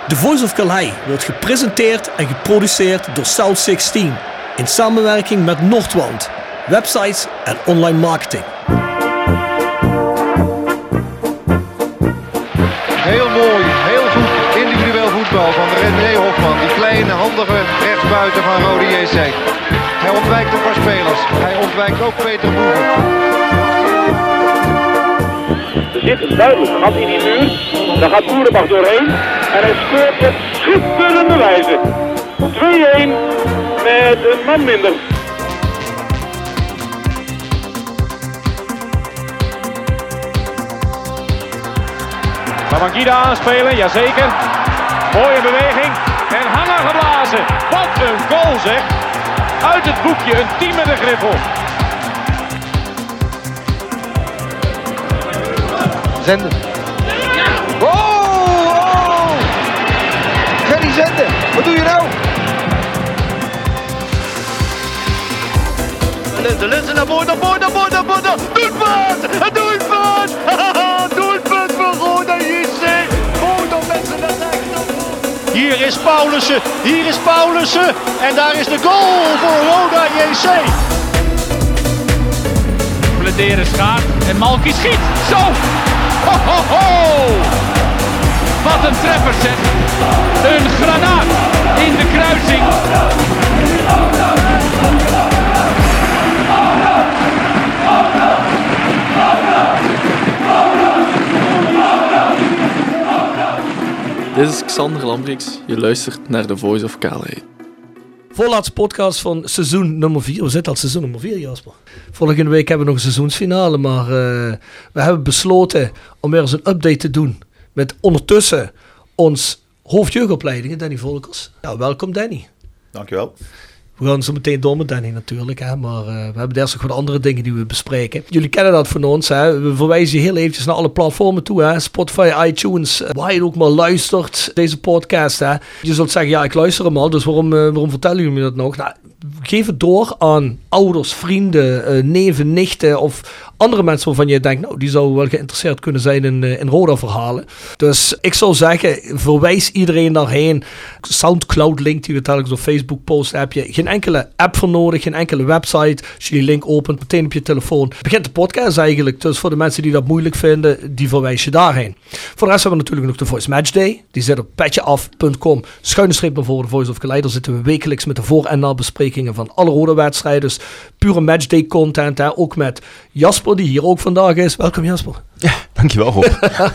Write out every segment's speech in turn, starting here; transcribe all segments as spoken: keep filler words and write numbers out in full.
The Voice of Calais wordt gepresenteerd en geproduceerd door South zestien in samenwerking met Noordwand, websites en online marketing. Heel mooi, heel goed individueel voetbal van René Hofman, die kleine handige rechtsbuiten van Rode J C. Hij ontwijkt een paar spelers, hij ontwijkt ook Peter Boeven. Er zit duidelijk een gat in die muur. Daar gaat Boerenbach doorheen. En hij scoort op schitterende wijze. twee-een met een man minder. Babangida aanspelen, jazeker. Mooie beweging. En Hanna geblazen. Wat een goal zeg. Uit het boekje, een team met een griffel. Zenden. Oh, oh! Gerry Zenden, wat doe je nou? Linzen, Linzen naar voren, naar voren, naar voren, naar voren. Doelpunt! Een doelpunt! Doelpunt voor Roda J C. Roda mensen naar rechts. Hier is Paulussen, hier is Paulussen. En daar is de goal voor Roda J C. Bladeren schaart en Malky schiet. Zo! Ho, ho, ho! Wat een treffer zeg. Een granaat in de kruising. Dit is Xander Lambrix. Je luistert naar The Voice of Calais. Voorlaatste podcast van seizoen nummer vier. We zitten al seizoen nummer vier, Jasper. Volgende week hebben we nog een seizoensfinale. Maar uh, we hebben besloten om weer eens een update te doen. Met ondertussen ons hoofdjeugdopleidingen, Danny Volkers. Ja, welkom Danny. Dankjewel. We gaan zo meteen door met Danny natuurlijk. Hè, maar uh, we hebben eerst nog wat andere dingen die we bespreken. Jullie kennen dat van ons. Hè. We verwijzen je heel eventjes naar alle platformen toe. Hè. Spotify, iTunes, waar je ook maar luistert. Deze podcast. Hè. Je zult zeggen, ja ik luister hem al. Dus waarom, uh, waarom vertellen jullie me dat nog? Nou, geef het door aan ouders, vrienden, uh, neven, nichten of andere mensen waarvan je denkt, nou die zouden wel geïnteresseerd kunnen zijn in, uh, in Roda verhalen. Dus ik zou zeggen, verwijs iedereen daarheen. Soundcloud link die we telkens op Facebook posten, heb je geen enkele app voor nodig, geen enkele website. Als je die link opent, meteen op je telefoon. Begint de podcast eigenlijk. Dus voor de mensen die dat moeilijk vinden, die verwijs je daarheen. Voor de rest hebben we natuurlijk nog de Voice Match Day. Die zit op petjeaf punt com schuine streep naar voren, de Voice of Calais. Daar zitten we wekelijks met de voor- en nabesprekingen van alle Roda wedstrijden. Dus pure matchday content. Hè. Ook met Jasper, die hier ook vandaag is. Welkom Jasper. Ja, dankjewel Rob.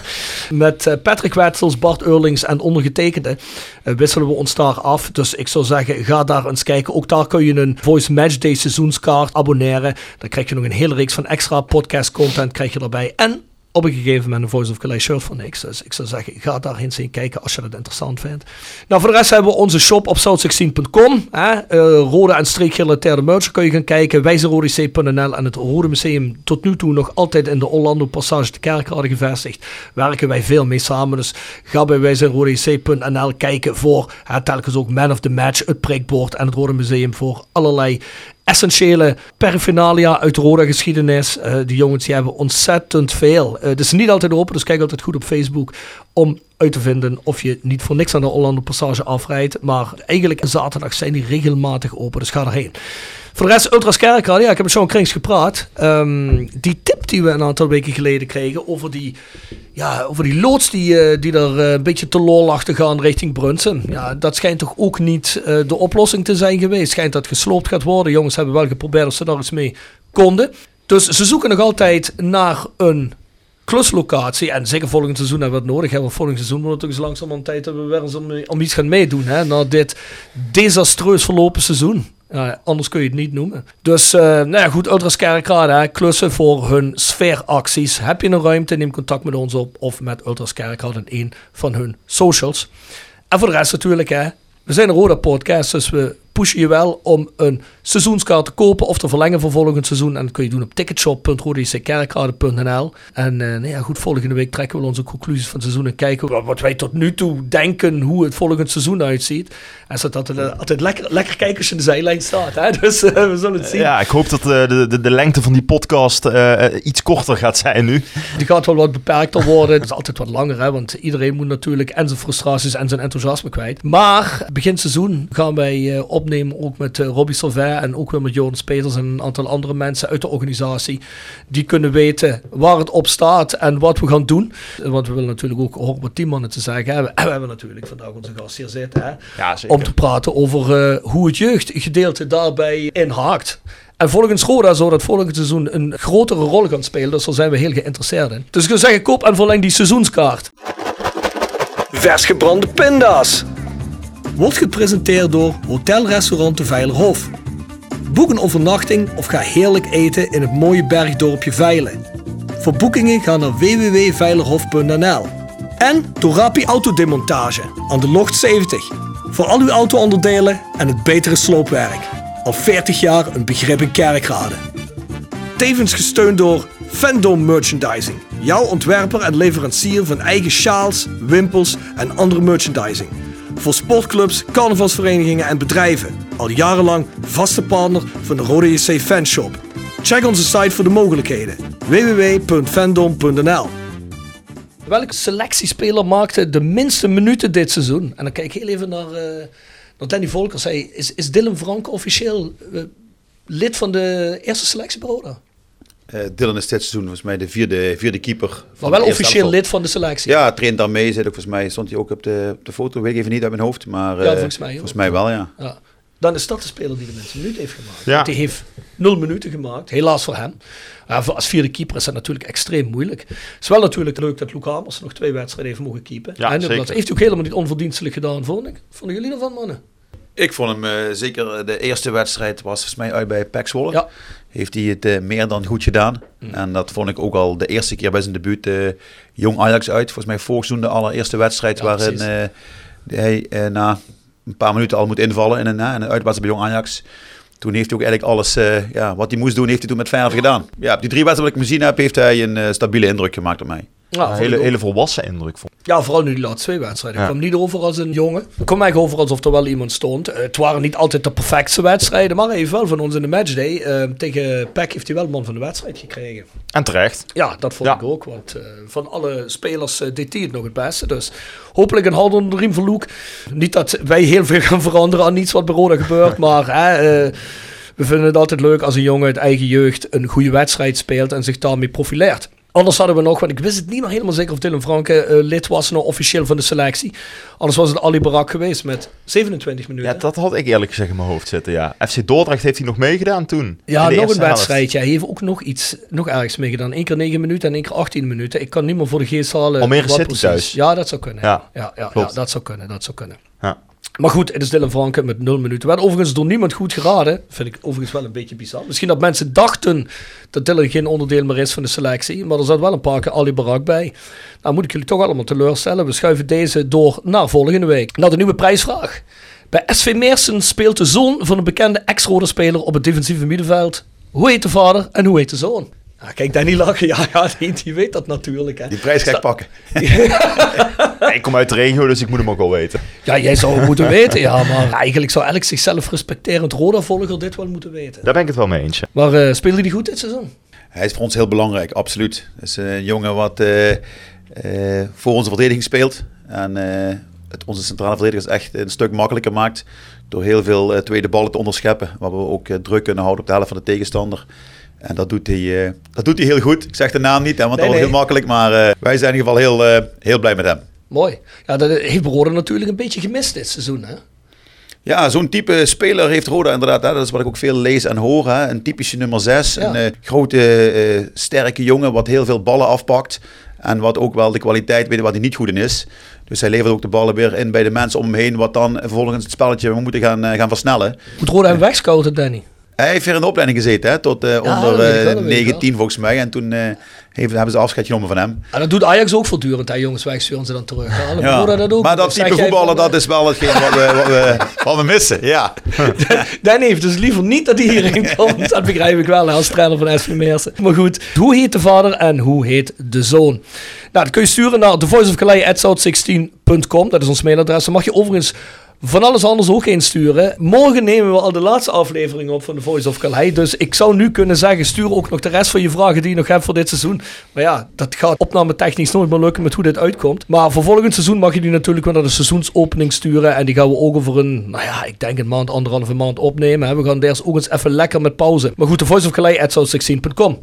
Met uh, Patrick Wetsels, Bart Eurlings en ondergetekende uh, wisselen we ons daar af. Dus ik zou zeggen, ga daar eens kijken. Ook daar kun je een Voice Matchday seizoenskaart abonneren. Dan krijg je nog een hele reeks van extra podcast content krijg je erbij. En op een gegeven moment een Voice of Calais shirt voor niks. Dus ik zou zeggen, ga daarheen zien kijken als je dat interessant vindt. Nou, voor de rest hebben we onze shop op south zestien punt com. Uh, rode en streekgerelateerde merch kun je gaan kijken. Wij zijn rode c punt n l en het Rode Museum tot nu toe nog altijd in de Orlando Passage de Kerkrade gevestigd. Werken wij veel mee samen. Dus ga bij wij zijn rode c punt n l kijken voor uh, telkens ook Man of the Match, het prikbord en het Rode Museum voor allerlei essentiële paraphernalia uit de Roda geschiedenis. Uh, die jongens die hebben ontzettend veel. Uh, het is niet altijd open, dus kijk altijd goed op Facebook om uit te vinden of je niet voor niks aan de Orlando Passage afrijdt. Maar eigenlijk zaterdag zijn die regelmatig open, dus ga erheen. Voor de rest, Ultras Kerkrade, ja, ik heb met Sean Krings gepraat. Um, die tip die we een aantal weken geleden kregen over die, ja, over die loods die, uh, die er uh, een beetje te lol lag te gaan richting Brunsen. Ja, dat schijnt toch ook niet uh, de oplossing te zijn geweest. Schijnt dat gesloopt gaat worden. Jongens hebben wel geprobeerd of ze daar eens mee konden. Dus ze zoeken nog altijd naar een kluslocatie. En zeker volgend seizoen hebben we het nodig. Want volgend seizoen wordt het toch eens langzaam aan tijd dat we weer eens om, om iets gaan meedoen. Hè, na dit desastreus verlopen seizoen. Ja, anders kun je het niet noemen. Dus, uh, nou ja, goed, Ultras Kerkrade, hè, klussen voor hun sfeeracties. Heb je een ruimte, neem contact met ons op of met Ultras Kerkrade in een van hun socials. En voor de rest natuurlijk, hè, we zijn een Roda podcast, dus we pushen je wel om een seizoenskaart te kopen of te verlengen voor volgend seizoen. En dat kun je doen op ticketshop punt rode j c kerkrade punt n l. En uh, nou ja, goed, volgende week trekken we onze conclusies van het seizoen en kijken wat, wat wij tot nu toe denken hoe het volgend seizoen uitziet. En zo dat het uh, altijd lekker, lekker kijken als je in de zijlijn staat. Hè? Dus uh, we zullen het zien. Ja, ik hoop dat uh, de, de, de lengte van die podcast uh, iets korter gaat zijn nu. Die gaat wel wat beperkter worden. Het is altijd wat langer, hè? Want iedereen moet natuurlijk en zijn frustraties en zijn enthousiasme kwijt. Maar begin seizoen gaan wij uh, opnemen ook met uh, Robbie Salvin en ook weer met Jonas Peters en een aantal andere mensen uit de organisatie. Die kunnen weten waar het op staat en wat we gaan doen. Want we willen natuurlijk ook horen wat die mannen te zeggen hebben. En we hebben natuurlijk vandaag onze gast hier zitten. Hè? Ja, zeker. Om te praten over uh, hoe het jeugdgedeelte daarbij inhaakt. En volgens Roda zou dat volgend seizoen een grotere rol gaan spelen. Dus daar zijn we heel geïnteresseerd in. Dus ik zou zeggen, koop en verleng die seizoenskaart. Vers gebrande pinda's. Wordt gepresenteerd door Hotel Restaurant de Veilerhof. Boek een overnachting of ga heerlijk eten in het mooie bergdorpje Veilen. Voor boekingen ga naar w w w punt veilerhof punt n l. En door Rapi Autodemontage aan de Locht zeventig. Voor al uw auto-onderdelen en het betere sloopwerk. Al veertig jaar een begrip in Kerkrade. Tevens gesteund door Fandom Merchandising. Jouw ontwerper en leverancier van eigen sjaals, wimpels en andere merchandising. Voor sportclubs, carnavalsverenigingen en bedrijven. Al jarenlang vaste partner van de Rode J C Fanshop. Check onze site voor de mogelijkheden. w w w punt fandom punt n l. Welke selectiespeler maakte de minste minuten dit seizoen? En dan kijk ik heel even naar, uh, naar Danny Volkers. Hij, is, is Dylan Franke officieel uh, lid van de eerste selectiebureau? Uh, Dylan is dit seizoen volgens mij de vierde, vierde keeper. Maar wel officieel lid van de selectie? Ja, traint daarmee. Zit ook, volgens mij stond hij ook op de, op de foto. Weet ik even niet uit mijn hoofd. Maar uh, ja, volgens mij, volgens mij wel, ja. ja. Dan is dat de speler die de minste minuten heeft gemaakt. Ja. Die heeft nul minuten gemaakt. Helaas voor hem. Uh, als vierde keeper is dat natuurlijk extreem moeilijk. Het is wel natuurlijk leuk dat Luc Hamers nog twee wedstrijden heeft mogen keepen. Ja, en zeker. dat heeft hij ook helemaal niet onverdienstelijk gedaan, vond ik. Vonden jullie ervan, mannen? Ik vond hem uh, zeker de eerste wedstrijd was volgens mij uit bij P E C Zwolle. Ja. Heeft hij het uh, meer dan goed gedaan. Mm. En dat vond ik ook al de eerste keer bij zijn debuut uh, jong Ajax uit. Volgens mij vorig seizoen de allereerste wedstrijd ja, waarin uh, hij uh, na een paar minuten al moet invallen in een, uh, een uitwedstrijd bij jong Ajax. Toen heeft hij ook eigenlijk alles uh, ja, wat hij moest doen, heeft hij toen met verf gedaan. Ja, op die drie wedstrijden wat ik gezien heb, heeft hij een uh, stabiele indruk gemaakt op mij. Ja, een hele, hele volwassen indruk. Vond. Ja, vooral nu die laatste twee wedstrijden. Ik Ja. kwam niet over als een jongen. Ik kwam eigenlijk over alsof er wel iemand stond. Uh, het waren niet altijd de perfecte wedstrijden, maar hij heeft wel van ons in de matchday. Uh, tegen P E C heeft hij wel man van de wedstrijd gekregen. En terecht. Ja, dat vond Ja. ik ook. Want uh, van alle spelers uh, deed hij het nog het beste. Dus hopelijk een hard onder de riem voor Luc. Niet dat wij heel veel gaan veranderen aan iets wat bij Roda gebeurt, maar... Hè, uh, we vinden het altijd leuk als een jongen uit eigen jeugd een goede wedstrijd speelt en zich daarmee profileert. Anders hadden we nog, want ik wist het niet meer helemaal zeker of Dylan Franke uh, lid was nou officieel van de selectie. Anders was het Ali Barak geweest met zevenentwintig minuten. Ja, dat had ik eerlijk gezegd in mijn hoofd zitten, ja. F C Dordrecht heeft hij nog meegedaan toen. Ja, nog een wedstrijd. wedstrijdje. Hij heeft ook nog iets, nog ergens meegedaan. Eén keer negen minuten en één keer achttien minuten. Ik kan niet meer voor de geest halen. Almere wat City precies. thuis. Ja, dat zou kunnen. Ja, Ja, ja, ja, klopt. ja, dat zou kunnen, dat zou kunnen. Ja. Maar goed, het is Dylan Franke met nul minuten. Werd overigens door niemand goed geraden. Vind ik overigens wel een beetje bizar. Misschien dat mensen dachten dat Dylan geen onderdeel meer is van de selectie. Maar er zat wel een paar keer Ali Barak bij. Nou moet ik jullie toch allemaal teleurstellen. We schuiven deze door naar volgende week. Naar de nieuwe prijsvraag. Bij S V Meersen speelt de zoon van een bekende ex-Roda speler op het defensieve middenveld. Hoe heet de vader en hoe heet de zoon? Ja, kijk, Danny lachen. Ja, ja die, die weet dat natuurlijk. Hè. Die prijs ga ik pakken. Ja, ik kom uit de regio, dus ik moet hem ook wel weten. Ja, jij zou het moeten weten, ja. Maar eigenlijk zou elk zichzelf respecterend Roda-volger dit wel moeten weten. Daar ben ik het wel mee eens. Ja. Maar uh, speelde die goed dit seizoen? Hij is voor ons heel belangrijk, absoluut. Het is een jongen wat uh, uh, voor onze verdediging speelt. En uh, het onze centrale verdediger is echt een stuk makkelijker maakt. Door heel veel uh, tweede ballen te onderscheppen. Waar we ook uh, druk kunnen houden op de helft van de tegenstander. En dat doet hij, uh, dat doet hij heel goed. Ik zeg de naam niet, hè, want nee, dat wordt nee. heel makkelijk. Maar uh, wij zijn in ieder geval heel, uh, heel blij met hem. Mooi. Ja, dat heeft Roda natuurlijk een beetje gemist dit seizoen, hè? Ja, zo'n type speler heeft Roda inderdaad. Hè, dat is wat ik ook veel lees en hoor. Hè, een typische nummer zes. Ja. Een uh, grote, uh, sterke jongen wat heel veel ballen afpakt. En wat ook wel de kwaliteit weet wat hij niet goed in is. Dus hij levert ook de ballen weer in bij de mensen om hem heen. Wat dan vervolgens het spelletje we moeten gaan, uh, gaan versnellen. Moet Roda hem wegscouten, Danny? Hij heeft weer in de opleiding gezeten, hè, tot uh, ja, onder uh, negentien volgens mij. En toen uh, heeft, hebben ze afscheid genomen van hem. En dat doet Ajax ook voortdurend, hè, jongens. Wij sturen ze dan terug. Alle ja, dat ook. Maar dat type voetballen, dat is wel hetgeen wat we, wat we, wat we missen, ja. Danny heeft dus liever niet dat hij hierin komt. Dat begrijp ik wel, hè, als trainer van S V Meersen. Maar goed, hoe heet de vader en hoe heet de zoon? Nou, dat kun je sturen naar the voice of calais at south sixteen dot com. Dat is ons mailadres. Dan mag je overigens van alles anders ook insturen. Morgen nemen we al de laatste aflevering op van The Voice of Calais. Dus ik zou nu kunnen zeggen, stuur ook nog de rest van je vragen die je nog hebt voor dit seizoen. Maar ja, dat gaat opname technisch nooit meer lukken met hoe dit uitkomt. Maar voor volgend seizoen mag je die natuurlijk weer naar de seizoensopening sturen. En die gaan we ook over een, nou ja, ik denk een maand, anderhalve maand opnemen. We gaan eerst ook eens even lekker met pauze. Maar goed, The Voice of Calais at south sixteen dot com.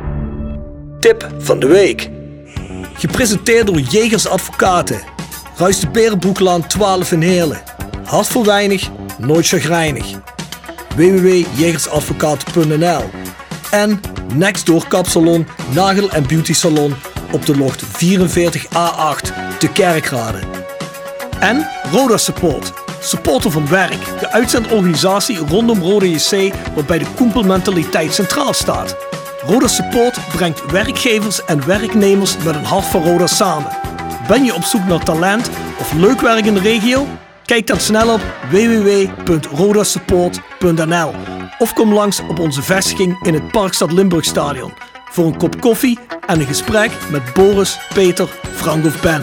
Tip van de week. Gepresenteerd door Jegers Advocaten. Ruist de Berenbroeklaan twaalf in Heerlen. Hart voor weinig, nooit chagrijnig. w w w punt jegersadvocaten punt n l. En Nextdoor Kapsalon, Nagel en Beauty Salon op de locht vierenveertig A acht te Kerkrade. En Roda Support, supporter van werk, de uitzendorganisatie rondom Roda J C waarbij de koempelmentaliteit centraal staat. Roda Support brengt werkgevers en werknemers met een hart voor Roda samen. Ben je op zoek naar talent of leuk werk in de regio? Kijk dan snel op w w w punt roda support punt n l of kom langs op onze vestiging in het Parkstad Limburgstadion voor een kop koffie en een gesprek met Boris, Peter, Frank of Ben.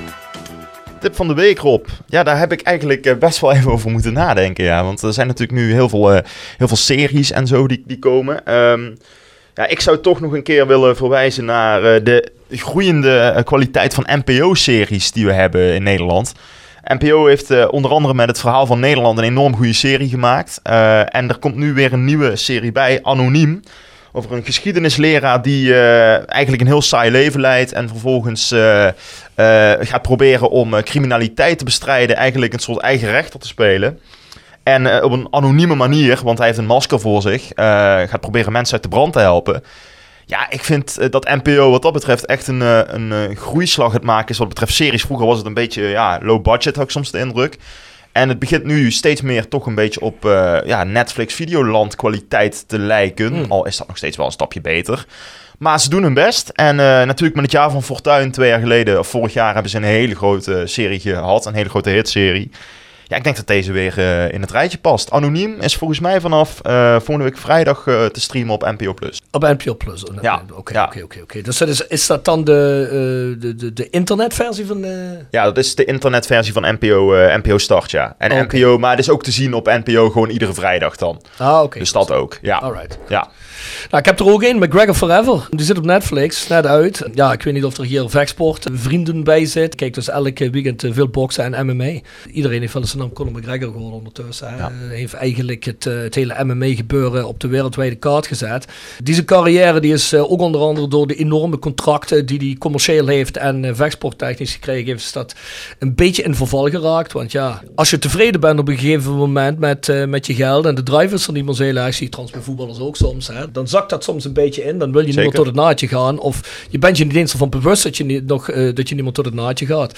Tip van de week, Rob. Ja, daar heb ik eigenlijk best wel even over moeten nadenken. Ja. Want er zijn natuurlijk nu heel veel, uh, heel veel series en zo die, die komen. Um, ja, ik zou toch nog een keer willen verwijzen naar uh, de groeiende uh, kwaliteit van N P O-series die we hebben in Nederland. N P O heeft uh, onder andere met het verhaal van Nederland een enorm goede serie gemaakt. Uh, en er komt nu weer een nieuwe serie bij, Anoniem. Over een geschiedenisleraar die uh, eigenlijk een heel saai leven leidt. En vervolgens uh, uh, gaat proberen om uh, criminaliteit te bestrijden. Eigenlijk een soort eigen rechter te spelen. En uh, op een anonieme manier, want hij heeft een masker voor zich. Uh, gaat proberen mensen uit de brand te helpen. Ja, ik vind uh, dat N P O wat dat betreft echt een, uh, een uh, groeislag het maken is wat betreft series. Vroeger was het een beetje ja, low budget, had ik soms de indruk. En het begint nu steeds meer toch een beetje op uh, ja, Netflix Videoland kwaliteit te lijken. Mm. Al is dat nog steeds wel een stapje beter. Maar ze doen hun best. En uh, natuurlijk met het jaar van Fortuin, twee jaar geleden, of vorig jaar, hebben ze een hele grote serie gehad. Een hele grote hitserie. Ja, ik denk dat deze weer uh, in het rijtje past. Anoniem is volgens mij vanaf uh, volgende week vrijdag uh, te streamen op N P O plus. Op N P O plus? Oh, ja. Oké, oké, oké. Dus dat is, is dat dan de, uh, de, de, de internetversie van de... Ja, dat is de internetversie van N P O, uh, N P O Start, ja. En oh, okay. N P O, maar het is ook te zien op N P O gewoon iedere vrijdag dan. Ah, oké. Okay. Dus dat ook, ja. Alright. Ja. Nou, ik heb er ook een, McGregor Forever. Die zit op Netflix, net uit. Ja, ik weet niet of er hier vechtsport vrienden bij zit. Kijk dus elke weekend veel boksen en M M A. Iedereen heeft wel eens de naam Conor McGregor gehoord ondertussen. Hij ja. heeft eigenlijk het, het hele M M A gebeuren op de wereldwijde kaart gezet. Deze carrière die is ook onder andere door de enorme contracten die hij commercieel heeft en vechtsporttechnisch gekregen heeft, is dat een beetje in verval geraakt. Want ja, als je tevreden bent op een gegeven moment met, uh, met je geld en de drive is er niet meer zo heel erg, zie je trouwens bij voetballers ook soms, hè, dan zakt dat soms een beetje in. Dan wil je Zeker. niet meer tot het naadje gaan. Of je bent je niet eens ervan bewust dat je niet, nog, uh, dat je niet meer tot het naadje gaat.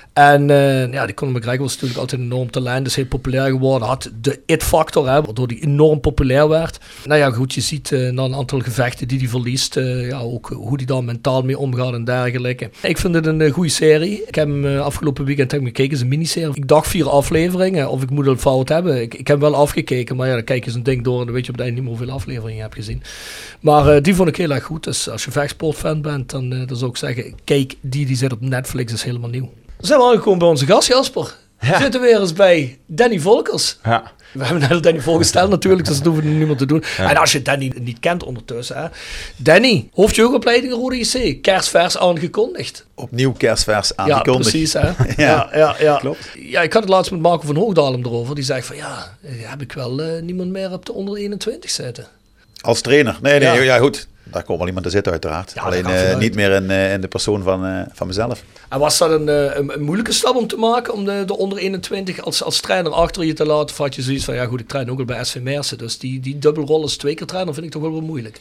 En uh, ja, die Conor McGregor was natuurlijk altijd een enorm talent. Is heel populair geworden. Had de it-factor, hè, waardoor hij enorm populair werd. Nou ja, goed, je ziet uh, na een aantal gevechten die hij verliest. Uh, ja, ook hoe hij daar mentaal mee omgaat en dergelijke. Ik vind het een uh, goede serie. Ik heb hem uh, afgelopen weekend heb ik gekeken. Het is een miniserie. Ik dacht vier afleveringen. Of ik moet het fout hebben. Ik, ik heb wel afgekeken. Maar ja, dan kijk je zo'n ding door. En dan weet je op het einde niet meer hoeveel afleveringen je hebt gezien. Maar uh, die vond ik heel erg goed. Dus als je vechtsportfan bent, dan, uh, dan zou ik zeggen, kijk, die, die zit op Netflix. Is helemaal nieuw. Dan zijn we aangekomen bij onze gast, Jasper. Ja. We zitten weer eens bij Danny Volkers. Ja. We hebben net Danny voorgesteld natuurlijk, dus dat hoeven we nu meer te doen. Ja. En als je Danny niet kent ondertussen. Hè. Danny, hoofdjeugdopleiding Roda J C. Kerstvers aangekondigd. Opnieuw kerstvers aangekondigd. Ja, precies. Hè. ja. Ja, ja, ja. Klopt. Ja, ik had het laatst met Marco van Hoogdalem erover. Die zegt van ja, heb ik wel uh, niemand meer op de onder eenentwintig zitten. Als trainer? Nee, nee, ja, ja goed. Daar komt wel iemand te zitten uiteraard. Ja, alleen uh, niet meer in, uh, in de persoon van, uh, van mezelf. En was dat een, een, een moeilijke stap om te maken om de, de onder eenentwintig als, als trainer achter je te laten? Of had je zoiets van, ja goed, ik train ook al bij S V Meersen. Dus die, die dubbelrol als twee keer trainer vind ik toch wel wel moeilijk.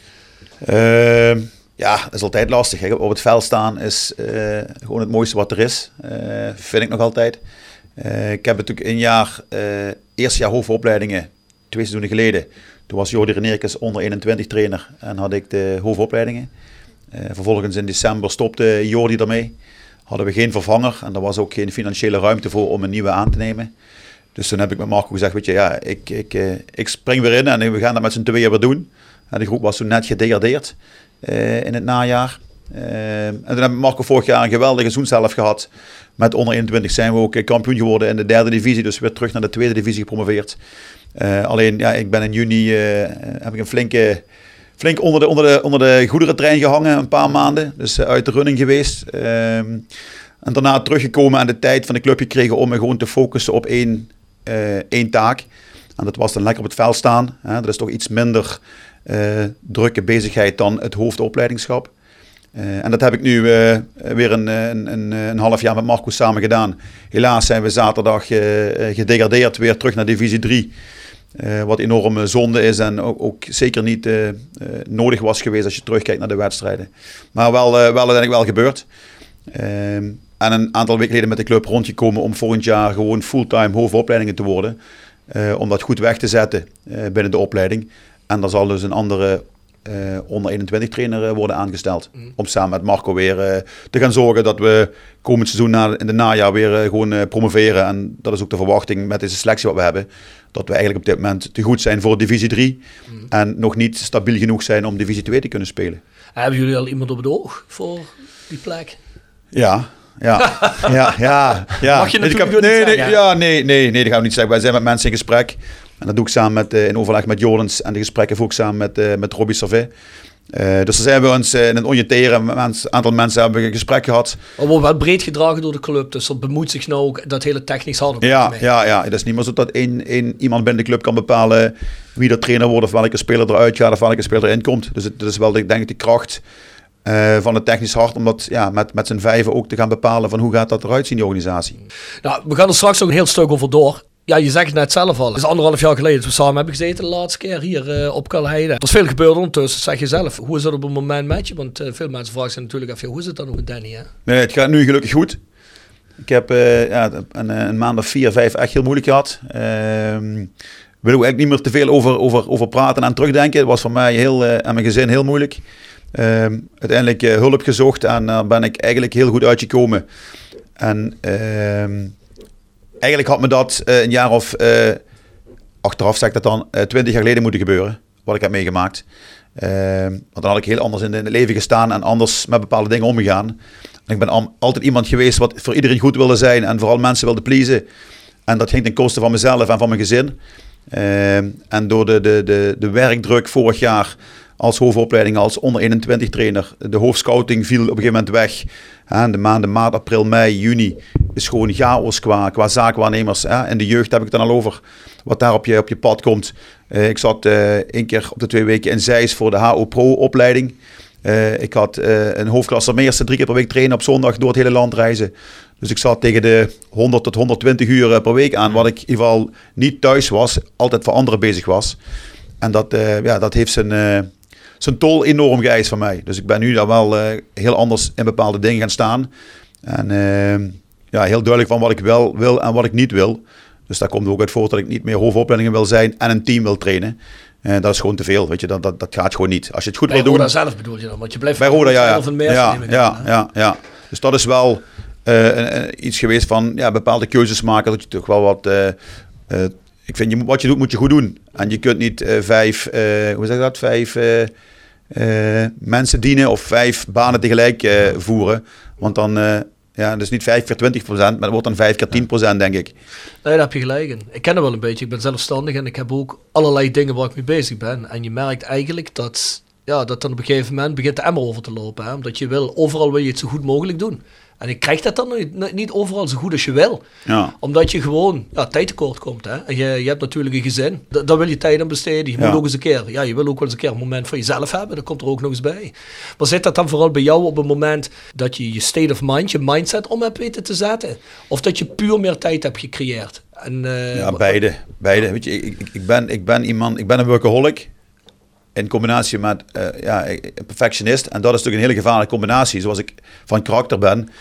Uh, ja, dat is altijd lastig. Hè. Op het veld staan is uh, gewoon het mooiste wat er is. Uh, vind ik nog altijd. Uh, ik heb natuurlijk een jaar, uh, eerste jaar hoofdopleidingen, twee seizoenen geleden. Toen was Jordi Reneerkes onder eenentwintig trainer en had ik de hoofdopleidingen. Uh, vervolgens in december stopte Jordi ermee. Hadden we geen vervanger en er was ook geen financiële ruimte voor om een nieuwe aan te nemen. Dus toen heb ik met Marco gezegd, weet je, ja, ik, ik, uh, ik spring weer in en we gaan dat met z'n tweeën weer doen. En de groep was toen net gedegradeerd uh, in het najaar. Uh, en toen heb Marco vorig jaar een geweldige seizoenshelft gehad. Met onder eenentwintig zijn we ook kampioen geworden in de derde divisie. Dus weer terug naar de tweede divisie gepromoveerd. Uh, alleen, ja, ik ben in juni, uh, heb ik een flinke, flink onder de, onder, de, onder de goederentrein gehangen, een paar maanden. Dus uh, uit de running geweest. Uh, en daarna teruggekomen en de tijd van de club gekregen om me gewoon te focussen op één, uh, één taak. En dat was dan lekker op het veld staan. Hè. Dat is toch iets minder uh, drukke bezigheid dan het hoofdopleidingschap. Uh, en dat heb ik nu uh, weer een, een, een, een half jaar met Marco samen gedaan. Helaas zijn we zaterdag uh, gedegradeerd weer terug naar divisie drie. Uh, wat enorm zonde is en ook, ook zeker niet uh, uh, nodig was geweest als je terugkijkt naar de wedstrijden. Maar wel, uh, wel uiteindelijk wel gebeurd. Uh, en een aantal weken geleden met de club rondgekomen om volgend jaar gewoon fulltime hoofdopleidingen te worden. Uh, om dat goed weg te zetten uh, binnen de opleiding. En dan zal dus een andere uh, onder eenentwintig trainer uh, worden aangesteld. Mm. Om samen met Marco weer uh, te gaan zorgen dat we komend seizoen na, in de najaar weer uh, gewoon uh, promoveren. En dat is ook de verwachting met deze selectie wat we hebben. Dat we eigenlijk op dit moment te goed zijn voor divisie drie. Mm. En nog niet stabiel genoeg zijn om divisie twee te kunnen spelen. Hebben jullie al iemand op het oog voor die plek? Ja. Ja, ja, ja, ja. Mag je nee, natuurlijk heb, nee, nee, zeggen? ja, nee, nee, nee, dat gaan we niet zeggen. Wij zijn met mensen in gesprek. En dat doe ik samen met, uh, in overleg met Jordens. En de gesprekken voer ik samen met, uh, met Robbie Servet. Uh, dus daar zijn we ons uh, in het oriënteren. Een aantal mensen hebben een gesprek gehad. Er wordt wel breed gedragen door de club. Dus er bemoeit zich nou ook dat hele technisch harde. Ja, ja, ja, het is niet meer zo dat één, één iemand binnen de club kan bepalen wie de trainer wordt. Of welke speler eruit gaat of welke speler erin komt. Dus het, dat is wel, denk ik, de kracht Uh, van het technisch hart, om dat ja, met, met z'n vijven ook te gaan bepalen van hoe gaat dat eruit zien, die organisatie. Nou, we gaan er straks nog een heel stuk over door. Ja, je zegt het net zelf al. Het is anderhalf jaar geleden dat we samen hebben gezeten de laatste keer hier uh, op Kalheide. Er is veel gebeurd ondertussen, zeg je zelf. Hoe is het op het moment met je? Want uh, veel mensen vragen zich natuurlijk af, hoe is het dan ook met Danny? Hè? Nee, het gaat nu gelukkig goed. Ik heb uh, ja, een, een maand of vier, vijf echt heel moeilijk gehad. Uh, wil ik eigenlijk niet meer te veel over, over, over praten en terugdenken. Het was voor mij heel, uh, en mijn gezin heel moeilijk. Uh, uiteindelijk uh, hulp gezocht en daar uh, ben ik eigenlijk heel goed uitgekomen. En uh, eigenlijk had me dat uh, een jaar of, uh, achteraf zeg ik dat dan, uh, twintig jaar geleden moeten gebeuren. Wat ik heb meegemaakt. Uh, want dan had ik heel anders in het leven gestaan en anders met bepaalde dingen omgegaan. En ik ben am- altijd iemand geweest wat voor iedereen goed wilde zijn en vooral mensen wilde pleasen. En dat ging ten koste van mezelf en van mijn gezin. Uh, en door de, de, de, de werkdruk vorig jaar als hoofdopleiding, als onder eenentwintig trainer. De hoofdscouting viel op een gegeven moment weg. En de maanden maart, april, mei, juni is gewoon chaos qua, qua zaakwaarnemers. En de jeugd heb ik het dan al over. Wat daar op je, op je pad komt. Uh, ik zat uh, één keer op de twee weken in Zeist voor de H O Pro opleiding. Uh, ik had uh, een hoofdklassemeester drie keer per week trainen op zondag door het hele land reizen. Dus ik zat tegen de honderd tot honderdtwintig uur per week aan. Wat ik in ieder geval niet thuis was. Altijd voor anderen bezig was. En dat, uh, ja, dat heeft zijn... Uh, zijn tol enorm geëist van mij. Dus ik ben nu daar wel uh, heel anders in bepaalde dingen gaan staan. En uh, ja, heel duidelijk van wat ik wel wil en wat ik niet wil. Dus daar komt ook uit voort dat ik niet meer hoofdopleidingen wil zijn en een team wil trainen. Uh, dat is gewoon te veel, weet je. Dat, dat, dat gaat gewoon niet. Als je het goed bij wil doen... Bij Roda zelf bedoel je dan? Want je blijft bij Roda, ja, ja. Van meer Ja, nemen, ja, ja, ja. Dus dat is wel uh, uh, iets geweest van ja, bepaalde keuzes maken. Dat je toch wel wat... Uh, uh, ik vind, je, wat je doet, moet je goed doen. En je kunt niet uh, vijf... Uh, hoe zeg je dat? Vijf... Uh, Uh, mensen dienen of vijf banen tegelijk uh, voeren. Want dan, uh, ja, dat is niet vijf keer twintig procent, maar dat wordt dan vijf keer tien procent, denk ik. Nee, daar heb je gelijk in. Ik ken het wel een beetje. Ik ben zelfstandig en ik heb ook allerlei dingen waar ik mee bezig ben. En je merkt eigenlijk dat, ja, dat dan op een gegeven moment begint de emmer over te lopen. Hè? Omdat je wil, overal wil je het zo goed mogelijk doen. En ik krijg dat dan niet, niet overal zo goed als je wil. Ja. Omdat je gewoon ja, tijd tekort komt. Hè? En je, je hebt natuurlijk een gezin. Da- daar wil je tijd aan besteden. Je ja. moet ook eens een keer, ja, je wil ook wel eens een keer een moment van jezelf hebben. Dat komt er ook nog eens bij. Maar zit dat dan vooral bij jou op het moment dat je je state of mind, je mindset om hebt weten te zetten? Of dat je puur meer tijd hebt gecreëerd? En, uh, ja, beide. beide. Weet je, ik, ik, ik, ben, ik ben iemand, ik ben een workaholic. In combinatie met uh, ja, een perfectionist. En dat is natuurlijk een hele gevaarlijke combinatie, zoals ik van karakter ben.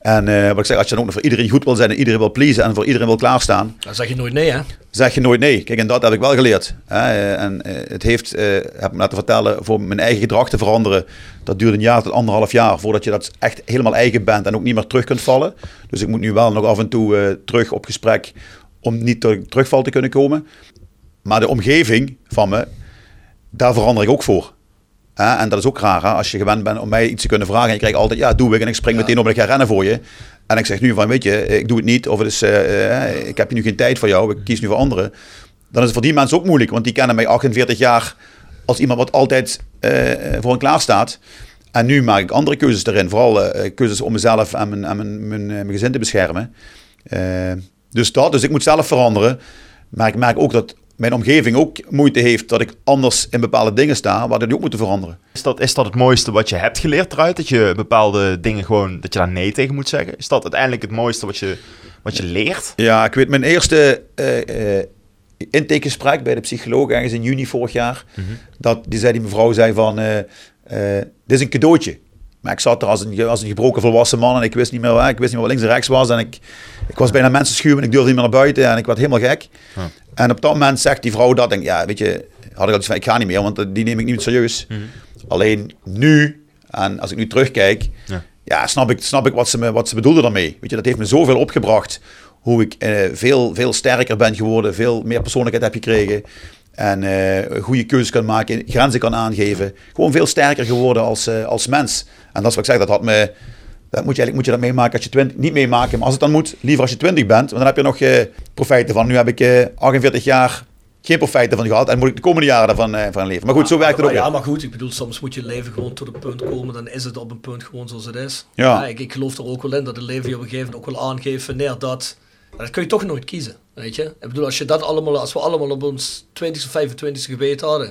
En uh, wat ik zeg, als je dan ook nog voor iedereen goed wil zijn en iedereen wil pleasen en voor iedereen wil klaarstaan. Dan zeg je nooit nee, hè? Zeg je nooit nee. Kijk, en dat heb ik wel geleerd. Hè? En uh, het heeft, uh, heb me laten vertellen, voor mijn eigen gedrag te veranderen. Dat duurt een jaar tot anderhalf jaar voordat je dat echt helemaal eigen bent en ook niet meer terug kunt vallen. Dus ik moet nu wel nog af en toe uh, terug op gesprek om niet tot terugval te kunnen komen. Maar de omgeving van me, daar verander ik ook voor. Uh, en dat is ook raar, hè? Als je gewend bent om mij iets te kunnen vragen en je krijgt altijd, ja, doe ik. En ik spring ja. meteen op en ik ga rennen voor je. En ik zeg nu van, weet je, ik doe het niet. Of het is, uh, uh, ik heb nu geen tijd voor jou, ik kies nu voor anderen. Dan is het voor die mensen ook moeilijk, want die kennen mij achtenveertig jaar als iemand wat altijd uh, voor hen klaar staat. En nu maak ik andere keuzes erin. Vooral uh, keuzes om mezelf en mijn, en mijn, mijn, mijn gezin te beschermen. Uh, dus dat, dus ik moet zelf veranderen. Maar ik merk ook dat mijn omgeving ook moeite heeft dat ik anders in bepaalde dingen sta, waar die ook moeten veranderen. Is dat, is dat het mooiste wat je hebt geleerd eruit? Dat je bepaalde dingen gewoon, dat je daar nee tegen moet zeggen? Is dat uiteindelijk het mooiste wat je, wat je leert? Ja, ik weet, mijn eerste uh, uh, intakegesprek bij de psycholoog ergens in juni vorig jaar, mm-hmm. dat die, zei, die mevrouw zei van, uh, uh, dit is een cadeautje. Maar ik zat er als een, als een gebroken volwassen man en ik wist niet meer waar, ik wist niet meer wat links en rechts was en ik, ik was bijna mensen schuwen en ik durfde niet meer naar buiten en ik werd helemaal gek. Huh. En op dat moment zegt die vrouw dat, denk ik, ja, weet je, had ik al iets van, ik ga niet meer, want die neem ik niet serieus. Mm-hmm. Alleen nu, en als ik nu terugkijk, ja, ja snap ik, snap ik wat ze, me, wat ze bedoelde daarmee. Weet je, dat heeft me zoveel opgebracht, hoe ik uh, veel, veel sterker ben geworden, veel meer persoonlijkheid heb gekregen. En uh, goede keuzes kan maken, grenzen kan aangeven. Gewoon veel sterker geworden als, uh, als mens. En dat is wat ik zeg, dat had me... Dat moet je eigenlijk moet je dat meemaken als je twintig... Niet meemaken, maar als het dan moet, liever als je twintig bent. Want dan heb je nog uh, profijten van. Nu heb ik uh, achtenveertig jaar geen profijten van gehad. En moet ik de komende jaren daarvan uh, van leven. Maar goed, zo werkt het ook. Ja, maar goed, ik bedoel, soms moet je leven gewoon tot een punt komen. Dan is het op een punt gewoon zoals het is. Ja. Ja, ik, ik geloof er ook wel in dat het leven je op een gegeven moment ook wel aangeeft wanneer dat... Dat kun je toch nooit kiezen, weet je. Ik bedoel, als je dat allemaal, als we allemaal op ons twintigste, vijfentwintigste geweten hadden,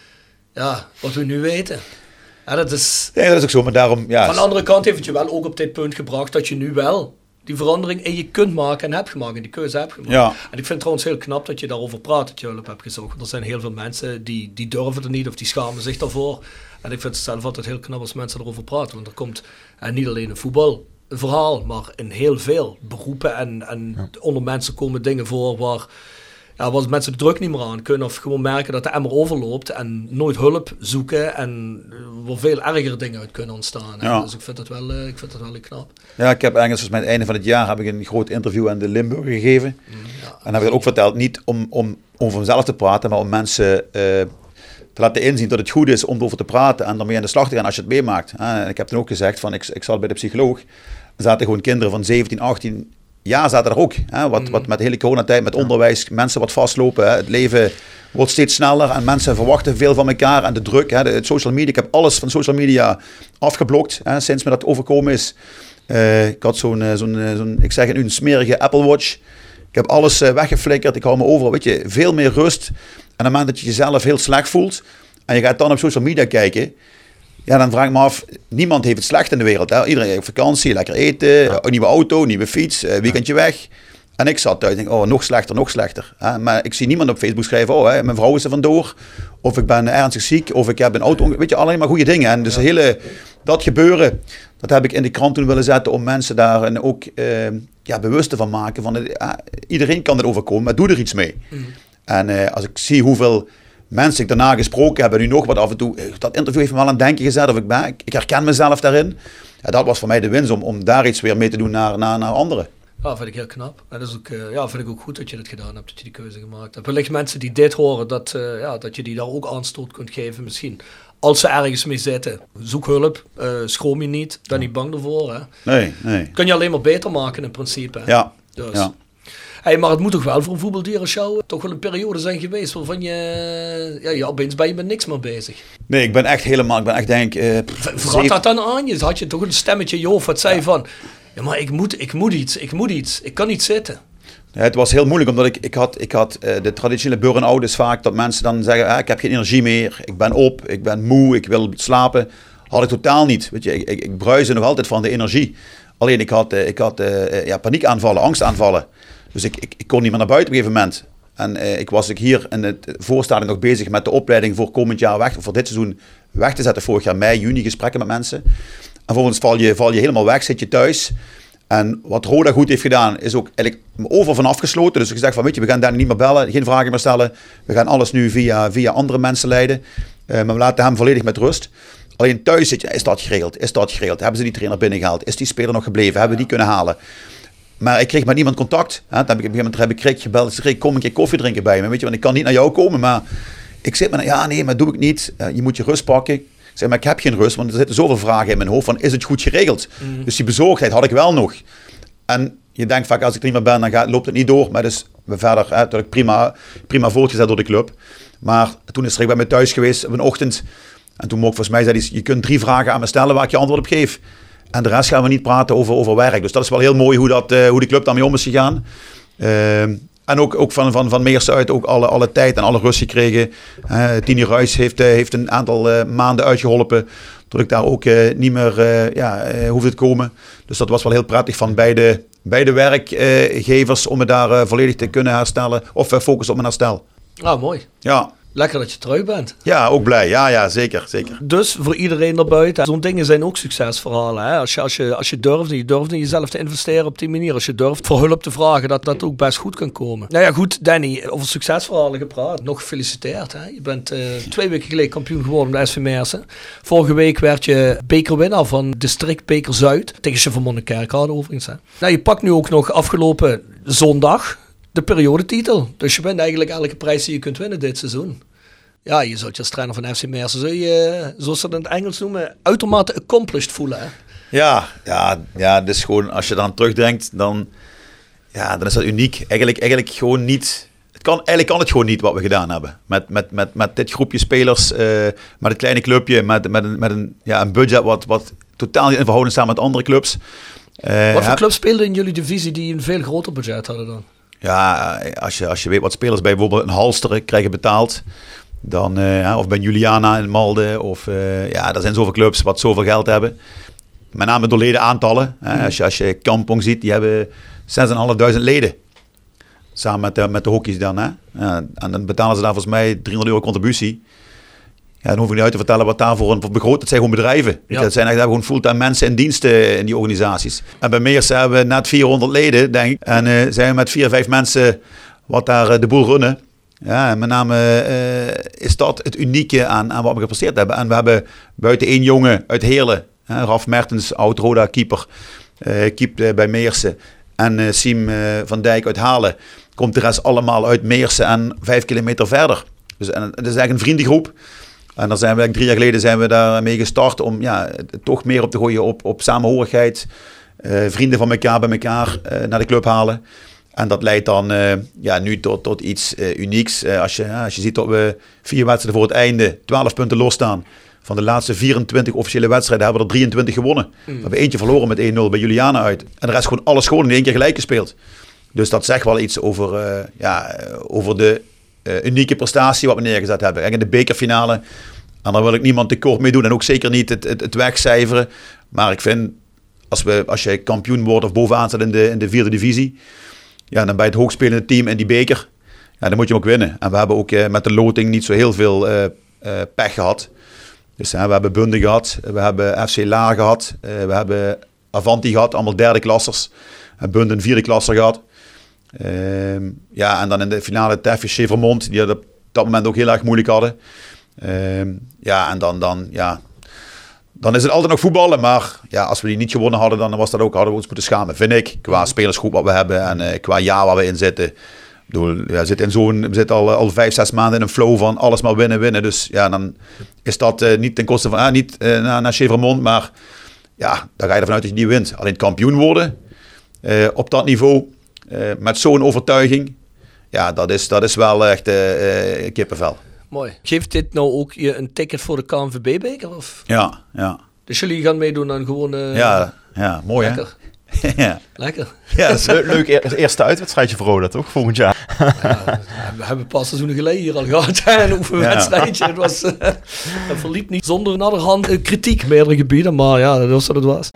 ja, wat we nu weten. Ja, dat is... Ja, dat is ook zo, maar daarom, ja. Van de andere kant heeft het je wel ook op dit punt gebracht dat je nu wel die verandering in je kunt maken en hebt gemaakt, en die keuze hebt gemaakt. Ja. En ik vind het trouwens heel knap dat je daarover praat, dat je hulp hebt gezocht. Want er zijn heel veel mensen die, die durven er niet of die schamen zich daarvoor. En ik vind het zelf altijd heel knap als mensen erover praten, want er komt, en niet alleen in voetbal, een verhaal, maar in heel veel beroepen en, en ja. onder mensen komen dingen voor waar, ja, waar mensen de druk niet meer aan kunnen of gewoon merken dat de emmer overloopt en nooit hulp zoeken en er veel ergere dingen uit kunnen ontstaan. Ja. Dus ik vind dat wel, uh, ik vind dat wel knap. Ja, ik heb ergens, volgens mij aan het einde van het jaar heb ik een groot interview aan de Limburger gegeven. Ja, en heb ik dat ook verteld, niet om, om over mezelf te praten, maar om mensen... Uh, te laten inzien dat het goed is om erover te praten en daarmee aan de slag te gaan als je het meemaakt. En ik heb toen ook gezegd, van, ik, ik zat bij de psycholoog, er zaten gewoon kinderen van zeventien, achttien jaar zaten er ook. Hè, wat, wat met de hele coronatijd, met onderwijs, mensen wat vastlopen. Hè, het leven wordt steeds sneller en mensen verwachten veel van elkaar en de druk. Hè, de, het social media, ik heb alles van social media afgeblokt hè, sinds me dat overkomen is. Uh, ik had zo'n, zo'n, zo'n, ik zeg het nu, een smerige Apple Watch. Ik heb alles uh, weggeflikkerd, ik hou me overal, weet je, veel meer rust. En op het moment dat je jezelf heel slecht voelt en je gaat dan op social media kijken, ja, dan vraag ik me af, niemand heeft het slecht in de wereld. Hè? Iedereen heeft vakantie, lekker eten, ja. een nieuwe auto, nieuwe fiets, uh, weekendje weg. En ik zat thuis en denk, oh, nog slechter, nog slechter. Hè? Maar ik zie niemand op Facebook schrijven, oh, hè, mijn vrouw is er vandoor, of ik ben ernstig ziek, of ik heb een auto, weet je, alleen maar goede dingen. En dus ja. hele, dat gebeuren, dat heb ik in de krant toen willen zetten om mensen daar en ook uh, ja, bewust van maken. Van, uh, iedereen kan er overkomen, maar doe er iets mee. Mm. En uh, als ik zie hoeveel mensen ik daarna gesproken heb, en nu nog wat af en toe, dat interview heeft me wel aan het denken gezet, of ik ben, ik, ik herken mezelf daarin. Ja, dat was voor mij de winst om, om daar iets weer mee te doen naar, naar, naar anderen. Ja, vind ik heel knap. En dat is ook, uh, ja, vind ik ook goed dat je dat gedaan hebt, dat je die keuze gemaakt hebt. Wellicht mensen die dit horen, dat, uh, ja, dat je die daar ook aanstoot kunt geven misschien. Als ze ergens mee zitten, zoek hulp, uh, schroom je niet, ben niet bang ervoor. Hè. Nee, nee. Kun je alleen maar beter maken in principe. Hè. Ja, dus. ja. Hey, maar het moet toch wel voor een voetbaldier als jou toch wel een periode zijn geweest waarvan je, ja, je opeens ben je met niks meer bezig. Nee, ik ben echt helemaal, ik ben echt denk... Uh, Vergat dat dan aan je? Had je toch een stemmetje in je hoofd wat zei ja. van, ja maar ik moet, ik moet iets, ik moet iets, ik kan niet zitten. Ja, het was heel moeilijk, omdat ik, ik had, ik had uh, de traditionele burn-out is vaak dat mensen dan zeggen, ah, ik heb geen energie meer, ik ben op, ik ben moe, ik wil slapen. Had ik totaal niet, weet je, ik, ik, ik bruiste nog altijd van de energie. Alleen ik had, uh, ik had uh, ja, paniekaanvallen, angstaanvallen. Dus ik, ik, ik kon niet meer naar buiten op een gegeven moment. En uh, ik was ik hier in het voorstadium nog bezig met de opleiding voor komend jaar weg, voor dit seizoen weg te zetten. Vorig jaar mei, juni gesprekken met mensen. En vervolgens val je, val je helemaal weg, zit je thuis. En wat Roda goed heeft gedaan, is ook eigenlijk over van afgesloten. Dus gezegd van, weet je, we gaan daar niet meer bellen, geen vragen meer stellen. We gaan alles nu via, via andere mensen leiden. Uh, maar we laten hem volledig met rust. Alleen thuis zit je, is dat geregeld? Is dat geregeld? Hebben ze die trainer binnengehaald? Is die speler nog gebleven? Hebben we die kunnen halen? Maar ik kreeg met niemand contact. Hè? Dan heb ik, op een gegeven moment heb ik Rick gebeld. Ik zei, kom een keer koffie drinken bij me. Weet je, want ik kan niet naar jou komen, maar ik zit met, ja nee, maar doe ik niet. Uh, je moet je rust pakken. Ik zei, maar ik heb geen rust, want er zitten zoveel vragen in mijn hoofd van, is het goed geregeld? Mm. Dus die bezorgdheid had ik wel nog. En je denkt vaak, als ik er niet meer ben, dan gaat, loopt het niet door. Maar dus we verder, hè, dat ik prima, prima voortgezet door de club. Maar toen is Rick bij me thuis geweest op een ochtend. En toen mocht volgens mij zei hij, je kunt drie vragen aan me stellen waar ik je antwoord op geef. En de rest gaan we niet praten over, over werk. Dus dat is wel heel mooi hoe, dat, uh, hoe de club daarmee om is gegaan. Uh, en ook, ook van, van, van Meersen uit ook alle, alle tijd en alle rust gekregen. Uh, Tini Ruijs heeft, uh, heeft een aantal uh, maanden uitgeholpen. Tot ik daar ook uh, niet meer uh, ja, uh, hoefde te komen. Dus dat was wel heel prettig van beide, beide werkgevers om me daar uh, volledig te kunnen herstellen. Of uh, focussen op mijn herstel. Ah, mooi. Ja. Lekker dat je terug bent. Ja, ook blij. Ja, ja, zeker, zeker. Dus voor iedereen daarbuiten, zo'n dingen zijn ook succesverhalen. Hè? Als, je, als, je, als je durft en je durft in jezelf te investeren op die manier. Als je durft voor hulp te vragen, dat dat ook best goed kan komen. Nou ja, goed, Danny, over succesverhalen gepraat. Nog gefeliciteerd. Hè? Je bent uh, twee weken geleden kampioen geworden bij S V Meersen. Vorige week werd je bekerwinnaar van District Beker Zuid. Tegen Chevermonde-Kerkrade overigens. Hè? Nou, je pakt nu ook nog afgelopen zondag de periodetitel. Dus je bent eigenlijk elke prijs die je kunt winnen dit seizoen. Ja, je zult je als trainer van F C Meersen, zul je, zoals ze dat in het Engels noemen, uitermate accomplished voelen. Hè? Ja, ja, ja, dus gewoon als je dan terugdenkt, dan, ja, dan is dat uniek. Eigenlijk, eigenlijk gewoon niet, het kan, eigenlijk kan het gewoon niet wat we gedaan hebben. Met, met, met, met dit groepje spelers, uh, met een kleine clubje, met, met, een, met een, ja, een budget wat, wat totaal niet in verhouding staat met andere clubs. Uh, wat voor clubs speelden in jullie divisie die een veel groter budget hadden dan? Ja, als je, als je weet wat spelers bij bijvoorbeeld een Halsteren krijgen betaald, dan, uh, of bij Juliana in Malden, of uh, ja, er zijn zoveel clubs wat zoveel geld hebben. Met name door ledenaantallen. Hè. Mm. Als je, als je Kampong ziet, die hebben zes en een half duizend leden. Samen met de, met de hockey's dan. Hè. Ja, en dan betalen ze daar volgens mij driehonderd euro contributie. Ja, dan hoef ik niet uit te vertellen wat daarvoor een begroot. Dat zijn gewoon bedrijven. Ja. Dat zijn eigenlijk gewoon fulltime mensen in dienst uh, in die organisaties. En bij Meersen hebben we net vierhonderd leden, denk ik. En uh, zijn we met vier, vijf mensen wat daar uh, de boel runnen. Ja, en met name uh, is dat het unieke aan, aan wat we gepresteerd hebben. En we hebben buiten één jongen uit Heerlen, hè, Raf Mertens, oud-Roda keeper, uh, keept uh, bij Meersen. En uh, Siem uh, van Dijk uit Halen. Komt de rest allemaal uit Meersen en vijf kilometer verder. Dus en, het is eigenlijk een vriendengroep. En dan zijn we drie jaar geleden zijn we daarmee gestart om ja, toch meer op te gooien op, op samenhorigheid. Uh, vrienden van elkaar bij elkaar uh, naar de club halen. En dat leidt dan uh, ja, nu tot, tot iets uh, unieks. Uh, als, je, uh, als je ziet dat we vier wedstrijden voor het einde, twaalf punten losstaan. Van de laatste vierentwintig officiële wedstrijden hebben we er drieëntwintig gewonnen. Mm. We hebben eentje verloren met één nul bij Juliana uit. En de rest gewoon alles gewoon in één keer gelijk gespeeld. Dus dat zegt wel iets over, uh, ja, over de uh, unieke prestatie wat we neergezet hebben. En in de bekerfinale, en daar wil ik niemand tekort mee doen. En ook zeker niet het, het, het wegcijferen. Maar ik vind, als, we, als je kampioen wordt of bovenaan staat in de, in de vierde divisie, ja, dan bij het hoogspelende team in die beker, ja, dan moet je hem ook winnen. En we hebben ook uh, met de loting niet zo heel veel uh, uh, pech gehad. Dus uh, we hebben Bunde gehad, we hebben F C La gehad, uh, we hebben Avanti gehad, allemaal derde klassers. En Bunde een vierde klasser gehad. Uh, ja, en dan in de finale T F C Chevermond, die op dat moment ook heel erg moeilijk hadden. Uh, ja, en dan, dan, ja, dan is het altijd nog voetballen. Maar ja, als we die niet gewonnen hadden, dan was dat ook, hadden we ons moeten schamen, vind ik. Qua spelersgroep wat we hebben en uh, qua jaar waar we in zitten. Ik bedoel, ja, we zitten in zo'n, we zitten al, al vijf, zes maanden in een flow van alles maar winnen, winnen. Dus ja, dan is dat uh, niet ten koste van, ah, niet uh, naar, naar Chevermond, maar ja, daar ga je ervan uit dat je niet wint. Alleen kampioen worden, uh, op dat niveau, uh, met zo'n overtuiging, ja, dat is, dat is wel echt uh, uh, kippenvel. Mooi. Geeft dit nou ook je een ticket voor de K N V B-beker? Of? Ja, ja. Dus jullie gaan meedoen aan gewoon... Uh, ja, ja, mooi lekker. Hè? Ja. Lekker. Ja, dat is leuk. leuk het eerste uitwedstrijdje voor Roda, toch? Volgend jaar. Ja, we hebben een paar seizoenen geleden hier al gehad. Een oefenwedstrijdje. Ja. Het was, uh, het verliep niet zonder naderhand uh, kritiek. Meerdere gebieden, maar ja, dat was wat het was.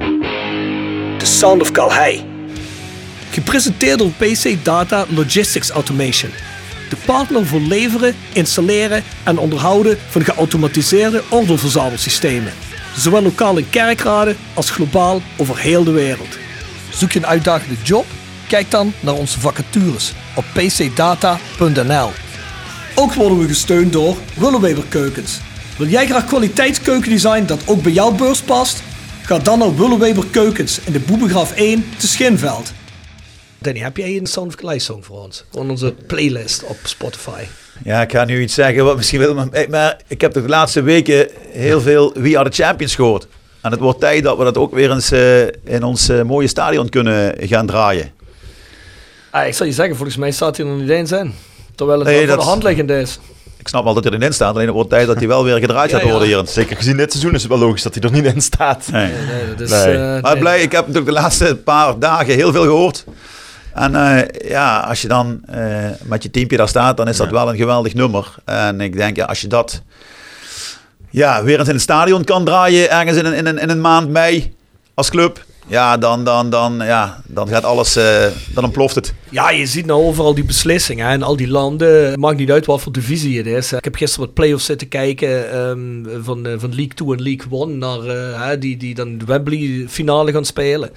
The Sound of Calhei. Gepresenteerd door P C Data Logistics Automation. De partner voor leveren, installeren en onderhouden van geautomatiseerde ordeelverzamelsystemen. Zowel lokaal in Kerkrade als globaal over heel de wereld. Zoek je een uitdagende job? Kijk dan naar onze vacatures op p c data punt n l. Ook worden we gesteund door Willeweber Keukens. Wil jij graag kwaliteitskeukendesign dat ook bij jouw beurs past? Ga dan naar Willeweber Keukens in de Boebegraaf één te Schinveld. Danny, heb jij een Sound of Glijs song voor ons? Van onze playlist op Spotify. Ja, ik ga nu iets zeggen wat misschien wil, maar, maar ik heb de laatste weken heel veel We Are The Champions gehoord. En het wordt tijd dat we dat ook weer eens uh, in ons uh, mooie stadion kunnen gaan draaien. Ah, ik zal je zeggen, volgens mij staat hij er niet eens in. Terwijl het nee, wel voor dat... de hand liggend is. Ik snap wel dat hij erin staat, alleen het wordt tijd dat hij wel weer gedraaid gaat ja, ja. worden hier. Zeker gezien dit seizoen is het wel logisch dat hij er niet in staat. Nee. Nee, nee, dat is, nee. Uh, maar nee. blij, ik heb natuurlijk de laatste paar dagen heel veel gehoord. En uh, ja, als je dan uh, met je teampje daar staat, dan is dat ja. wel een geweldig nummer. En ik denk, ja, als je dat ja, weer eens in het stadion kan draaien, ergens in een, in een, in een maand mei als club... Ja, dan, dan, dan, ja, dan gaat alles, uh, dan ontploft het. Ja, je ziet nou overal die beslissingen in al die landen. Het maakt niet uit wat voor divisie het is. Ik heb gisteren wat play-offs zitten kijken um, van, uh, van League twee en League één naar uh, die, die dan de Wembley finale gaan spelen.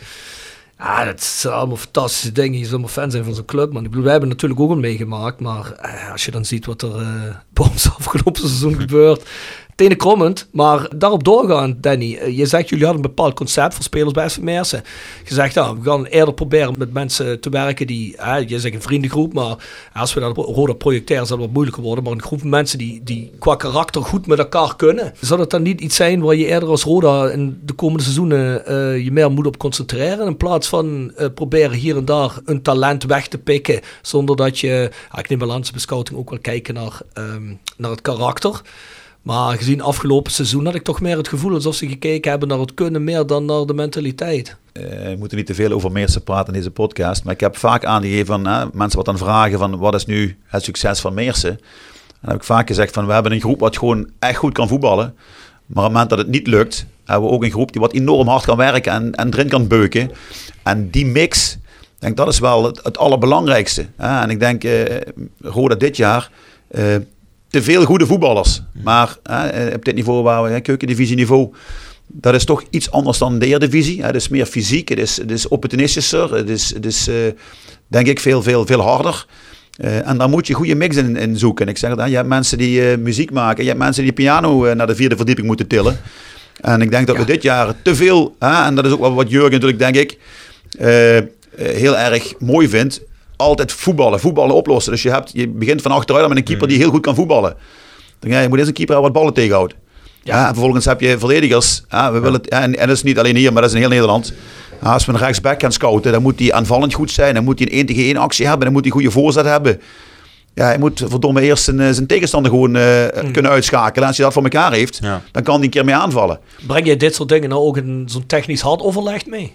Ja, dat zijn allemaal fantastische dingen. Je zult maar fan zijn van zo'n club. Maar ik bedoel, wij hebben natuurlijk ook al meegemaakt. Maar uh, als je dan ziet wat er uh, bij ons afgelopen seizoen gebeurt... Tenen krommend, maar daarop doorgaan, Danny. Je zegt, jullie hadden een bepaald concept voor spelers bij S V Meersen. Je zegt, ja, we gaan eerder proberen met mensen te werken die, hè, je zegt een vriendengroep, maar als we dat Roda projecteren, zal het wat moeilijker worden. Maar een groep mensen die, die qua karakter goed met elkaar kunnen. Zou dat dan niet iets zijn waar je eerder als Roda in de komende seizoenen uh, je meer moet op concentreren? In plaats van uh, proberen hier en daar een talent weg te pikken, zonder dat je, ja, ik neem wel aan, ze bij scouting ook wel kijken naar, um, naar het karakter. Maar gezien afgelopen seizoen had ik toch meer het gevoel alsof ze gekeken hebben naar het kunnen meer dan naar de mentaliteit. Uh, we moeten niet te veel over Meersen praten in deze podcast. Maar ik heb vaak aangegeven van uh, mensen wat dan vragen van wat is nu het succes van Meersen. En dan heb ik vaak gezegd van we hebben een groep wat gewoon echt goed kan voetballen. Maar op het moment dat het niet lukt, hebben we ook een groep die wat enorm hard kan werken en, en erin kan beuken. En die mix, ik denk dat is wel het, het allerbelangrijkste. Uh, en ik denk uh, Roda dit jaar... Uh, te veel goede voetballers. Maar hè, op dit niveau waar we, hè, keukendivisie-niveau, dat is toch iets anders dan de Eredivisie. Het is meer fysiek, het is, het is opportunistischer, het is, het is uh, denk ik veel, veel, veel harder. Uh, en daar moet je goede mix in, in zoeken. En ik zeg dat, je hebt mensen die uh, muziek maken, je hebt mensen die piano uh, naar de vierde verdieping moeten tillen. En ik denk dat ja. we dit jaar te veel, hè, en dat is ook wel wat Jurgen natuurlijk, denk ik, uh, uh, heel erg mooi vindt, altijd voetballen, voetballen oplossen. Dus je, hebt, je begint van achteruit met een keeper die heel goed kan voetballen. Dan, ja, je moet eens een keeper hebben wat ballen tegenhoudt. Ja. Ja, en vervolgens heb je verdedigers. Ja, we willen, ja, en, en dat is niet alleen hier, maar dat is in heel Nederland. Ja, als we een rechtsback gaan scouten, dan moet die aanvallend goed zijn. Dan moet hij een één tegen één actie hebben. Dan moet hij een goede voorzet hebben. Ja, hij moet verdomme eerst zijn, zijn tegenstander gewoon uh, hmm. kunnen uitschakelen. En als hij dat voor elkaar heeft, ja. dan kan hij een keer mee aanvallen. Breng je dit soort dingen nou ook in zo'n technisch hard overleg mee?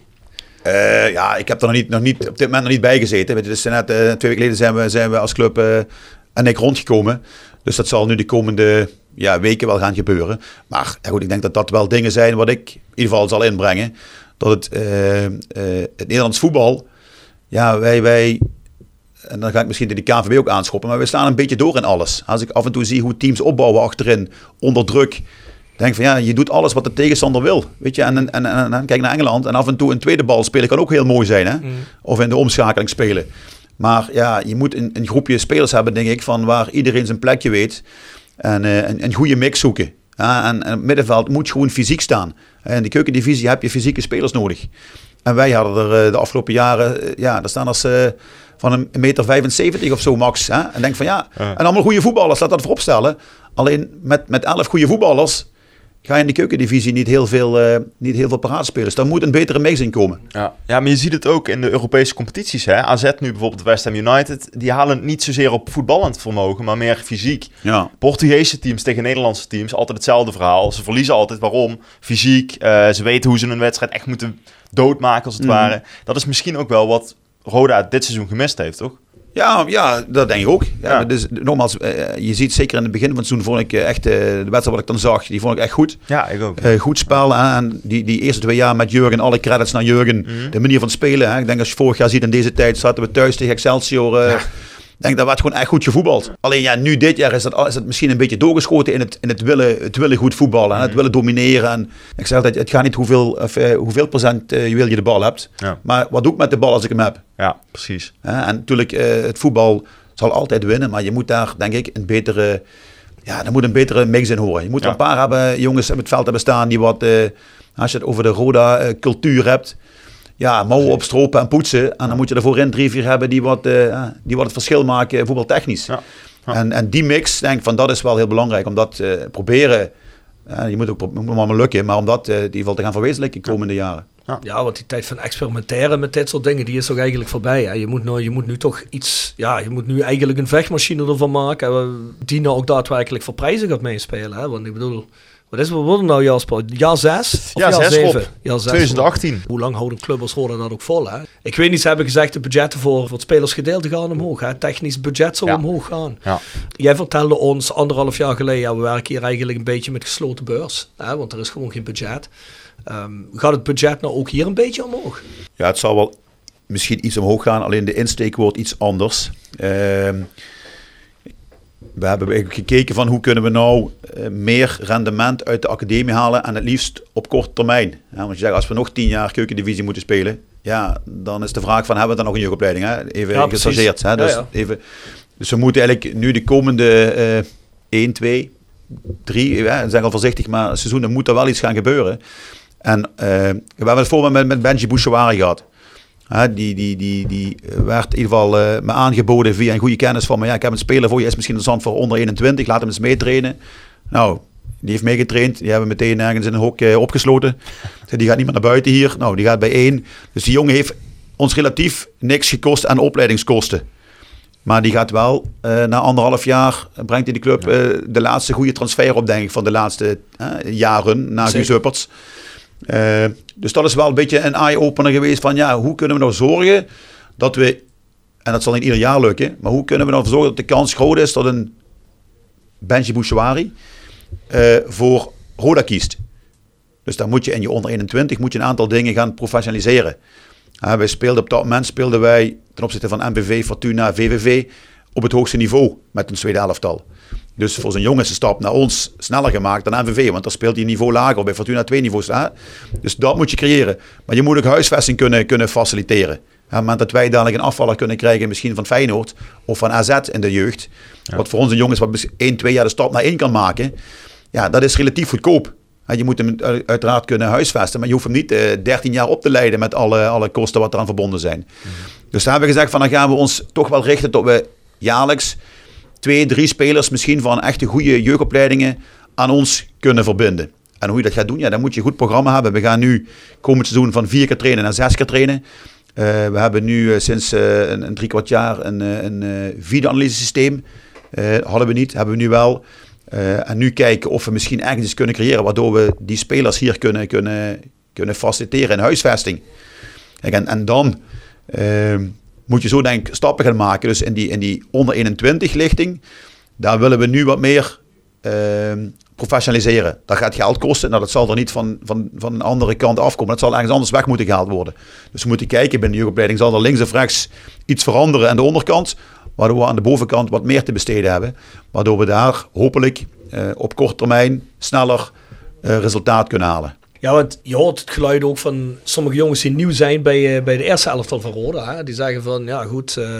Uh, ja, ik heb er nog niet, nog niet, op dit moment nog niet bij gezeten. Dus net, uh, twee weken geleden zijn we, zijn we als club uh, en ik rondgekomen. Dus dat zal nu de komende ja, weken wel gaan gebeuren. Maar ja, goed, ik denk dat dat wel dingen zijn wat ik in ieder geval zal inbrengen. Dat het, uh, uh, het Nederlands voetbal, ja, wij, wij, en dan ga ik misschien de K N V B ook aanschoppen, maar we staan een beetje door in alles. Als ik af en toe zie hoe teams opbouwen achterin, onder druk... Denk van ja, je doet alles wat de tegenstander wil. Weet je, en, en, en, en, en kijk naar Engeland. En af en toe een tweede bal spelen kan ook heel mooi zijn. Hè? Mm. Of in de omschakeling spelen. Maar ja, je moet een, een groepje spelers hebben, denk ik, van waar iedereen zijn plekje weet. En uh, een, een goede mix zoeken. Ja, en, en het middenveld moet gewoon fysiek staan. In de keukendivisie heb je fysieke spelers nodig. En wij hadden er uh, de afgelopen jaren, uh, ja, daar staan als uh, van een meter vijfenzeventig of zo max. Hè? En denk van ja, uh. en allemaal goede voetballers, laat dat voorop stellen. Alleen met, met elf goede voetballers ga je in de keukendivisie niet heel veel, uh, niet heel veel paraatspelers. Daar moet een betere mix in komen. Ja. ja, maar je ziet het ook in de Europese competities. Hè? A Z nu bijvoorbeeld, West Ham United, die halen het niet zozeer op voetballend vermogen, maar meer fysiek. Ja. Portugese teams tegen Nederlandse teams, altijd hetzelfde verhaal. Ze verliezen altijd. Waarom? Fysiek. Uh, ze weten hoe ze een wedstrijd echt moeten doodmaken, als het mm. ware. Dat is misschien ook wel wat Roda dit seizoen gemist heeft, toch? Ja, ja, dat denk ik ook. Ja, ja. Dus, nogmaals, uh, je ziet zeker in het begin van het seizoen, vond ik uh, echt, uh, de wedstrijd wat ik dan zag, die vond ik echt goed. Ja, ik ook. Uh, goed spel. Hè? En die, die eerste twee jaar met Jurgen, alle credits naar Jurgen. Mm-hmm. De manier van spelen. Hè? Ik denk als je vorig jaar ziet in deze tijd, zaten we thuis tegen Excelsior. Uh, ja. denk dat werd gewoon echt goed gevoetbald. Alleen ja, nu dit jaar is, dat, is het misschien een beetje doorgeschoten in het, in het, willen, het willen goed voetballen. En het willen domineren. En ik zeg altijd, het gaat niet hoeveel, of, uh, hoeveel procent uh, je wil je de bal hebt. Ja. Maar wat doe ik met de bal als ik hem heb? Ja, precies. Uh, en natuurlijk, uh, het voetbal zal altijd winnen. Maar je moet daar, denk ik, een betere... Ja, er moet een betere mix in horen. Je moet ja. er een paar hebben, jongens op het veld hebben staan die wat... Uh, als je het over de Roda-cultuur uh, hebt... Ja, mouwen opstropen en poetsen. En dan moet je er voorin drie, vier hebben die wat, uh, die wat het verschil maken voetbaltechnisch. Ja. Ja. En, en die mix, denk ik van, dat is wel heel belangrijk. Om dat uh, proberen, uh, je moet ook moet maar lukken, maar om dat uh, in ieder geval te gaan verwezenlijken de komende jaren. Ja. ja, want die tijd van experimenteren met dit soort dingen, die is toch eigenlijk voorbij. Hè? Je, moet nou, je moet nu toch iets, ja, je moet nu eigenlijk een vechtmachine ervan maken. Die nou ook daadwerkelijk voor prijzen gaat meespelen. Hè? Want ik bedoel... Wat is, wat worden nou Jasper? Jaar zes? Of ja, jaar zeven? Jaar zes, twintig achttien. Hoe lang houden clubbers horen dat ook vol? Hè? Ik weet niet, ze hebben gezegd de budgetten voor, voor het spelersgedeelte gaan omhoog. Hè? Technisch budget zal ja. omhoog gaan. Ja. Jij vertelde ons anderhalf jaar geleden, ja, we werken hier eigenlijk een beetje met gesloten beurs. Hè? Want er is gewoon geen budget. Um, gaat het budget nou ook hier een beetje omhoog? Ja, het zal wel misschien iets omhoog gaan, alleen de insteek wordt iets anders. Uh, We hebben gekeken van hoe kunnen we nou uh, meer rendement uit de academie halen en het liefst op korte termijn. Ja, want je zegt, als we nog tien jaar keukendivisie moeten spelen, ja, dan is de vraag van, hebben we dan nog een jeugdopleiding? Hè? Even ja, gechargeerd. Hè? Dus, ja, ja. Even, dus we moeten eigenlijk nu de komende uh, één, twee, drie, ja, zeg al voorzichtig, maar het seizoen, er moet er wel iets gaan gebeuren. En uh, we hebben het voorbeeld met, met Benji Bouchouari gehad. Uh, die, die, die, die werd in ieder geval uh, me aangeboden via een goede kennis van me. Ja, ik heb een speler voor je, is misschien interessant voor onder eenentwintig, laat hem eens meetrainen. Nou, die heeft meegetraind, die hebben we meteen ergens in een hok uh, opgesloten. Die gaat niet meer naar buiten hier, nou, die gaat bij één. Dus die jongen heeft ons relatief niks gekost aan opleidingskosten. Maar die gaat wel, uh, na anderhalf jaar, brengt hij de club uh, de laatste goede transfer op, denk ik, van de laatste uh, jaren, na Guus Hupperts. Uh, dus dat is wel een beetje een eye-opener geweest van ja, hoe kunnen we nou zorgen dat we, en dat zal niet ieder jaar lukken, maar hoe kunnen we nou zorgen dat de kans groot is dat een Benji Bouchouari uh, voor Roda kiest. Dus dan moet je in je onder eenentwintig moet je een aantal dingen gaan professionaliseren. Uh, wij speelden op dat moment speelden wij ten opzichte van M V V, Fortuna, V V V op het hoogste niveau met een tweede elftal. Dus voor zo'n jongen is de stap naar ons sneller gemaakt dan M V V, want dan speelt hij een niveau lager, bij Fortuna twee niveaus. Hè? Dus dat moet je creëren. Maar je moet ook huisvesting kunnen, kunnen faciliteren. Op het moment dat wij dadelijk een afvaller kunnen krijgen, misschien van Feyenoord of van A Z in de jeugd, ja. Wat voor ons een jongen is wat één, twee jaar de stap naar één kan maken, ja, dat is relatief goedkoop. Je moet hem uiteraard kunnen huisvesten, maar je hoeft hem niet uh, dertien jaar op te leiden met alle, alle kosten wat eraan verbonden zijn. Mm-hmm. Dus daar hebben we gezegd van dan gaan we ons toch wel richten tot we jaarlijks twee, drie spelers misschien van echte goede jeugdopleidingen aan ons kunnen verbinden. En hoe je dat gaat doen, ja, dan moet je een goed programma hebben. We gaan nu komend seizoen van vier keer trainen naar zes keer trainen. Uh, we hebben nu uh, sinds uh, een, een drie kwart jaar een, een, een videoanalyse systeem. Uh, hadden we niet, hebben we nu wel. Uh, en nu kijken of we misschien ergens iets kunnen creëren waardoor we die spelers hier kunnen, kunnen, kunnen faciliteren in huisvesting. Kijk, en, en dan uh, moet je zo denk ik stappen gaan maken. Dus in die, in die onder eenentwintig lichting, daar willen we nu wat meer uh, professionaliseren. Dat gaat geld kosten. Nou, dat zal er niet van, van, van een andere kant afkomen. Dat zal ergens anders weg moeten gehaald worden. Dus we moeten kijken binnen de jeugdopleiding. Zal er links of rechts iets veranderen aan de onderkant, waardoor we aan de bovenkant wat meer te besteden hebben. Waardoor we daar hopelijk uh, op korte termijn sneller uh, resultaat kunnen halen. Ja, want je hoort het geluid ook van sommige jongens die nieuw zijn bij, uh, bij de eerste elftal van Roda. Hè? Die zeggen van, ja goed, uh,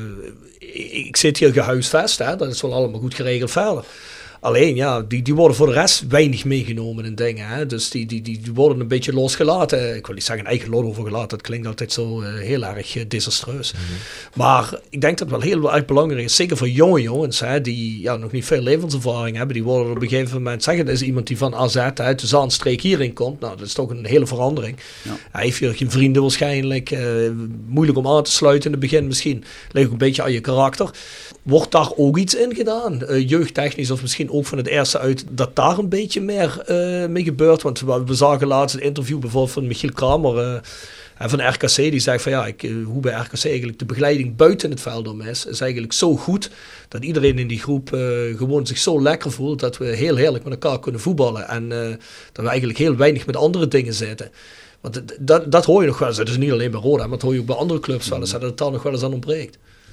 ik, ik zit hier gehuisvest. Hè? Dat is wel allemaal goed geregeld verder. Alleen, ja, die, die worden voor de rest weinig meegenomen in dingen. Hè? Dus die, die, die, die worden een beetje losgelaten. Ik wil niet zeggen eigen lot overgelaten. Dat klinkt altijd zo uh, heel erg uh, desastreus. Mm-hmm. Maar ik denk dat het wel heel erg belangrijk is. Zeker voor jonge jongens, hè, die ja, nog niet veel levenservaring hebben. Die worden op een gegeven moment zeggen, dat is iemand die van A Z uit de Zaanstreek hierin komt. Nou, dat is toch een hele verandering. Ja. Hij heeft hier geen vrienden waarschijnlijk. Uh, moeilijk om aan te sluiten in het begin misschien. Ligt ook een beetje aan je karakter. Wordt daar ook iets in gedaan? Uh, jeugdtechnisch of misschien ook van het eerste uit dat daar een beetje meer uh, mee gebeurt. Want we, we zagen laatst een interview bijvoorbeeld van Michiel Kramer uh, van de R K C. Die zegt van ja, ik, uh, hoe bij R K C eigenlijk de begeleiding buiten het veld om is, is eigenlijk zo goed dat iedereen in die groep uh, gewoon zich zo lekker voelt dat we heel heerlijk met elkaar kunnen voetballen. En uh, dat we eigenlijk heel weinig met andere dingen zitten. Want dat, dat hoor je nog wel eens. Dat is niet alleen bij Roda, maar dat hoor je ook bij andere clubs wel eens. Dat het daar nog wel eens aan ontbreekt.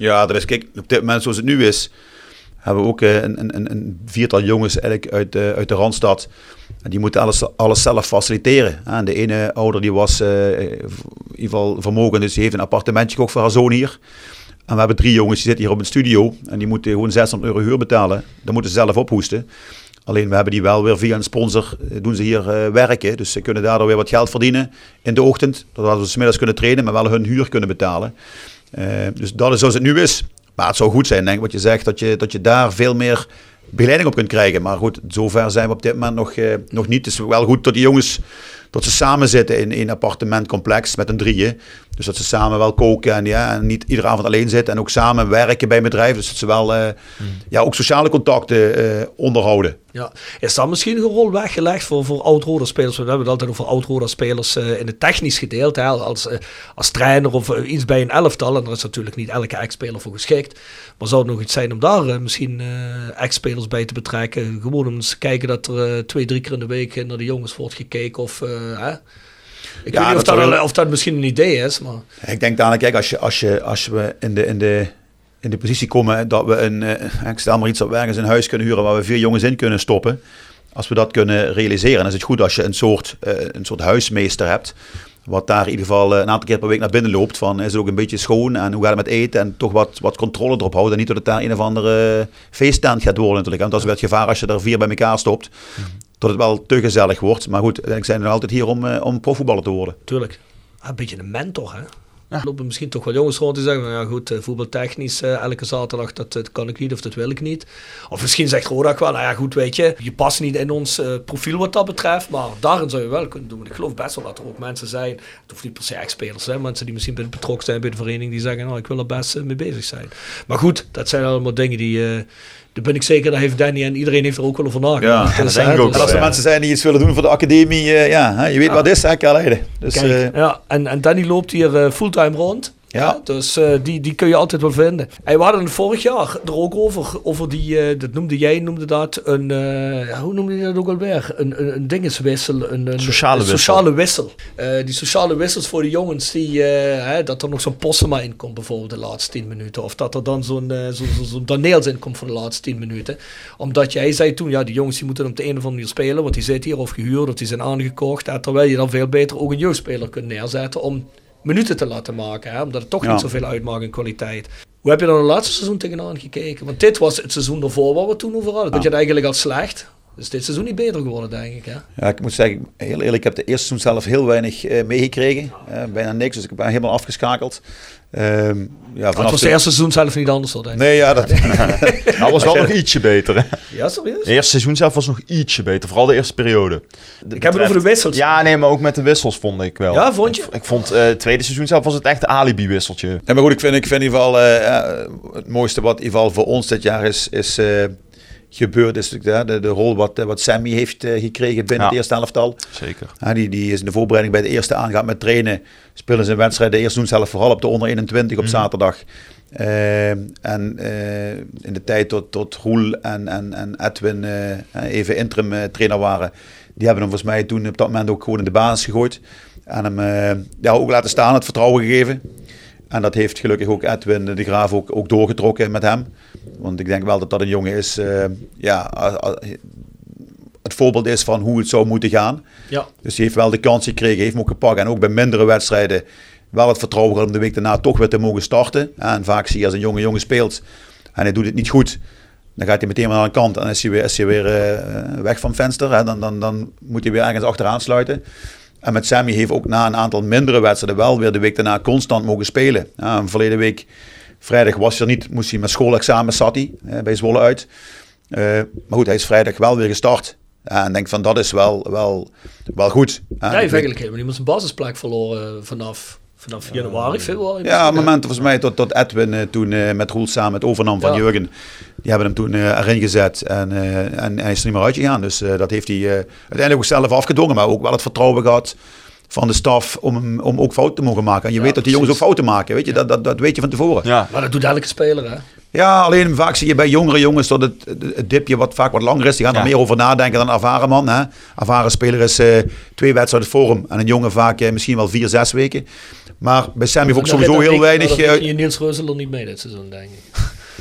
Ja, dat is, kijk, op dit moment zoals het nu is, hebben we ook uh, een, een, een viertal jongens eigenlijk uit, uh, uit de Randstad. En die moeten alles, alles zelf faciliteren. En de ene ouder die was uh, in ieder geval vermogen, dus die heeft een appartementje gekocht voor haar zoon hier. En we hebben drie jongens die zitten hier op een studio en die moeten gewoon zeshonderd euro huur betalen. Dat moeten ze zelf ophoesten. Alleen we hebben die wel weer via een sponsor, doen ze hier uh, werken. Dus ze kunnen daardoor weer wat geld verdienen in de ochtend. Zodat we 's middags kunnen trainen, maar wel hun huur kunnen betalen. Uh, dus dat is zoals het nu is. Maar het zou goed zijn, denk ik, wat je zegt, dat je, dat je daar veel meer begeleiding op kunt krijgen. Maar goed, zover zijn we op dit moment nog, uh, nog niet. Het is wel goed dat die jongens, dat ze samen zitten in een appartementcomplex met een drieën. Dus dat ze samen wel koken en, ja, en niet iedere avond alleen zitten. En ook samen werken bij een bedrijf. Dus dat ze wel uh, hmm. ja, ook sociale contacten uh, onderhouden. Ja. Is dat misschien een rol weggelegd voor, voor oud-Roda-spelers? We hebben het altijd over oud-Roda-spelers uh, in het technisch gedeelte. Hè, als, uh, als trainer of uh, iets bij een elftal. En daar is natuurlijk niet elke ex-speler voor geschikt. Maar zou het nog iets zijn om daar uh, misschien uh, ex-spelers bij te betrekken? Gewoon om eens te kijken dat er uh, twee, drie keer in de week naar de jongens wordt gekeken of... Uh, hè? Ik ja, weet niet of dat, dat, wel... of dat misschien een idee is, maar... Ik denk dan, kijk, als, je, als, je, als we in de, in, de, in de positie komen dat we een, uh, ik stel maar iets op ergens een huis kunnen huren waar we vier jongens in kunnen stoppen. Als we dat kunnen realiseren, dan is het goed als je een soort, uh, een soort huismeester hebt. Wat daar in ieder geval uh, een aantal keer per week naar binnen loopt. Van, is het ook een beetje schoon en hoe gaat het met eten en toch wat, wat controle erop houden. En niet dat het daar een of andere feesttent gaat worden natuurlijk. Want dat is wel het gevaar als je er vier bij elkaar stopt. Mm-hmm. Dat het wel te gezellig wordt. Maar goed, ik zijn er altijd hier om, uh, om profvoetballer te worden. Tuurlijk. Ah, een beetje een mentor, hè? Ja. Er lopen misschien toch wel jongens rond die zeggen, ja goed, voetbaltechnisch uh, elke zaterdag, dat, dat kan ik niet of dat wil ik niet. Of misschien zegt Roda wel, nou ja goed, weet je, je past niet in ons uh, profiel wat dat betreft, maar daarin zou je wel kunnen doen. Ik geloof best wel dat er ook mensen zijn, het hoeft niet per se echt spelers zijn, mensen die misschien betrokken zijn bij de vereniging, die zeggen, nou ik wil er best uh, mee bezig zijn. Maar goed, dat zijn allemaal dingen die... Uh, Daar ben ik zeker, daar heeft Danny en iedereen heeft er ook wel over nagedacht. Ja, dat denk ik ook. En als er ja. mensen zijn die iets willen doen voor de academie, uh, ja, hè, je weet ja. wat is, hè, Carlijden. Dus, Kijk, uh, ja, en, en Danny loopt hier uh, fulltime rond. Ja. Ja, dus uh, die, die kun je altijd wel vinden. En we hadden het vorig jaar er ook over, over die, uh, dat noemde jij, noemde dat, een, uh, hoe noemde je dat ook alweer? Een, een, een dingeswissel. Een, een sociale een wissel. Sociale wissel. Uh, die sociale wissels voor de jongens, die, uh, hè, dat er nog zo'n Postema in komt bijvoorbeeld de laatste tien minuten. Of dat er dan zo'n, uh, zo, zo, zo'n Daniels in komt voor de laatste tien minuten. Omdat jij zei toen, ja die jongens die moeten op de een of andere manier spelen, want die zitten hier of gehuurd of die zijn aangekocht. En terwijl je dan veel beter ook een jeugdspeler kunt neerzetten om minuten te laten maken, hè? Omdat het toch ja. niet zoveel uitmaakt in kwaliteit. Hoe heb je dan het laatste seizoen tegenaan gekeken? Want dit was het seizoen ervoor waar we toen over hadden. Ja. Dat je het eigenlijk al slecht. Dus dit seizoen niet beter geworden, denk ik. Hè? Ja, ik moet zeggen, heel eerlijk, ik heb de eerste seizoen zelf heel weinig uh, meegekregen. Uh, bijna niks, dus ik ben helemaal afgeschakeld. Um, ja, het was de eerste seizoen zelf niet anders, hoor, denk ik. Nee, ja, dat nou, was wel nog ietsje beter. Hè? Ja, serieus? Het eerste seizoen zelf was nog ietsje beter, vooral de eerste periode. De, ik heb het over de wissels. Ja, nee, maar ook met de wissels vond ik wel. Ja, vond je? Ik, ik vond uh, het tweede seizoen zelf was het echt een alibi-wisseltje. Ja, maar goed, ik vind, ik vind in ieder geval uh, het mooiste wat in ieder geval voor ons dit jaar is... is uh, gebeurd is de, de, de rol wat, wat Sammy heeft uh, gekregen binnen ja. het eerste elftal. Zeker. Ja, die, die is in de voorbereiding bij de eerste aangaat met trainen. Spelen zijn wedstrijd de eerste seizoen zelf vooral op de onder eenentwintig op mm. zaterdag. Uh, en uh, in de tijd tot, tot Roel en, en, en Edwin uh, even interim uh, trainer waren. Die hebben hem volgens mij toen op dat moment ook gewoon in de basis gegooid. En hem uh, ja, ook laten staan, het vertrouwen gegeven. En dat heeft gelukkig ook Edwin de Graaf ook, ook doorgetrokken met hem. Want ik denk wel dat dat een jongen is, uh, ja, uh, uh, het voorbeeld is van hoe het zou moeten gaan. Ja. Dus hij heeft wel de kans gekregen, heeft hem ook gepakt. En ook bij mindere wedstrijden wel het vertrouwen gehad om de week daarna toch weer te mogen starten. En vaak zie je als een jonge jongen speelt en hij doet het niet goed, dan gaat hij meteen weer aan de kant en is hij weer, is hij weer uh, weg van het venster. Hè. Dan, dan, dan moet hij weer ergens achteraan sluiten. En met Sammy heeft ook na een aantal mindere wedstrijden wel weer de week daarna constant mogen spelen. Ja, verleden week, vrijdag was hij er niet, moest hij met schoolexamen, zat hij eh, bij Zwolle uit. Uh, maar goed, hij is vrijdag wel weer gestart. Ja, en denk van dat is wel, wel, wel goed. Ja, hij heeft eigenlijk helemaal niet zijn basisplek verloren vanaf... Vanaf januari, februari? Ja, op momenten volgens mij tot, tot Edwin uh, toen uh, met Roel samen het overnam van ja. Jurgen. Die hebben hem toen uh, erin gezet en, uh, en hij is er niet meer uitgegaan. Dus uh, dat heeft hij uh, uiteindelijk ook zelf afgedwongen. Maar ook wel het vertrouwen gehad van de staf om, om ook fouten te mogen maken. En je ja, weet dat die jongens ook fouten maken. Weet je? Ja. Dat, dat, dat weet je van tevoren. Ja. Maar dat doet elke speler, hè? Ja, alleen vaak zie je bij jongere jongens dat het, het dipje wat vaak wat langer is. Die gaan ja. er meer over nadenken dan een ervaren man. Hè? Ervaren speler is uh, twee wedstrijden voor hem. En een jongen vaak uh, misschien wel vier, zes weken. Maar bij Sammy heeft ook Dan sowieso red- heel dan weinig... Dan eh, reken je Niels Reuseler niet mee dit seizoen, denk ik.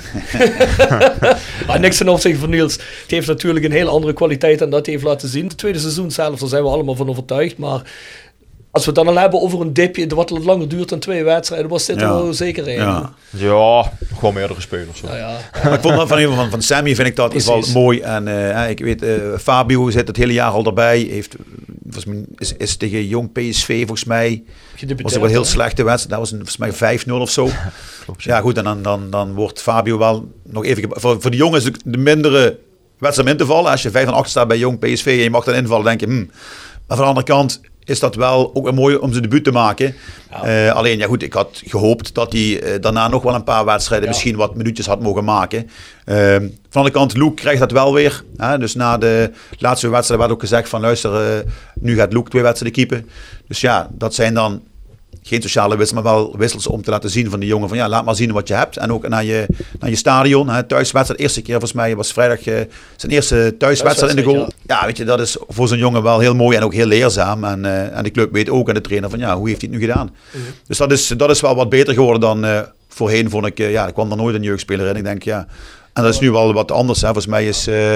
Maar niks ten opzichte van Niels. Het heeft natuurlijk een hele andere kwaliteit dan dat hij heeft laten zien. Het tweede seizoen zelf, daar zijn we allemaal van overtuigd. Maar als we het dan al hebben over een dipje wat langer duurt dan twee wedstrijden, was dit Ja. er wel zeker een. Ja. Ja, gewoon meerdere spelers. Zo. Nou ja. Maar ik vond dat van, van, van Sammy vind ik dat in ieder geval Precies. mooi. En uh, ik weet, uh, Fabio zit het hele jaar al erbij. Heeft, volgens mij is, is tegen jong P S V volgens mij. Was ook wel heel slechte wedstrijd. Dat was een, volgens mij vijf nul of zo. Klopt, ja goed, en dan, dan, dan wordt Fabio wel nog even... Voor, voor de jongens is het de mindere wedstrijd om in te vallen. Als je vijf van achter staat bij jong P S V en je mag dan invallen, denk je... Hmm. Maar van de andere kant is dat wel ook een mooi om zijn debuut te maken. Ja. Uh, alleen, ja goed, ik had gehoopt dat hij uh, daarna nog wel een paar wedstrijden ja. misschien wat minuutjes had mogen maken. Uh, van de andere kant, Luke krijgt dat wel weer. Hè? Dus na de laatste wedstrijd werd ook gezegd van luister, uh, nu gaat Luke twee wedstrijden keepen. Dus ja, dat zijn dan geen sociale wissels, maar wel wissels om te laten zien van de jongen van ja, laat maar zien wat je hebt. En ook naar je, naar je stadion, hè, thuiswedstrijd. Eerste keer volgens mij was vrijdag uh, zijn eerste thuiswedstrijd in de goal. Ja. ja, weet je, dat is voor zo'n jongen wel heel mooi en ook heel leerzaam. En, uh, en de club weet ook en de trainer van ja, hoe heeft hij het nu gedaan? Mm-hmm. Dus dat is, dat is wel wat beter geworden dan uh, voorheen vond ik, uh, ja, er kwam er nooit een jeugdspeler in. Ik denk ja, en dat is nu wel wat anders. Hè. Volgens mij is uh,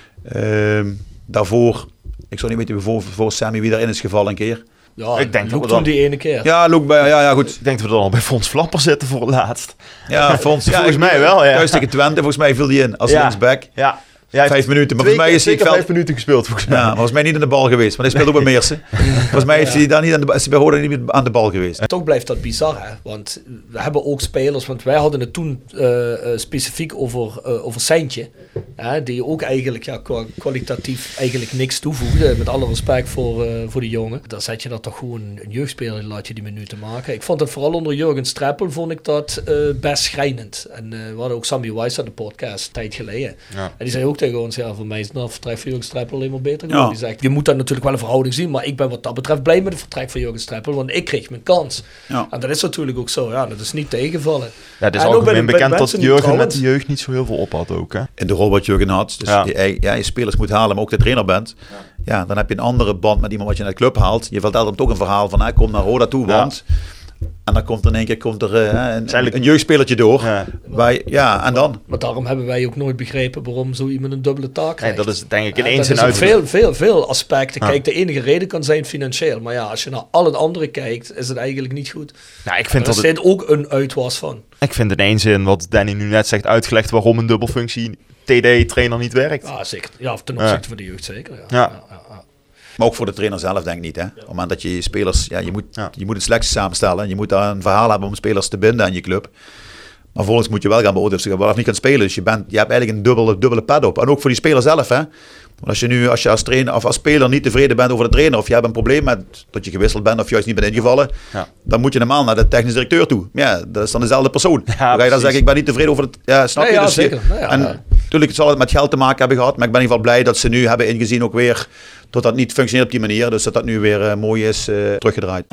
uh, daarvoor, ik zou niet weten voor, voor Sammy wie daarin is gevallen een keer. Ja, ik denk dat we dan die ene keer. Ja, Luke bij, ja, ja, goed. Ik denk dat we dan al bij Fons Flapper zitten voor het laatst. Ja, Fons. ja, volgens mij wel, ja. Thuis tegen Twente, volgens mij viel die in als ja. linksback. Ja. Ja, vijf minuten, maar volgens mij is hij veld... vijf minuten gespeeld volgens mij. Ja, volgens mij niet aan de bal geweest, maar hij speelde ook bij Meersen. Volgens mij heeft ja. hij daar niet aan de, is hij bij Roda niet meer aan de bal geweest. En toch blijft dat bizar, hè? Want we hebben ook spelers, want wij hadden het toen uh, uh, specifiek over, uh, over Seintje, hè, die ook eigenlijk ja, kwalitatief eigenlijk niks toevoegde, met alle respect voor, uh, voor die jongen. Dan zet je dat toch gewoon een jeugdspeler, laat je die minuten maken. Ik vond het vooral onder Jurgen Streppel, vond ik dat uh, best schrijnend. En uh, we hadden ook Sammy Weiss aan de podcast, een tijd geleden. Ja. En die zei ook tegen ons, ja, voor mij is het nou vertrek van Jurgen Streppel alleen maar beter geworden. Ja. Die zegt, je moet dan natuurlijk wel een verhouding zien, maar ik ben wat dat betreft blij met het vertrek van Jurgen Streppel, want ik kreeg mijn kans. Ja. En dat is natuurlijk ook zo, ja, dat is niet tegenvallen. Ja, het is en algemeen bekend dat Jurgen met de jeugd niet zo heel veel op had ook, hè? In de rol wat Jurgen had, dus ja. Je, ja, je spelers moet halen, maar ook de trainer bent. Ja. ja, dan heb je een andere band met iemand wat je naar de club haalt. Je vertelt hem toch een verhaal van, hij komt naar Roda toe, want... Ja. En dan komt er in één keer komt er, uh, een, een jeugdspelertje door. Ja. Wij, ja, en dan? Maar daarom hebben wij ook nooit begrepen waarom zo iemand een dubbele taak krijgt. Nee, dat is denk ik in ja, één zin uit. Veel, veel, veel aspecten. Ja. Kijk, de enige reden kan zijn financieel. Maar ja, als je naar al het andere kijkt, is het eigenlijk niet goed. Nou, ik vind er dat zit het... ook een uitwas van. Ik vind in één zin, wat Danny nu net zegt, uitgelegd waarom een dubbelfunctie T D-trainer niet werkt. Ja, zeker. Ja, ten opzichte ja. van de jeugd zeker. Ja. Ja. Ja, ja, ja. Maar ook voor de trainer zelf denk ik niet. Hè? Op het moment dat je spelers... Ja, je, moet, ja. je moet een selectie samenstellen. Je moet daar een verhaal hebben om spelers te binden aan je club. Maar vervolgens moet je wel gaan beoordelen. Ze gaan wel niet gaan spelen. Dus je, bent, je hebt eigenlijk een dubbele, dubbele pad op. En ook voor die speler zelf. Hè? Want als je nu als, je als, trainer, of als speler niet tevreden bent over de trainer... of je hebt een probleem met dat je gewisseld bent... of juist niet bent ingevallen... Ja. dan moet je normaal naar de technische directeur toe. Ja, dat is dan dezelfde persoon. Ja, dan ga je dan zeggen, ik ben niet tevreden over het... Ja, snap nee, je? Ja, dus zeker. Je, nee, ja, en ja. natuurlijk zal het met geld te maken hebben gehad... maar ik ben in ieder geval blij dat ze nu hebben ingezien ook weer... dat dat niet functioneert op die manier. Dus dat dat nu weer uh, mooi is uh, teruggedraaid.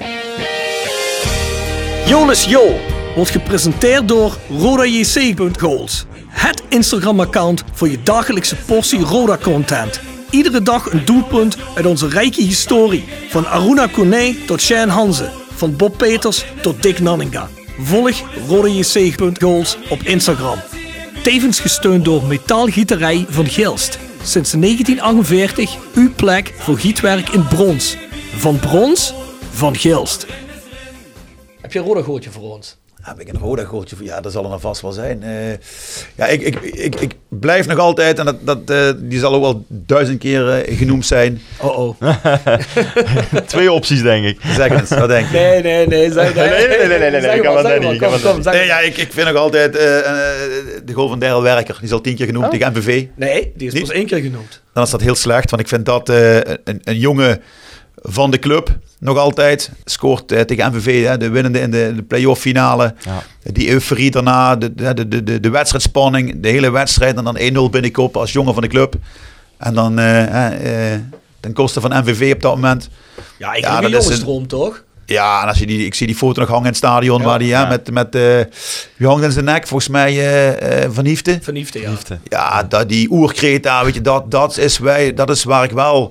Jolis Jo wordt gepresenteerd door Roda J C punt goals. Het Instagram-account voor je dagelijkse portie Roda-content. Iedere dag een doelpunt uit onze rijke historie. Van Aruna Kone tot Shane Hanze. Van Bob Peters tot Dick Nanninga. Volg Roda J C punt goals op Instagram. Tevens gesteund door Metaalgieterij van Gilst. Sinds negentien achtenveertig uw plek voor gietwerk in brons. Van brons, van Gilst. Heb je een Roda gootje voor ons? Heb ik een Roda gootje voor? Ja, dat zal er nog vast wel zijn. Uh, ja, ik, ik, ik, ik blijf nog altijd, en dat, dat, uh, die zal ook wel duizend keer uh, genoemd zijn. Oh oh. Twee opties, denk ik. Zeg eens, wat denk je? Nee, nee, nee. Zeg, nee, nee, nee, nee, nee, nee, nee, kan dat niet. Kom, kom, zeg nee, ja, ik, ik vind nog altijd uh, uh, de goal van Daryl Werker. Die is al tien keer genoemd oh. tegen M V V. Nee, die is niet? pas één keer genoemd. Dan is dat heel slecht, want ik vind dat uh, een, een jongen van de club... Nog altijd. Scoort uh, tegen M V V, hè, de winnende in de, de play-off finale. Ja. Die euforie daarna, de, de, de, de, de wedstrijdspanning, de hele wedstrijd. En dan één nul binnenkopen als jongen van de club. En dan uh, uh, ten koste van M V V op dat moment. Ja, ik ja, heb een jongenstroom, toch? Ja, en als je die, ik zie die foto nog hangen in het stadion. Ja, waar die ja, ja. met, met uh, wie hangt in zijn nek? Volgens mij uh, uh, Van Hiefte. Van Hiefte, ja. Ja, dat, die oerkreet daar, weet je, dat, dat, is wij, dat is waar ik wel...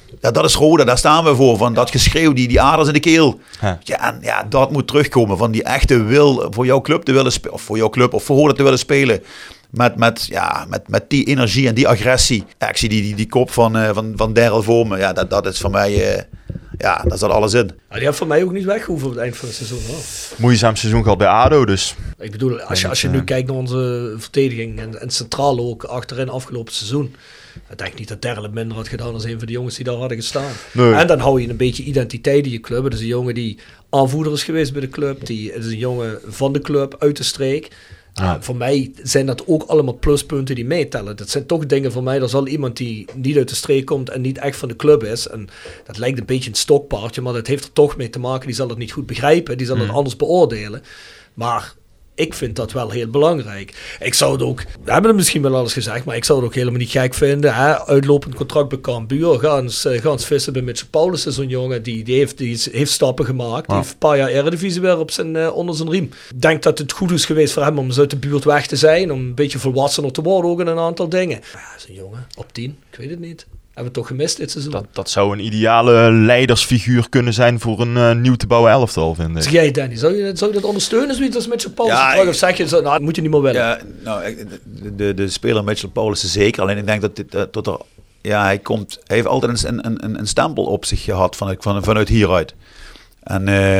Ja, dat is Roda, daar staan we voor. Van dat geschreeuw, die, die aders in de keel. Huh. Ja, en ja, dat moet terugkomen. Van die echte wil voor jouw club te willen spelen. Of voor jouw club, of voor Roda te willen spelen. Met, met, ja, met, met die energie en die agressie. Ja, ik zie die, die, die kop van, uh, van, van Daryl voor me. Ja, dat, dat is voor mij... Uh, ja, daar zat alles in. Ja, die heeft voor mij ook niet weggehoeven op het eind van het seizoen. Hoor. Moeizaam seizoen gehad bij A D O, dus... Ik bedoel, als je, als je nu kijkt naar onze verdediging en, en centraal ook achterin afgelopen seizoen. Ik denk niet dat Daryl het minder had gedaan als een van de jongens die daar hadden gestaan. Nee. En dan hou je een beetje identiteit in je club. Het is een jongen die aanvoerder is geweest bij de club. Die, het is een jongen van de club, uit de streek. Ja. Uh, voor mij zijn dat ook allemaal pluspunten die meetellen. Dat zijn toch dingen voor mij. Er zal iemand die niet uit de streek komt en niet echt van de club is. En dat lijkt een beetje een stokpaardje, maar dat heeft er toch mee te maken. Die zal het niet goed begrijpen. Die zal het mm. anders beoordelen. Maar ik vind dat wel heel belangrijk. Ik zou het ook, we hebben het misschien wel alles gezegd, maar ik zou het ook helemaal niet gek vinden. Hè? Uitlopend contract bij Cambuur. Ga eens, uh, ga eens vissen bij Mitchell Paulussen, zo'n jongen. Die, die, heeft, die heeft stappen gemaakt. Ja. Die heeft een paar jaar Eredivisie weer op zijn, uh, onder zijn riem. Ik denk dat het goed is geweest voor hem om eens uit de buurt weg te zijn. Om een beetje volwassener te worden ook in een aantal dingen. Ja, zo'n jongen op tien, ik weet het niet. Hebben we toch gemist dit seizoen. Dat, dat zou een ideale leidersfiguur kunnen zijn voor een uh, nieuw te bouwen elftal, vind ik. Zeg jij, Danny, zou je, zou je dat ondersteunen zoiets als Mitchell Paulussen? Ja, terug, of zeg je, zo, nou, dat moet je niet meer willen? Ja, nou, de, de, de speler Mitchell Paulussen zeker. Alleen ik denk dat, dit, dat, dat er... Ja, hij, komt, hij heeft altijd een, een, een stempel op zich gehad van, van, vanuit hieruit. En... Uh,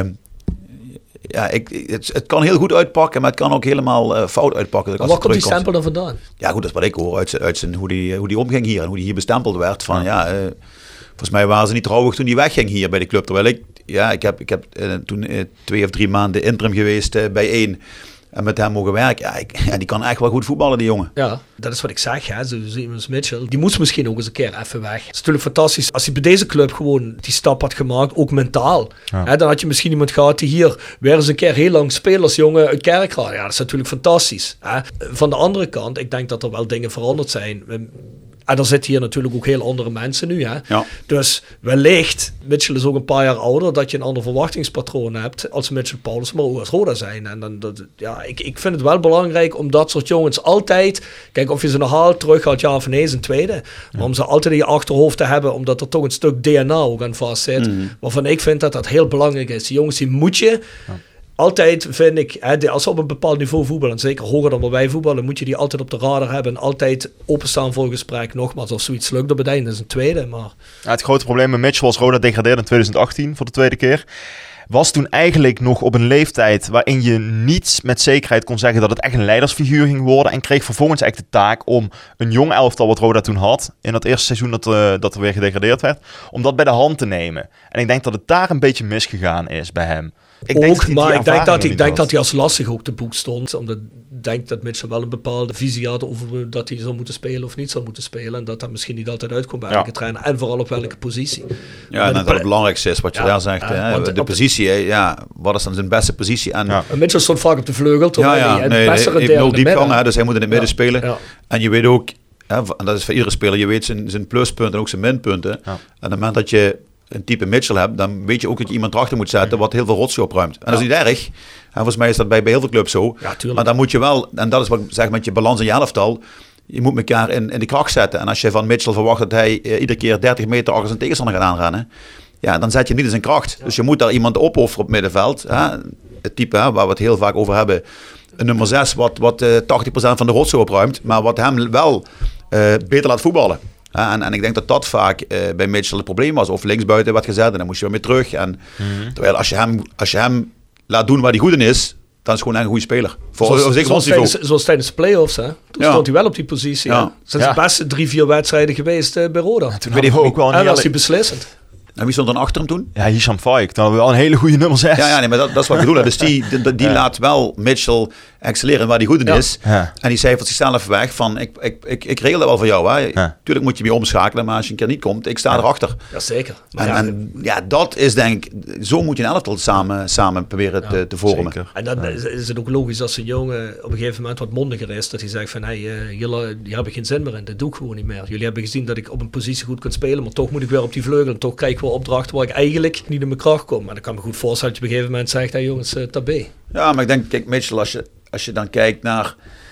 Ja, ik, het, het kan heel goed uitpakken, maar het kan ook helemaal uh, fout uitpakken. Maar waar komt die stempel dan vandaan? Ja, goed, dat is wat ik hoor uit, uit zijn, hoe die, hoe die omging hier en hoe die hier bestempeld werd. Van, ja, uh, volgens mij waren ze niet trouwig toen die wegging hier bij de club. Terwijl ik, ja, ik heb, ik heb uh, toen uh, twee of drie maanden interim geweest uh, bij één. En met hem mogen werken. Ja, ik, ja, die kan echt wel goed voetballen, die jongen. Ja, dat is wat ik zeg. Hè. Zo iemand Mitchell. Die moest misschien ook eens een keer even weg. Het is natuurlijk fantastisch. Als hij bij deze club gewoon die stap had gemaakt, ook mentaal. Ja. Hè, dan had je misschien iemand gehad die hier weer eens een keer heel lang spelersjongen uit Kerkrade. Ja, dat is natuurlijk fantastisch. Hè. Van de andere kant, ik denk dat er wel dingen veranderd zijn. En er zitten hier natuurlijk ook heel andere mensen nu. Hè? Ja. Dus wellicht, Mitchell is ook een paar jaar ouder, dat je een ander verwachtingspatroon hebt als Mitchell Paulussen, maar ook als Roda zijn. En dan, dat, ja, ik, ik vind het wel belangrijk om dat soort jongens altijd, kijk of je ze nog haalt, terug haalt, ja of nee, is een tweede. Ja. Maar om ze altijd in je achterhoofd te hebben, omdat er toch een stuk D N A ook aan vast zit, mm. waarvan ik vind dat dat heel belangrijk is. Die jongens die moet je... Ja. Altijd vind ik, hè, als ze op een bepaald niveau voetballen, en zeker hoger dan waar wij voetballen, moet je die altijd op de radar hebben en altijd openstaan voor een gesprek. Nogmaals, als zoiets lukt op het einde, is een tweede. Maar... Ja, het grote probleem met Mitchell was Roda degradeerde in twintig achttien voor de tweede keer. Was toen eigenlijk nog op een leeftijd waarin je niet met zekerheid kon zeggen dat het echt een leidersfiguur ging worden. En kreeg vervolgens echt de taak om een jong elftal wat Roda toen had, in dat eerste seizoen dat, uh, dat er weer gedegradeerd werd, om dat bij de hand te nemen. En ik denk dat het daar een beetje misgegaan is bij hem. Ik ook, denk dat maar ik denk dat, ik denk dat hij als lastig ook te boek stond. Omdat ik denk dat Mitchell wel een bepaalde visie had over dat hij zou moeten spelen of niet zou moeten spelen. En dat dat misschien niet altijd uitkomt bij ja. elke trainer. En vooral op welke positie. Ja, en dat het belangrijkste is wat je ja, daar zegt. Ja, hè? De, de positie, ja, wat is dan zijn beste positie? En, ja. en Mitchell stond vaak op de vleugel. Ja, ja, hij nee, nee, heeft nul diepgang, hè, dus hij moet in het midden ja. spelen. Ja. En je weet ook, hè, en dat is voor iedere speler, je weet zijn, zijn pluspunten en ook zijn minpunten. Ja. En op het moment dat je een type Mitchell hebt, dan weet je ook dat je iemand erachter moet zetten wat heel veel rotzooi opruimt. En ja. dat is niet erg. En volgens mij is dat bij, bij heel veel clubs zo. Ja, maar dan moet je wel, en dat is wat ik zeg met je balans in je elftal, je moet elkaar in, in de kracht zetten. En als je van Mitchell verwacht dat hij uh, iedere keer dertig meter achter zijn tegenstander gaat aanrennen, ja, dan zet je hem niet in zijn kracht. Ja. Dus je moet daar iemand opofferen op middenveld. Hè? Het type hè, waar we het heel vaak over hebben. Een nummer zes wat, wat uh, tachtig procent van de rotzooi opruimt, maar wat hem wel uh, beter laat voetballen. Ja, en, en ik denk dat dat vaak uh, bij Mitchell het probleem was. Of linksbuiten werd gezet en dan moest je weer mee terug. En, mm-hmm. Terwijl als je, hem, als je hem laat doen waar hij goed in is, dan is hij gewoon een goede speler. Voor, zoals, zoals, zoals, tijdens, zoals tijdens de play-offs, hè? Toen ja. stond hij wel op die positie. Ja. Het zijn ja. de beste drie, vier wedstrijden geweest uh, bij Roda. En toen weet hij ook wel en was hij beslissend. En wie stond dan achter hem toen? Ja, Hisham Faik. Dan hadden we wel een hele goede nummer zes. Ja, ja nee, maar dat, dat is wat ik bedoel. Dus die, die, die ja. laat wel Mitchell excelleren waar hij goed in is. Ja. Ja. En die cijfert zichzelf weg van, ik, ik, ik, ik regel dat wel voor jou. Hè. Ja. Tuurlijk moet je mee omschakelen, maar als je een keer niet komt, ik sta ja. erachter. Ja, zeker. En, ja, en ja, dat is denk ik, zo moet je een elftal samen, samen proberen ja, te, te vormen. Zeker. En dan ja. is het ook logisch als een jongen op een gegeven moment wat mondiger is, dat hij zegt van, hey, uh, jullie, hier heb ik geen zin meer in, dat doe ik gewoon niet meer. Jullie hebben gezien dat ik op een positie goed kan spelen, maar toch moet ik weer op die vleugel en toch krijg ik wel opdrachten waar ik eigenlijk niet in mijn kracht kom. Maar dan kan ik me goed voorstellen dat je op een gegeven moment zegt, hey jongens, uh, tabé. Ja, maar ik denk, kijk Mitchell, als je, als je dan kijkt naar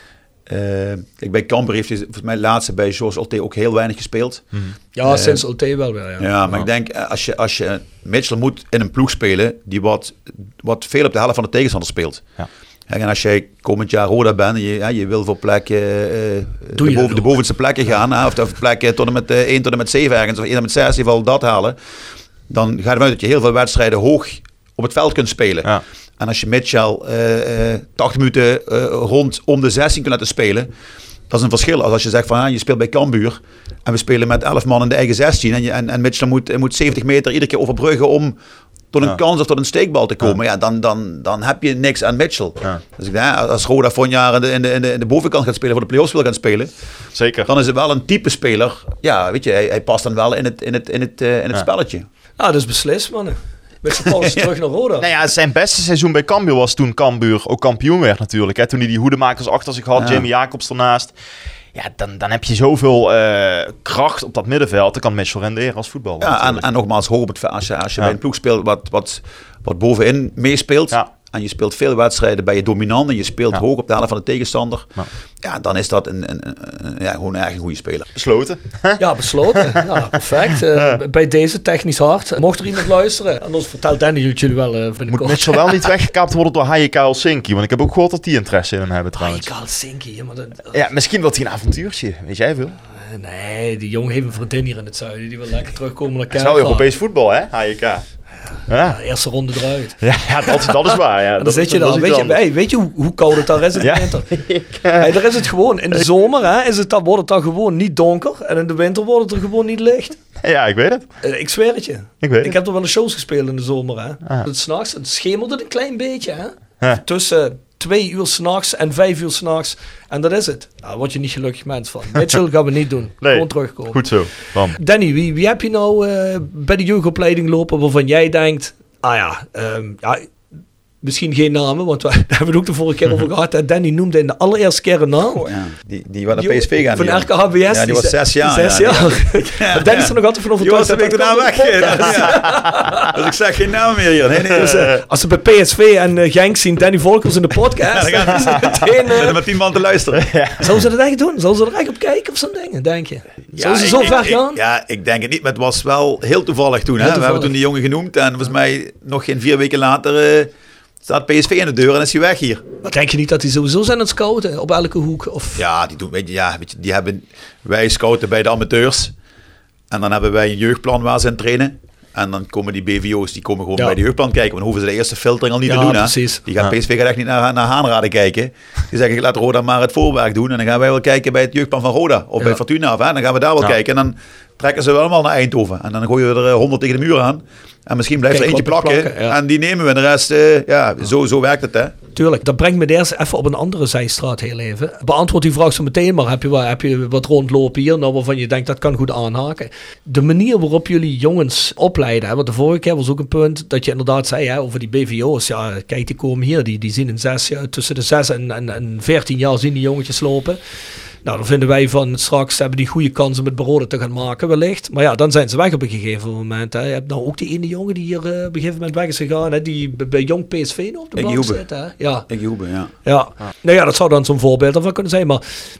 Uh, kijk, bij Cambuur heeft hij volgens mij laatste bij George Olte ook heel weinig gespeeld. Hmm. Ja, uh, sinds Olte wel weer. Ja, ja maar ja. ik denk, als je, als je Mitchell moet in een ploeg spelen die wat, wat veel op de helft van de tegenstander speelt. Ja. En als jij komend jaar Roda bent en je, ja, je wil voor plekken, uh, de, boven, de bovenste plekken gaan, hè, of, of plekken tot en met uh, één tot en met zeven ergens, of één tot en met zes, in ieder geval dat halen, dan gaat het uit dat je heel veel wedstrijden hoog op het veld kunt spelen. Ja. En als je Mitchell uh, uh, tachtig minuten uh, rond om de zestien kunt laten spelen, dat is een verschil. Als, als je zegt van ah, je speelt bij Cambuur en we spelen met elf man in de eigen zestien en, je, en, en Mitchell moet, moet zeventig meter iedere keer overbruggen om tot een ja. kans of tot een steekbal te komen, ja. Ja, dan, dan, dan heb je niks aan Mitchell. Ja. Dus ik denk, als Roda volgend jaar in de, in, de, in, de, in de bovenkant gaat spelen, voor de play-offs wil gaan spelen, zeker. Dan is het wel een type speler. Ja, weet je, hij, hij past dan wel in het, in het, in het, uh, in het ja. spelletje. Nou, dat is beslist, mannen. Met z'n Paulus terug naar Roda. Nou ja, zijn beste seizoen bij Cambuur was toen Cambuur ook kampioen werd natuurlijk. Hè? Toen hij die hoedemakers achter zich had, ja. Jamie Jacobs ernaast. Ja, dan, dan heb je zoveel uh, kracht op dat middenveld. Dan kan Mitchell renderen als voetballer. Ja, en, en nogmaals, hoog op het veld. Als je, als je ja. bij een ploeg speelt wat, wat, wat bovenin meespeelt... Ja. En je speelt veel wedstrijden bij je dominant en je speelt ja. hoog op de helft van de tegenstander. Ja, ja dan is dat een, een, een, een, ja, gewoon erg een goede speler. Besloten. Ja, besloten. Ja, perfect. Uh, ja. Bij deze technisch hard. Mocht er iemand luisteren, anders vertelt Danny het jullie wel uh, binnenkort. Moet Mitchell wel niet weggekaapt worden door H J K Helsinki. Want ik heb ook gehoord dat die interesse in hem hebben trouwens. H J K Helsinki. Ja, maar dat, uh, ja, misschien wil hij een avontuurtje. Weet jij veel? Uh, nee, die jongen heeft een vriendin hier in het zuiden. Die wil lekker terugkomen naar Kerkrade. Het is wel Europees voetbal, hè? H J K. Ja. Ja, eerste ronde eruit. Ja, ja dat, dat is waar. Ja. En dan zit je dan. Weet je, hey, weet je hoe, hoe koud het daar is in de ja. winter? Hey, daar is het gewoon. In de zomer hè, is het dan, wordt het dan gewoon niet donker. En in de winter wordt het er gewoon niet licht. Ja, ik weet het. Uh, ik zweer het je. Ik, weet ik het. heb er wel eens shows gespeeld in de zomer. Hè. Ah. Het, 's nachts, het schemelde een klein beetje. Hè. Ja. Tussen twee uur 's nachts en vijf uur 's nachts. En dat is het. Daar word je niet gelukkig mens van. Mitchell gaan we niet doen. Nee, gewoon terugkomen. Goed zo. Bam. Danny, wie, wie heb je nou uh, bij de jeugdopleiding lopen waarvan jij denkt... Ah ja, um, ja, misschien geen namen, want we hebben het ook de vorige keer over gehad. En Danny noemde in de allereerste keer een naam. Oh, ja. Die, die wat naar P S V gaan. Van R K H B S. Ja, die was zes jaar. Zes ja, jaar. Ja. Danny is er nog altijd van overtuigd. Die was de naam weg. Ja. Dus ik zeg geen naam meer hier. Nee, nee. Dus, uh, als ze bij P S V en uh, Genk zien Danny Volkers in de podcast, ja, dan gaan ze meteen... Uh, met tien man te luisteren. Ja. Zullen ze dat echt doen? Zullen ze er echt op kijken of zo'n dingen, denk je? Zullen ja, ze zo ik, ver ik, gaan? Ik, ja, ik denk het niet, maar het was wel heel toevallig toen. Heel hè? Toevallig. We hebben toen die jongen genoemd en volgens mij nog geen vier weken later... Uh, staat P S V in de deur en is hij weg hier. Maar denk je niet dat die sowieso zijn aan het scouten op elke hoek? Of? Ja, die doen, weet je, ja, weet je, die hebben wij scouten bij de amateurs. En dan hebben wij een jeugdplan waar ze in trainen. En dan komen die B V O's, die komen gewoon ja. bij de jeugdplan kijken. Want dan hoeven ze de eerste filtering al niet ja, te doen. Precies. Hè? Die gaat ja. P S V gaat echt niet naar, naar Haanraden kijken. Die zeggen, laat Roda maar het voorwerk doen. En dan gaan wij wel kijken bij het jeugdplan van Roda. Of ja. bij Fortuna. Of, hè? Dan gaan we daar wel ja. kijken. En dan trekken ze wel allemaal naar Eindhoven. En dan gooien we er honderd tegen de muur aan. En misschien blijft Kijk, er eentje plakken. plakken ja. En die nemen we. En de rest, uh, ja, zo, zo werkt het, hè. Tuurlijk, dat brengt me eerst even op een andere zijstraat heel even. Beantwoord die vraag zo meteen, maar heb je, wat, heb je wat rondlopen hier, nou, waarvan je denkt dat kan goed aanhaken? De manier waarop jullie jongens opleiden, hè, want de vorige keer was ook een punt dat je inderdaad zei hè, over die B V O's. Ja, kijk, die komen hier, die, die zien in zes, ja, tussen de zes en, en, en veertien jaar zien die jongetjes lopen. Nou, dan vinden wij van straks hebben die goede kansen met Roda te gaan maken wellicht. Maar ja, dan zijn ze weg op een gegeven moment. Hè. Je hebt nou ook die ene jongen die hier uh, op een gegeven moment weg is gegaan. Hè, die b- bij Jong P S V nog op de bank zit. Hè. Ja. Ik Joebe, ja. Ja. Ah. Nou ja, dat zou dan zo'n voorbeeld ervan kunnen zijn. Maar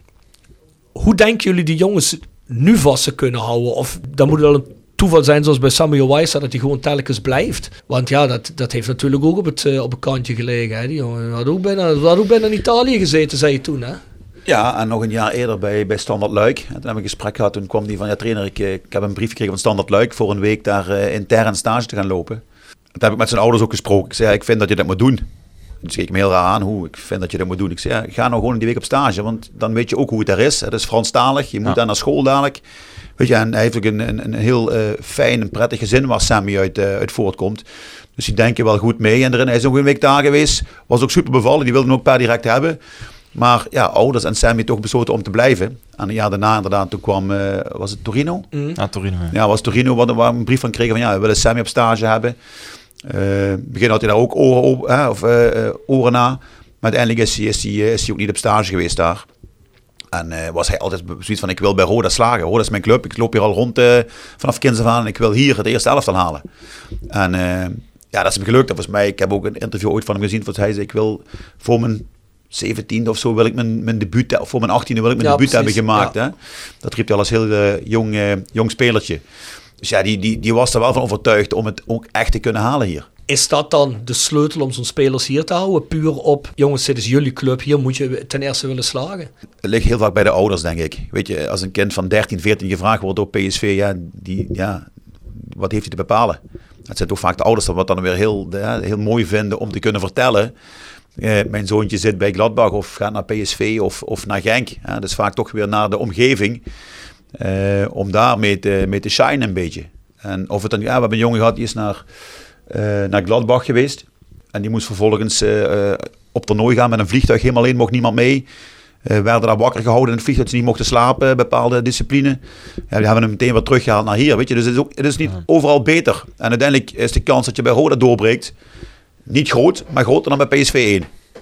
hoe denken jullie die jongens nu vast te kunnen houden? Of dan moet het wel een toeval zijn zoals bij Samuel Wijs, dat hij gewoon telkens blijft. Want ja, dat, dat heeft natuurlijk ook op het, uh, op het kantje gelegen. Hè. Die jongen had ook bijna, had ook bijna in Italië gezeten, zei je toen, hè? Ja, en nog een jaar eerder bij, bij Standard Luik. En toen heb ik een gesprek gehad, toen kwam die van, ja trainer, ik, ik heb een brief gekregen van Standard Luik voor een week daar uh, intern stage te gaan lopen. Toen heb ik met zijn ouders ook gesproken. Ik zei, ja, ik vind dat je dat moet doen. Dus keek me heel raar aan, hoe, ik vind dat je dat moet doen. Ik zei, ja, ga nou gewoon die week op stage, want dan weet je ook hoe het daar is. Het is Franstalig, je moet ja. daar naar school dadelijk. Weet je, en hij heeft ook een, een, een heel uh, fijn en prettig gezin waar Sammy uit, uh, uit voortkomt. Dus die denken wel goed mee. En erin, hij is ook een week daar geweest, was ook super bevallen, die wilde hem ook per direct hebben. Maar ja, ouders en Sammy toch besloten om te blijven. En een jaar daarna inderdaad, toen kwam, uh, was het Torino? Mm. Ja, Torino. Ja, ja was Torino waar, waar we een brief van kregen van, ja, we willen Sammy op stage hebben. Uh, in het begin had hij daar ook oren, op, hè, of, uh, uh, oren na. Maar uiteindelijk is hij, is, hij, is hij ook niet op stage geweest daar. En uh, was hij altijd zoiets van, ik wil bij Roda slagen. Roda is mijn club, ik loop hier al rond uh, vanaf kinds af aan. En ik wil hier het eerste elftal halen. En uh, ja, dat is hem gelukt. Dat was mij, ik heb ook een interview ooit van hem gezien. Want hij zei, ik wil voor mijn zeventiende of zo wil ik mijn, mijn debuut, of voor mijn achttiende wil ik mijn ja, debuut precies, hebben gemaakt. Ja. Hè? Dat riep hij al als heel uh, jong, uh, jong spelertje. Dus ja, die, die, die was er wel van overtuigd om het ook echt te kunnen halen hier. Is dat dan de sleutel om zo'n spelers hier te houden? Puur op, jongens, dit is jullie club, hier moet je ten eerste willen slagen. Het ligt heel vaak bij de ouders, denk ik. Weet je, als een kind van dertien, veertien gevraagd wordt door P S V, ja, die, ja, wat heeft hij te bepalen? Het zijn toch vaak de ouders dat wat dan weer heel, ja, heel mooi vinden om te kunnen vertellen. Uh, mijn zoontje zit bij Gladbach of gaat naar P S V of, of naar Genk. Ja, dus vaak toch weer naar de omgeving. Uh, om daar mee te, mee te shinen een beetje. En of het dan, ja, we hebben een jongen gehad die is naar, uh, naar Gladbach geweest. En die moest vervolgens uh, uh, op toernooi gaan met een vliegtuig. Helemaal alleen, mocht niemand mee. Uh, werden daar wakker gehouden in het vliegtuig. Ze niet mochten slapen, bepaalde discipline. Ja, die hebben hem meteen weer teruggehaald naar hier. Weet je? Dus het is, ook, het is niet overal beter. En uiteindelijk is de kans dat je bij Roda doorbreekt niet groot, maar groter dan bij P S V één.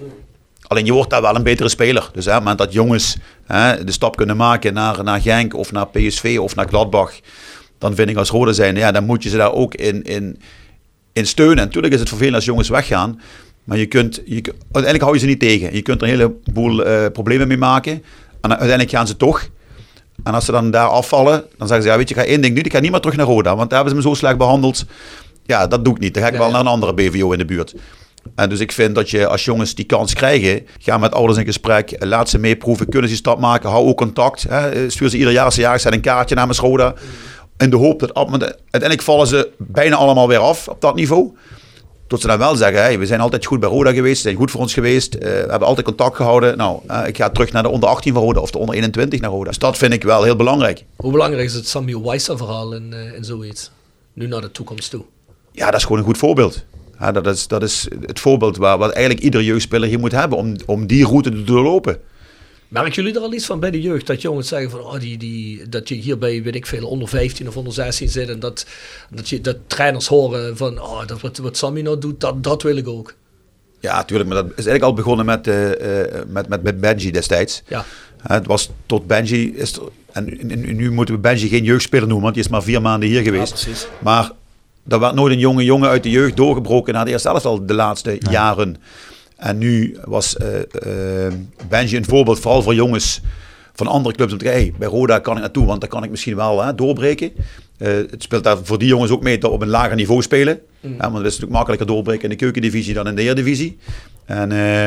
Alleen je wordt daar wel een betere speler. Dus hè, op het moment dat jongens hè, de stap kunnen maken naar, naar Genk of naar P S V of naar Gladbach, dan vind ik als Roda zijn, ja, dan moet je ze daar ook in, in, in steunen. En natuurlijk is het vervelend als jongens weggaan, maar je kunt, je, uiteindelijk hou je ze niet tegen. Je kunt er een heleboel uh, problemen mee maken. En uiteindelijk gaan ze toch. En als ze dan daar afvallen, dan zeggen ze, ja, weet je, ik ga één ding doen, ik ga niet meer terug naar Roda, want daar hebben ze me zo slecht behandeld. Ja, dat doe ik niet. Dan ga ik ja, wel ja. naar een andere B V O in de buurt. En dus ik vind dat je als jongens die kans krijgen, ga met ouders in gesprek, laat ze meeproeven, kunnen ze die stap maken, hou ook contact. Hè. Stuur ze ieder jaar als ze jarig zijn een kaartje namens Roda. In de hoop dat uiteindelijk vallen ze bijna allemaal weer af op dat niveau. Tot ze dan wel zeggen, hey, we zijn altijd goed bij Roda geweest, ze zijn goed voor ons geweest, uh, we hebben altijd contact gehouden. Nou, uh, ik ga terug naar de onder achttien van Roda of de onder eenentwintig naar Roda. Dus dat vind ik wel heel belangrijk. Hoe belangrijk is het Samuel Wijser verhaal in, uh, in zoiets? Nu naar de toekomst toe. Ja, dat is gewoon een goed voorbeeld. Ja, dat, is, dat is het voorbeeld waar, wat eigenlijk iedere jeugdspeler hier moet hebben om, om die route te doorlopen. Merken jullie er al iets van bij de jeugd? Dat jongens zeggen van, oh, die, die, dat je hier bij, weet ik veel, onder vijftien of onder zestien zit en dat, dat, je, dat trainers horen van, oh, dat, wat, wat Sammy nou doet, dat, dat wil ik ook. Ja, natuurlijk, maar dat is eigenlijk al begonnen met, uh, met, met, met Benji destijds. Ja. Uh, het was tot Benji, is er, en, en nu moeten we Benji geen jeugdspeler noemen, want die is maar vier maanden hier geweest. Ja, precies. Maar er werd nooit een jonge jongen uit de jeugd doorgebroken naar de eerste elftal de laatste ja. jaren. En nu was uh, uh, Benji een voorbeeld, vooral voor jongens van andere clubs. Om te zeggen, hey, bij Roda kan ik naartoe, want dan kan ik misschien wel hè, doorbreken. Uh, het speelt daar voor die jongens ook mee dat we op een lager niveau spelen. Mm. Ja, want het is natuurlijk makkelijker doorbreken in de keukendivisie dan in de Eredivisie. En uh,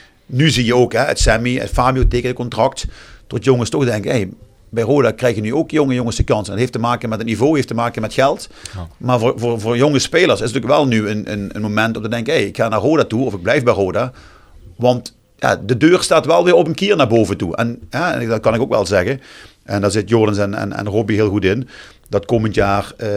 nu zie je ook, hè, het Sammy en Fabio tekenen contract. Tot jongens toch denken, hey, bij Roda krijgen nu ook jonge jongens de kans. En dat heeft te maken met het niveau, heeft te maken met geld. Ja. Maar voor, voor, voor jonge spelers is het natuurlijk wel nu een, een, een moment om te denken, hey, ik ga naar Roda toe of ik blijf bij Roda. Want ja, de deur staat wel weer op een kier naar boven toe. En ja, dat kan ik ook wel zeggen. En daar zit Jordans en, en, en Robbie heel goed in. Dat komend jaar uh,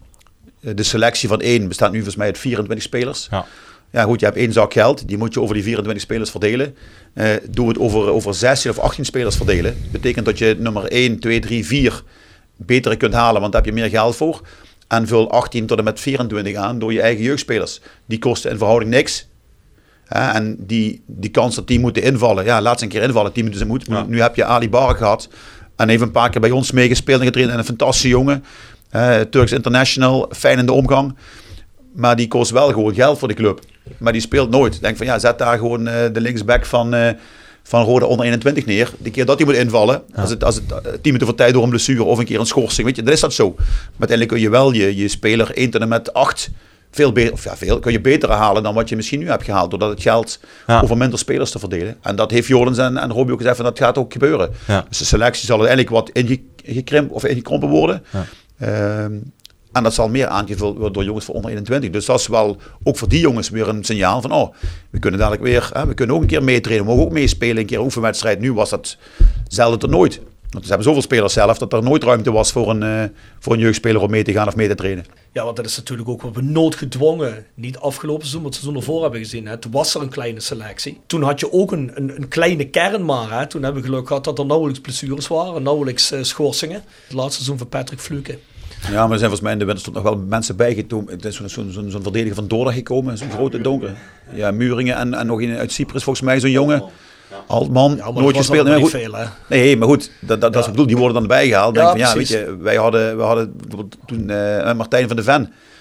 de selectie van één bestaat nu volgens mij uit vierentwintig spelers. Ja. Ja goed, je hebt één zak geld, die moet je over die vierentwintig spelers verdelen. Uh, doe het over, over zestien of achttien spelers verdelen. Dat betekent dat je nummer één, twee, drie, vier betere kunt halen, want daar heb je meer geld voor. En vul achttien tot en met vierentwintig aan door je eigen jeugdspelers. Die kosten in verhouding niks. Uh, en die, die kans dat die moeten invallen, ja, laat ze een keer invallen, tien minuten moet. Ja. Nu heb je Ali Barak gehad en even een paar keer bij ons meegespeeld en getraind en een fantastische jongen. Uh, Turks International, fijn in de omgang. Maar die kost wel gewoon geld voor de club. Maar die speelt nooit. Denk van ja, zet daar gewoon uh, de linksback van, uh, van Roda onder eenentwintig neer. De keer dat hij moet invallen, ja. als het, als het uh, tien minuten voor tijd door een blessure of een keer een schorsing, weet je, dan is dat zo. Maar uiteindelijk kun je wel je, je speler één tot en met acht veel beter, of ja, veel, kun je beter halen dan wat je misschien nu hebt gehaald. Doordat het geld ja. over minder spelers te verdelen. En dat heeft Jordans en, en Robbie ook gezegd van dat gaat ook gebeuren. Ja. Dus de selectie zal uiteindelijk wat ingekrimpt of ingekrompen worden. Ja. Um, En dat zal meer aangevuld worden door jongens van onder eenentwintig. Dus dat is wel ook voor die jongens weer een signaal van, oh, we kunnen dadelijk weer, hè, we kunnen ook een keer meetrainen, we mogen ook meespelen, een keer een oefenwedstrijd. Nu was dat zelden tot nooit. Want ze hebben zoveel spelers zelf dat er nooit ruimte was voor een, uh, voor een jeugdspeler om mee te gaan of mee te trainen. Ja, want dat is natuurlijk ook wat we noodgedwongen, niet afgelopen seizoen, maar het seizoen ervoor hebben gezien. Hè. Toen was er een kleine selectie. Toen had je ook een, een, een kleine kern maar. Hè. Toen hebben we geluk gehad dat er nauwelijks blessures waren, nauwelijks uh, schorsingen. Het laatste seizoen van Patrick Fluke. Ja, maar er zijn volgens mij in de winter nog wel mensen bijgekomen. Er is zo'n zo, zo, zo verdediger van Dordrecht gekomen, zo'n grote donker. Ja, Muringen en, en nog een uit Cyprus volgens mij, zo'n jonge. Altman, ja, nooit gespeeld. Nee, goed. Veel, nee, maar goed, dat, dat, dat ja. is bedoeld, die worden dan bijgehaald. Ja, denk van, ja, weet je, wij hadden, wij hadden toen uh, Martijn van de Ven.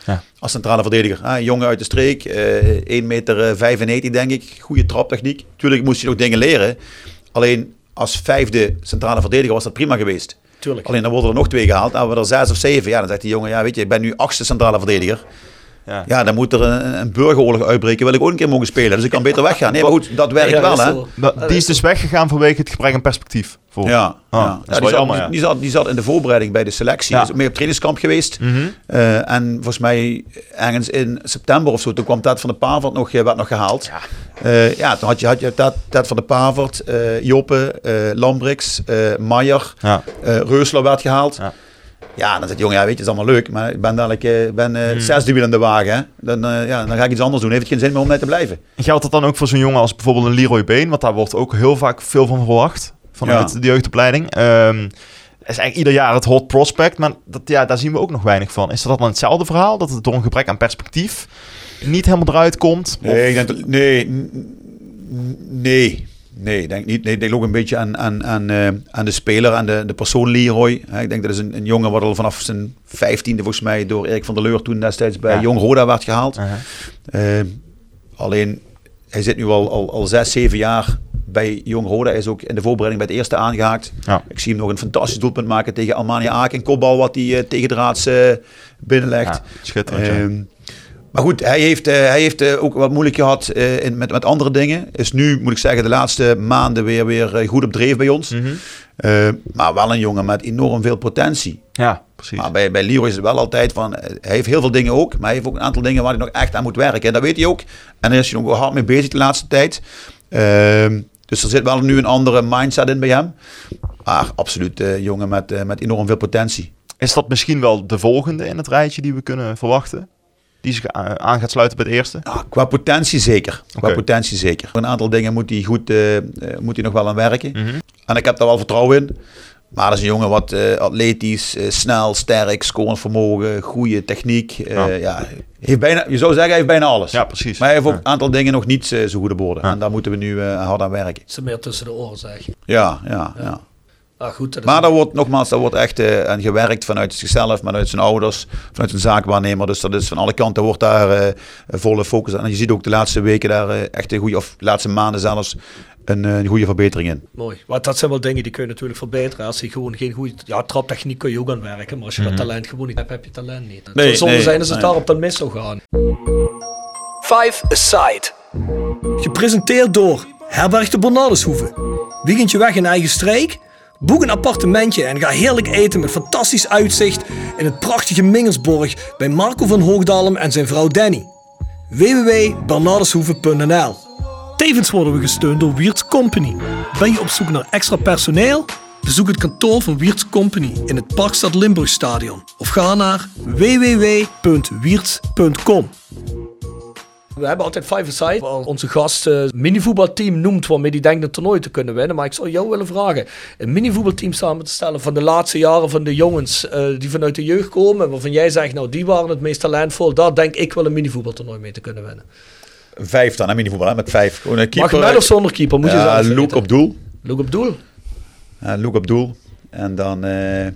Ja. Als centrale verdediger. Ah, een jongen uit de streek, uh, één meter vijfennegentig denk ik. Goede traptechniek. Tuurlijk moest hij nog dingen leren. Alleen als vijfde centrale verdediger was dat prima geweest. Tuurlijk. Alleen dan worden er nog twee gehaald. Dan hebben we er zes of zeven. Ja, dan zegt die jongen, ja weet je, ik ben nu achtste centrale verdediger. Ja. ja, dan moet er een, een burgeroorlog uitbreken. Wil ik ook een keer mogen spelen. Dus ik kan beter weggaan. Nee, maar goed, dat werkt ja, wel, hè. Dat, die is dus weggegaan vanwege het gebrek aan perspectief. Voor. Ja, oh, ja. ja, die, jammer, zat, ja. Die, zat, die zat in de voorbereiding bij de selectie. Ja. Is ook mee op trainingskamp geweest. Mm-hmm. Uh, en volgens mij ergens in september of zo, toen kwam Ted van de Pavert nog, werd nog gehaald. Ja, uh, ja toen had je, had je Ted, Ted van de Pavert, uh, Joppe, uh, Lambrix, uh, Maier, ja. uh, Reusler werd gehaald. Ja. Ja, dan zegt jongen, ja, weet je, het is allemaal leuk, maar ik ben dadelijk uh, ben, uh, hmm. zesde wiel in de wagen. Hè? Dan, uh, ja, dan ga ik iets anders doen. Heeft het geen zin meer om net te blijven. Geldt dat dan ook voor zo'n jongen als bijvoorbeeld een Leroy Been? Want daar wordt ook heel vaak veel van verwacht. Vanuit ja. de jeugdopleiding. Um, is eigenlijk ieder jaar het hot prospect. Maar dat, ja, daar zien we ook nog weinig van. Is dat dan hetzelfde verhaal? Dat het door een gebrek aan perspectief niet helemaal eruit komt? Nee, of? Ik denk dat, nee, nee. Nee, ik denk niet. Nee, ik denk ook een beetje aan, aan, aan, uh, aan de speler, aan de, de persoon Leroy. He, ik denk dat is een, een jongen wat al vanaf zijn vijftiende volgens mij door Erik van der Leur toen destijds bij ja. Jong Roda werd gehaald. Uh-huh. Uh, alleen, hij zit nu al, al, al zes, zeven jaar bij Jong Roda. Hij is ook in de voorbereiding bij het eerste aangehaakt. Ja. Ik zie hem nog een fantastisch doelpunt maken tegen Almania Aken. Een kopbal wat hij uh, tegendraads uh, binnenlegt. Ja, schitterend, uh, ja. Maar goed, hij heeft, uh, hij heeft uh, ook wat moeilijk gehad uh, in, met, met andere dingen. Is nu, moet ik zeggen, de laatste maanden weer, weer uh, goed op dreef bij ons. Mm-hmm. Uh, maar wel een jongen met enorm veel potentie. Ja, precies. Maar bij, bij Leroy is het wel altijd van... Uh, hij heeft heel veel dingen ook, maar hij heeft ook een aantal dingen waar hij nog echt aan moet werken. En dat weet hij ook. En daar is hij nog wel hard mee bezig de laatste tijd. Uh, dus er zit wel nu een andere mindset in bij hem. Maar absoluut een uh, jongen met, uh, met enorm veel potentie. Is dat misschien wel de volgende in het rijtje die we kunnen verwachten? Die zich aan gaat sluiten bij het eerste? Ja, qua potentie zeker. Qua okay. potentie zeker. Een aantal dingen moet hij, goed, uh, moet hij nog wel aan werken. Mm-hmm. En ik heb daar wel vertrouwen in. Maar dat is een jongen wat uh, atletisch, uh, snel, sterk, scorend vermogen, goede techniek. Uh, ja. Ja, heeft bijna, je zou zeggen, hij heeft bijna alles. Ja, precies. Maar hij heeft ook ja. een aantal dingen nog niet uh, zo goed op orde. Ja. En daar moeten we nu uh, hard aan werken. Ze meer tussen de oren, zeg je. Ja, ja, ja. ja. Ah, goed, dat is maar daar wordt nogmaals, daar wordt echt uh, aan gewerkt vanuit zichzelf, vanuit zijn ouders, vanuit zijn zaakwaarnemer. Dus dat is van alle kanten wordt daar uh, volle focus aan. En je ziet ook de laatste weken daar uh, echt een goede, of de laatste maanden zelfs, een, een goede verbetering in. Mooi. Want dat zijn wel dingen die kun je natuurlijk verbeteren. Als je gewoon geen goede, ja, traptechniek kun je ook aan werken. Maar als je mm-hmm. dat talent gewoon niet hebt, heb je talent niet. Het nee, zou zonde nee, zijn als het nee. daarop dan mis zou gaan. Five Aside. Gepresenteerd door Herberg de Bernardeshoeve. Weekendje weg in eigen streek? Boek een appartementje en ga heerlijk eten met fantastisch uitzicht in het prachtige Mingersborg bij Marco van Hoogdalem en zijn vrouw Danny. w w w punt bernardeshoeve punt n l. Tevens worden we gesteund door Wiertz Company. Ben je op zoek naar extra personeel? Bezoek het kantoor van Wiertz Company in het Parkstad Limburgstadion of ga naar w w w punt wiertz punt com. We hebben altijd Five-a-side, waar onze gast een uh, minivoetbalteam noemt waarmee die denkt een toernooi te kunnen winnen. Maar ik zou jou willen vragen, een minivoetbalteam samen te stellen van de laatste jaren van de jongens uh, die vanuit de jeugd komen. Waarvan jij zegt, nou die waren het meest talentvol. Daar denk ik wel een minivoetbaltoernooi mee te kunnen winnen. Vijf dan, een minivoetbal, hè, met vijf. Gewoon een keeper. Mag met of zonder keeper? Moet je ja, zelf Luke op doel. Luke op doel. Ja, Luke op doel. En dan... Uh,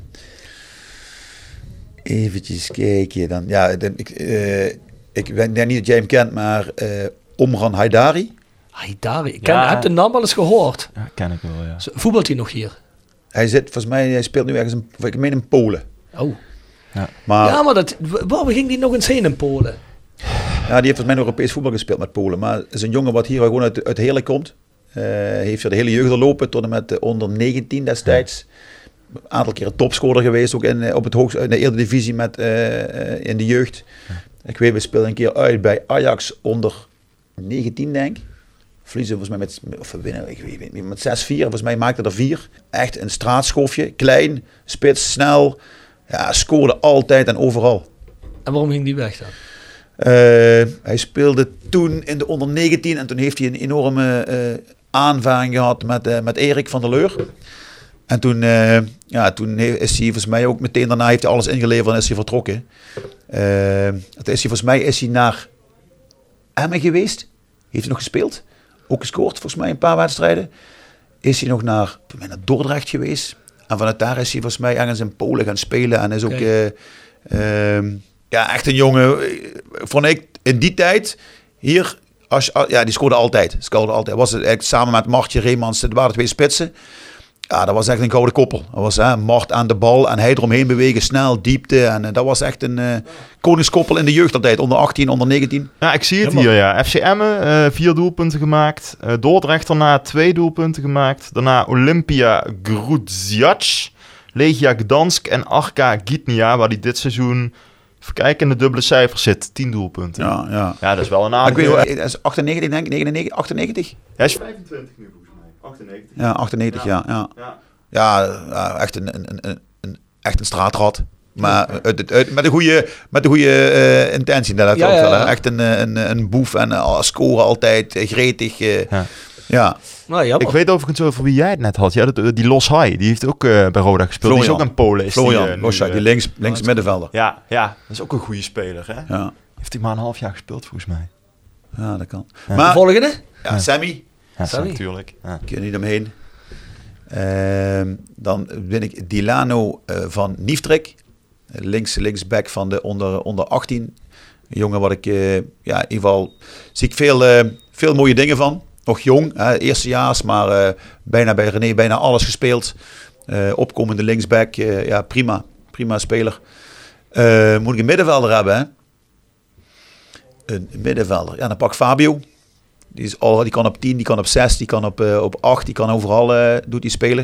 eventjes kijken. Dan, ja, ik... Uh, Ik weet niet dat jij hem kent, maar uh, Omran Haidari. Haidari? Ik ken, ja. heb de naam wel eens gehoord. Ja, ken ik wel, ja. Voetbalt hij nog hier? Hij zit, volgens mij, hij speelt nu ergens, in, ik meen in Polen. Oh. Ja, maar, ja, maar dat, waar ging die nog eens heen in Polen? Ja, die heeft volgens mij Europees voetbal gespeeld met Polen. Maar het is een jongen wat hier gewoon uit, uit Heerlijk komt. Uh, heeft er de hele jeugd doorlopen tot en met de onder negentien destijds. Een aantal keren topscorer geweest, ook in, op het hoogste, in de Eredivisie met, uh, in de jeugd. Ja. Ik weet, we speelden een keer uit bij Ajax onder negentien, denk ik. Verliezen volgens mij met, of we winnen, ik weet niet, met zes vier. Volgens mij maakte er vier. Echt een straatschofje, klein, spits, snel. Ja, scoorde altijd en overal. En waarom ging die weg dan? Uh, hij speelde toen in de onder negentien en toen heeft hij een enorme uh, aanvaring gehad met, uh, met Erik van der Leur. En toen, uh, ja, toen is hij volgens mij ook meteen daarna heeft hij alles ingeleverd en is hij vertrokken. Uh, toen is hij volgens mij is hij naar Emmen geweest. Heeft hij nog gespeeld. Ook gescoord volgens mij een paar wedstrijden. Is hij nog naar, naar Dordrecht geweest. En vanuit daar is hij volgens mij ergens in Polen gaan spelen. En is ook, okay. uh, uh, Ja, echt een jongen. Vond ik in die tijd hier. Als, ja, die scoorde altijd. Scoorde altijd. Was het eigenlijk samen met Martje Reemans. Het waren twee spitsen. Ja, dat was echt een gouden koppel. Dat was hè, Mart aan de bal en hij eromheen bewegen, snel, diepte. En uh, dat was echt een uh, koningskoppel in de jeugd altijd. Onder achttien, onder negentien. Ja, ik zie het ja, hier, ja. F C Emmen, uh, vier doelpunten gemaakt. Uh, Dordrecht daarna twee doelpunten gemaakt. Daarna Olympia Grudziac, Legia Gdansk en Arka Gdynia, waar die dit seizoen... Even kijken, in de dubbele cijfers zit. tien doelpunten. Ja, ja. Ja, dat is wel een aardige... Ik weet wel, dat is achtennegentig, denk ik. negenennegentig, achtennegentig? Hij is vijfentwintig nu, volgens mij. achtennegentig. Ja, achtennegentig, ja. Ja, ja. ja. ja echt, een, een, een, een, echt een straatrat. Maar ja. uit, uit, uit, met een goede, met een goede uh, intentie. Dat ja, ook ja, wel, ja. Echt een, een, een boef en uh, scoren altijd, uh, gretig. Uh, ja. ja. Nou, ik weet overigens over wie jij het net had. Ja, dat, die Los Hai, die heeft ook uh, bij Roda gespeeld. Florian. Die is ook een Polen. Florian, die, uh, Los Hai, die links, links middenvelder. Ja, ja, dat is ook een goede speler. Hè? Ja. Heeft hij maar een half jaar gespeeld, volgens mij. Ja, dat kan. Ja. Maar, de volgende? Ja, Sammy. Ja, Sammy, natuurlijk. Ja. Kun je niet omheen. Uh, dan ben ik Dilano uh, van Nieftrek. Links, linksback van de onder, onder achttien. Een jongen wat ik, uh, ja, in ieder geval zie ik veel, uh, veel mooie dingen van. Nog jong, hè, eerstejaars, maar uh, bijna bij René bijna alles gespeeld. Uh, opkomende linksback, uh, ja prima, prima speler. Uh, moet ik een middenvelder hebben, hè? Een middenvelder, ja dan pak Fabio. Die, is al, die kan op tien, die kan op zes, die kan op, uh, op acht, die kan overal uh, doet die spelen.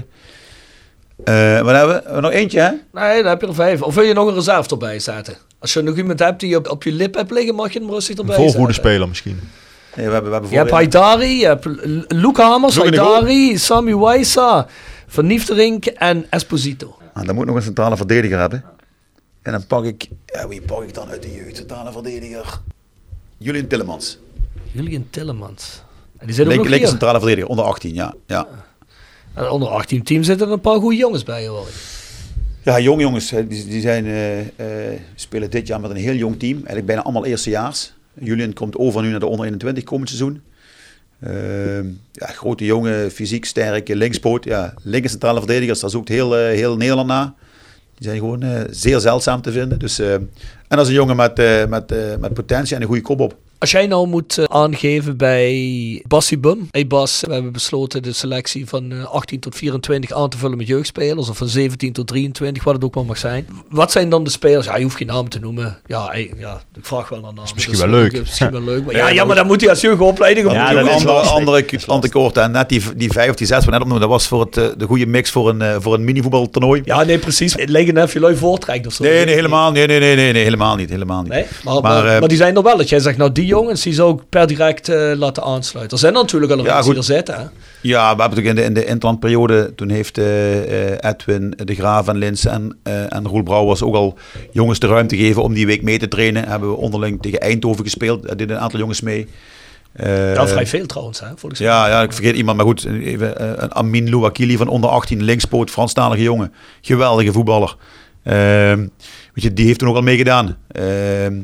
Uh, wat hebben we? Nog eentje, hè? Nee, dan heb je er vijf. Of wil je nog een reserve erbij zetten? Als je nog iemand hebt die je op, op je lip hebt liggen, mag je hem rustig erbij zetten. Een volgoede speler misschien. Nee, we hebben, we hebben je hebt Haidari, je hebt Luke Hamers, Haidari, Sami Waisa, Van Niefterink en Esposito. Ah, dan moet ik nog een centrale verdediger hebben. En dan pak ik, ja, wie pak ik dan uit de jeugd? Centrale verdediger. Julian Tillemans. Julian Tillemans. En die zit ook Link, nog linker centrale verdediger, onder achttien, ja. ja. En onder achttien team zitten er een paar goede jongens bij, hoor. Ja, jong jongens, die, die zijn, uh, uh, spelen dit jaar met een heel jong team. Eigenlijk bijna allemaal eerstejaars. Julian komt over nu naar de onder eenentwintig komend seizoen. Uh, ja, grote jongen, fysiek sterk, linkspoot. Ja, linker centrale verdedigers, daar zoekt heel, uh, heel Nederland naar. Die zijn gewoon uh, zeer zeldzaam te vinden. Dus, uh, en dat is een jongen met, uh, met, uh, met potentie en een goede kop op. Als jij nou moet uh, aangeven bij Bassie Bum. Hey Bas, we hebben besloten de selectie van uh, achttien tot vierentwintig aan te vullen met jeugdspelers. Of van zeventien tot drieëntwintig, wat het ook maar mag zijn. Wat zijn dan de spelers? Ja, je hoeft geen naam te noemen. Ja, hey, ja ik vraag wel naar namen. Misschien dus, wel leuk. Uh, misschien wel leuk. Maar, ja, ja, maar dan moet hij als jeugdopleiding... Ja, de andere, andere antekoorten. En net die, die vijf of die zes van net opnoemen, dat was voor het, uh, de goede mix voor een, uh, voor een mini-voetbaltoernooi. Ja, nee, precies. Het lijkt net of je lui voortrekt of zo. Nee, nee, helemaal, nee, nee, nee, nee, nee, helemaal niet. Helemaal niet. Nee? Maar, maar, maar, uh, maar die zijn er wel. Dat jij zegt, nou die jongens, die zou ik per direct uh, laten aansluiten. Er zijn natuurlijk al een ja, die er zitten. Hè? Ja, we hebben natuurlijk in de, in de interlandperiode, toen heeft uh, uh, Edwin de Graaf en Lins en, uh, en Roel Brouwers ook al jongens de ruimte gegeven om die week mee te trainen. Hebben we onderling tegen Eindhoven gespeeld. Daar deden een aantal jongens mee. Uh, ja, vrij veel trouwens. Hè, volgens ja, ja, ik vergeet iemand, maar goed. Even, uh, Amin Louakili van onder achttien, linkspoot, Franstalige jongen. Geweldige voetballer. Uh, weet je, die heeft toen ook al meegedaan. Uh, uh,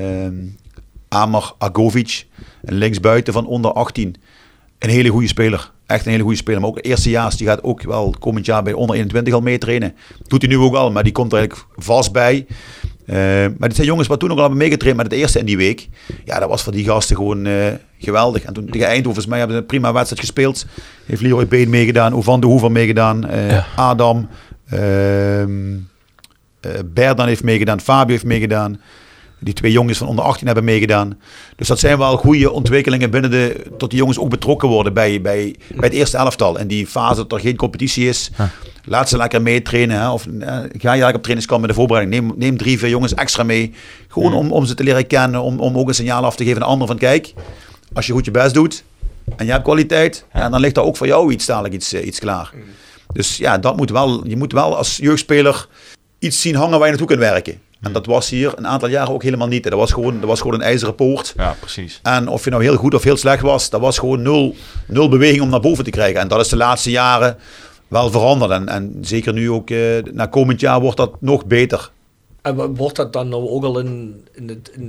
Amar Agovic, een linksbuiten van onder achttien. Een hele goede speler. Echt een hele goede speler. Maar ook eerstejaars, die gaat ook wel komend jaar bij onder eenentwintig al meetrainen. Doet hij nu ook al, maar die komt er eigenlijk vast bij. Uh, maar dit zijn jongens wat toen ook al hebben meegetraind met het eerste in die week. Ja, dat was voor die gasten gewoon uh, geweldig. En toen tegen Eindhoven, volgens mij hebben ze een prima wedstrijd gespeeld. Heeft Leroy Been meegedaan, Ovan de Hoever meegedaan, uh, ja. Adam, uh, uh, Berdan heeft meegedaan, Fabio heeft meegedaan. Die twee jongens van onder achttien hebben meegedaan. Dus dat zijn wel goede ontwikkelingen binnen de... tot die jongens ook betrokken worden bij, bij, bij het eerste elftal. En die fase dat er geen competitie is. Huh. Laat ze lekker meetrainen. Hè? Of uh, ga je lekker op trainingskamp met de voorbereiding. Neem, neem drie, vier jongens extra mee. Gewoon hmm. om, om ze te leren kennen. Om, om ook een signaal af te geven aan anderen van... Kijk, als je goed je best doet en je hebt kwaliteit... Ja, dan ligt daar ook voor jou iets dadelijk iets, uh, iets klaar. Hmm. Dus ja, dat moet wel... Je moet wel als jeugdspeler iets zien hangen waar je naartoe kunt werken. En dat was hier een aantal jaren ook helemaal niet. Dat was gewoon, dat was gewoon een ijzeren poort. Ja, precies. En of je nou heel goed of heel slecht was, dat was gewoon nul, nul beweging om naar boven te krijgen. En dat is de laatste jaren wel veranderd. En, en zeker nu ook, uh, na komend jaar wordt dat nog beter. En wordt dat dan nou ook al in, in, het, in het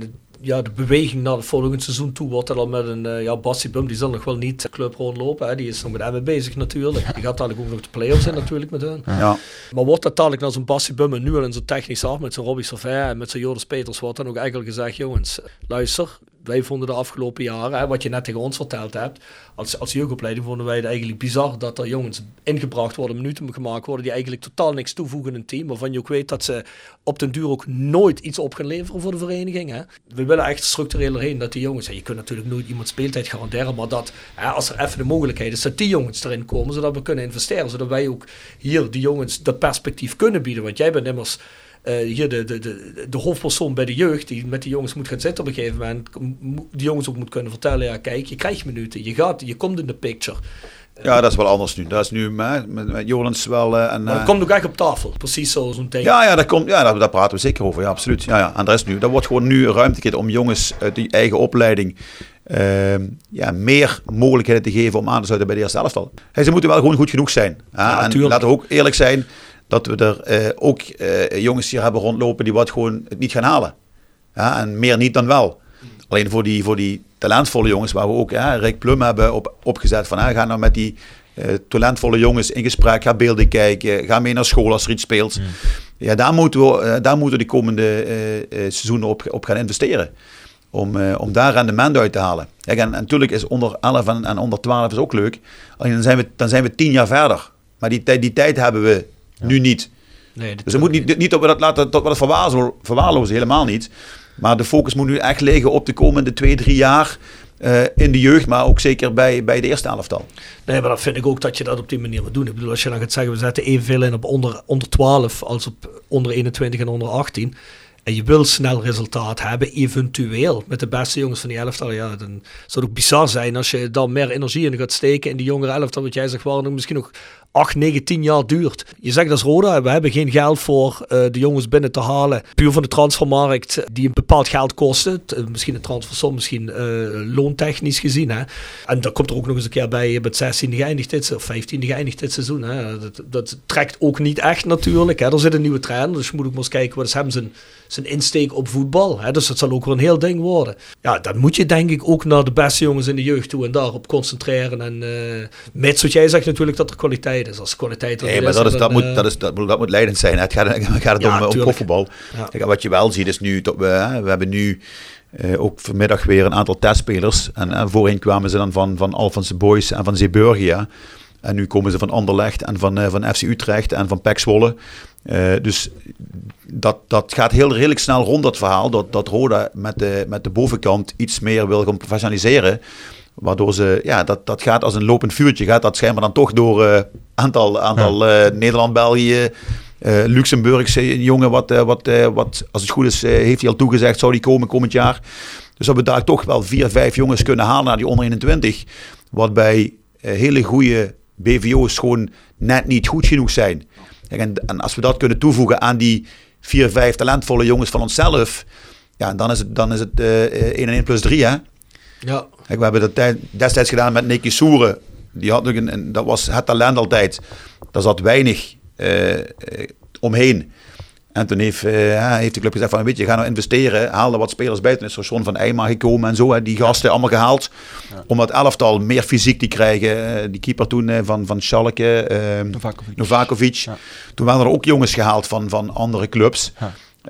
ja, de beweging naar het volgende seizoen toe wordt er al met een uh, ja, Bassie Bum, die zal nog wel niet de club rondlopen. Hè. Die is nog met M W bezig natuurlijk. Die gaat dadelijk ook nog de play-offs in natuurlijk met hun. Ja. Maar wordt dat dadelijk naar zo'n Bassie Bum en nu al in zo'n technisch af met zo'n Robbie Servet en met zo'n Joris Peters, wordt dan ook eigenlijk gezegd, jongens, luister, wij vonden de afgelopen jaren, hè, wat je net tegen ons verteld hebt, als, als jeugdopleiding vonden wij het eigenlijk bizar dat er jongens ingebracht worden, minuten gemaakt worden, die eigenlijk totaal niks toevoegen in een team, waarvan je ook weet dat ze op den duur ook nooit iets op gaan leveren voor de vereniging. Hè. We willen echt structureel erheen dat die jongens, je kunt natuurlijk nooit iemand speeltijd garanderen, maar dat hè, als er even de mogelijkheid is dat die jongens erin komen, zodat we kunnen investeren, zodat wij ook hier die jongens dat perspectief kunnen bieden, want jij bent immers Uh, hier de, de, de, de hoofdpersoon bij de jeugd die met die jongens moet gaan zitten op een gegeven moment, die jongens ook moet kunnen vertellen, ja kijk, je krijgt minuten, je gaat, je komt in de picture. Ja, dat is wel anders nu. Dat is nu met, met, met Jolens wel... Uh, en, maar dat uh, komt ook echt op tafel, precies zo, zo'n ding. Ja, ja, dat komt, ja daar, daar praten we zeker over, ja, absoluut. Ja, ja. En dat is nu, dat wordt gewoon nu ruimte gegeven om jongens uit die eigen opleiding uh, ja, meer mogelijkheden te geven om aan te sluiten bij de eerste elftal. Hey, ze moeten wel gewoon goed genoeg zijn. Ja, en laten we ook eerlijk zijn, dat we er uh, ook uh, jongens hier hebben rondlopen die wat gewoon het niet gaan halen. Ja, en meer niet dan wel. Alleen voor die, voor die talentvolle jongens, waar we ook ja, Rick Plum hebben op, opgezet van, hè, ga nou met die uh, talentvolle jongens in gesprek, ga beelden kijken, ga mee naar school als er iets speelt. Mm. Ja, daar moeten we, uh, daar moeten we de komende uh, uh, seizoenen op, op gaan investeren. Om, uh, om daar rendement uit te halen. Kijk, en, en natuurlijk is onder elf en, en onder twaalf is ook leuk. Alleen dan zijn we, dan zijn we tien jaar verder. Maar die, die tijd hebben we ja. nu niet. Nee, dus het moet niet, niet dat we dat laten tot we dat verwaarlozen, verwaarlozen, helemaal niet. Maar de focus moet nu echt liggen op de komende twee, drie jaar uh, in de jeugd, maar ook zeker bij, bij de eerste elftal. Nee, maar dan vind ik ook dat je dat op die manier moet doen. Ik bedoel, als je dan gaat zeggen, we zetten evenveel in op onder, onder twaalf als op onder eenentwintig en onder achttien. En je wil snel resultaat hebben, eventueel, met de beste jongens van die elftal. Ja, dan zou het ook bizar zijn als je dan meer energie in gaat steken in die jongere elftal. Wat jij zegt, waar het misschien nog acht, negen, tien jaar duurt. Je zegt als Roda, we hebben geen geld voor uh, de jongens binnen te halen. Puur van de transfermarkt, die een bepaald geld kosten. Uh, misschien een transfersom, misschien uh, loontechnisch gezien. Hè. En dan komt er ook nog eens een keer bij, met zestiende geëindigd dit, of vijftiende geëindigd dit seizoen. Hè. Dat, dat trekt ook niet echt natuurlijk. Hè. Er zit een nieuwe trainer, dus je moet ook maar eens kijken, wat is hem zijn, zijn insteek op voetbal. Hè. Dus dat zal ook weer een heel ding worden. Ja, dan moet je denk ik ook naar de beste jongens in de jeugd toe en daarop concentreren. En uh, met zoals jij zegt natuurlijk dat er kwaliteit is. Als kwaliteit nee, maar dat, is, dat, moet, dat, is, dat, dat moet leidend zijn. Het gaat, het gaat ja, om, om profvoetbal. Ja. Kijk, wat je wel ziet is nu, dat we, hè, we hebben nu uh, ook vanmiddag weer een aantal testspelers. En, en voorheen kwamen ze dan van, van Alphense Boys en van Zeeburgia. En nu komen ze van Anderlecht en van, uh, van F C Utrecht en van P E C Zwolle. Uh, dus dat, dat gaat heel redelijk snel rond, dat verhaal. Dat, dat Roda met de, met de bovenkant iets meer wil gaan professionaliseren. Waardoor ze, ja, dat, dat gaat als een lopend vuurtje. Gaat dat schijnbaar dan toch door een uh, aantal, aantal ja. uh, Nederland, België, uh, Luxemburgse jongen. Wat, uh, wat, uh, wat, als het goed is, uh, heeft hij al toegezegd, zou die komen komend jaar. Dus dat we daar toch wel vier, vijf jongens kunnen halen naar die onder eenentwintig. Wat bij uh, hele goede B V O's gewoon net niet goed genoeg zijn. Kijk, en, en als we dat kunnen toevoegen aan die vier, vijf talentvolle jongens van onszelf. Ja, dan is het, dan is het uh, één en één plus drie, hè. Ja. Kijk, we hebben dat tijd, destijds gedaan met Nicky Soeren. Die had nog een, een, dat was het talent altijd. Daar zat weinig uh, uh, omheen. En toen heeft, uh, heeft de club gezegd van, weet je, ga nou investeren. Haal er wat spelers bij. Toen is er John van Eijma gekomen en zo. Hè, die gasten allemaal gehaald. Ja. Om dat elftal meer fysiek te krijgen. Uh, die keeper toen uh, van, van Schalke. Uh, Novakovic. Novakovic. Ja. Toen waren er ook jongens gehaald van, van andere clubs. Ja.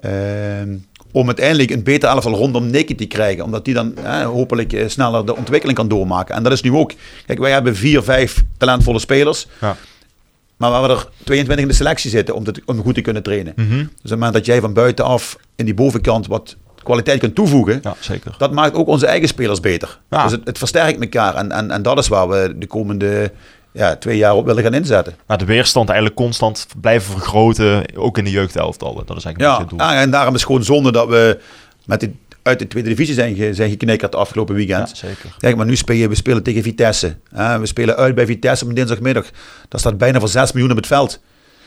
Uh, om uiteindelijk een beter elftal rondom Nicky te krijgen. Omdat die dan eh, hopelijk eh, sneller de ontwikkeling kan doormaken. En dat is nu ook. Kijk, wij hebben vier, vijf talentvolle spelers. Ja. Maar we hebben er tweeëntwintig in de selectie zitten om, te, om goed te kunnen trainen. Mm-hmm. Dus op het moment dat jij van buitenaf in die bovenkant wat kwaliteit kunt toevoegen. Ja, zeker. Dat maakt ook onze eigen spelers beter. Ja. Dus het, het versterkt elkaar. En, en, en dat is waar we de komende ja, twee jaar op willen gaan inzetten. Maar de weerstand eigenlijk constant blijven vergroten. Ook in de jeugdelftallen. Dat is eigenlijk ja, een beetje het doel. Ja, en daarom is het gewoon zonde dat we met de, uit de tweede divisie zijn, ge, zijn geknikkerd de afgelopen weekend. Ja, zeker. Kijk, maar nu spelen we spelen tegen Vitesse. Ja, we spelen uit bij Vitesse op dinsdagmiddag. Dat staat bijna voor zes miljoen op het veld.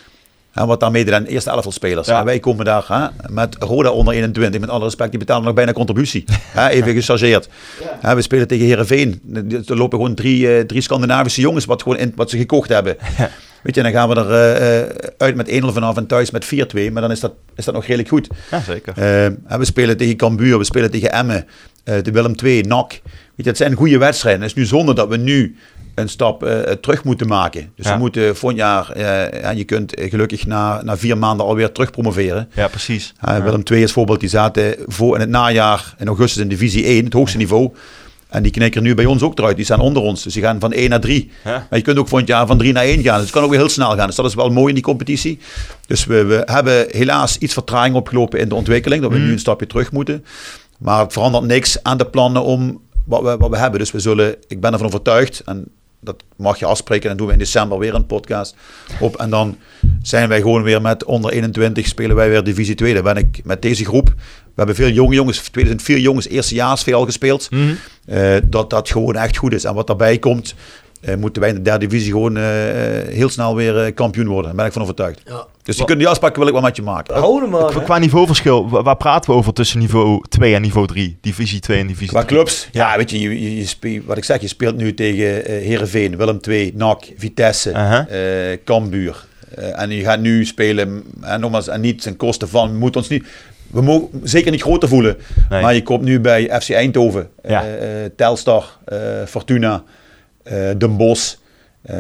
Ja, wat daarmee de eerste elftal spelers. Ja. En wij komen daar hè, met Roda onder eenentwintig. Met alle respect, die betalen nog bijna contributie. Hè, even gechargeerd. Ja. Ja, we spelen tegen Heerenveen. Er lopen gewoon drie, uh, drie Scandinavische jongens wat, gewoon in, wat ze gekocht hebben. Ja. Weet je, dan gaan we er uh, uit met één nul vanaf en thuis met vier twee. Maar dan is dat, is dat nog redelijk goed. Ja, zeker. Uh, we spelen tegen Cambuur, we spelen tegen Emmen, uh, de Willem twee, N A C. Weet je, dat zijn goede wedstrijden. Het is nu zonde dat we nu een stap uh, terug moeten maken. Dus ja. we moeten volgend jaar, uh, ja, je kunt gelukkig na, na vier maanden alweer terug promoveren. Ja, precies. Uh, ja. Willem twee is voorbeeld, die zaten voor in het najaar in augustus in divisie één, het hoogste niveau. En die knikken nu bij ons ook eruit. Die staan onder ons. Dus die gaan van één naar drie. Ja. Maar je kunt ook volgend jaar van drie naar één gaan. Dus het kan ook weer heel snel gaan. Dus dat is wel mooi in die competitie. Dus we, we hebben helaas iets vertraging opgelopen in de ontwikkeling. Dat we mm. nu een stapje terug moeten. Maar het verandert niks aan de plannen om wat we, wat we hebben. Dus we zullen, ik ben ervan overtuigd. En dat mag je afspreken. En dan doen we in december weer een podcast op. En dan zijn wij gewoon weer met onder eenentwintig spelen wij weer divisie twee. Dan ben ik met deze groep. We hebben veel jonge jongens, tweeduizend vier jongens, eerstejaars veel gespeeld. Mm-hmm. Uh, dat dat gewoon echt goed is. En wat daarbij komt, uh, moeten wij in de derde divisie gewoon uh, heel snel weer uh, kampioen worden. Daar ben ik van overtuigd. Ja. Dus die, die afspraken wil ik wel met je maken. Houden maar. Qua, qua niveauverschil, waar praten we over tussen niveau twee en niveau drie? Divisie twee en divisie qua drie? Clubs? Ja, weet je, je, je speelt, wat ik zeg, je speelt nu tegen uh, Heerenveen, Willem twee, N A C, Vitesse, uh-huh. uh, Cambuur. Uh, en je gaat nu spelen, en nogmaals, en niet ten koste van, we moeten ons niet... We mogen zeker niet groter voelen, nee. Maar je komt nu bij F C Eindhoven, ja. uh, uh, Telstar, uh, Fortuna, uh, Den Bosch, uh,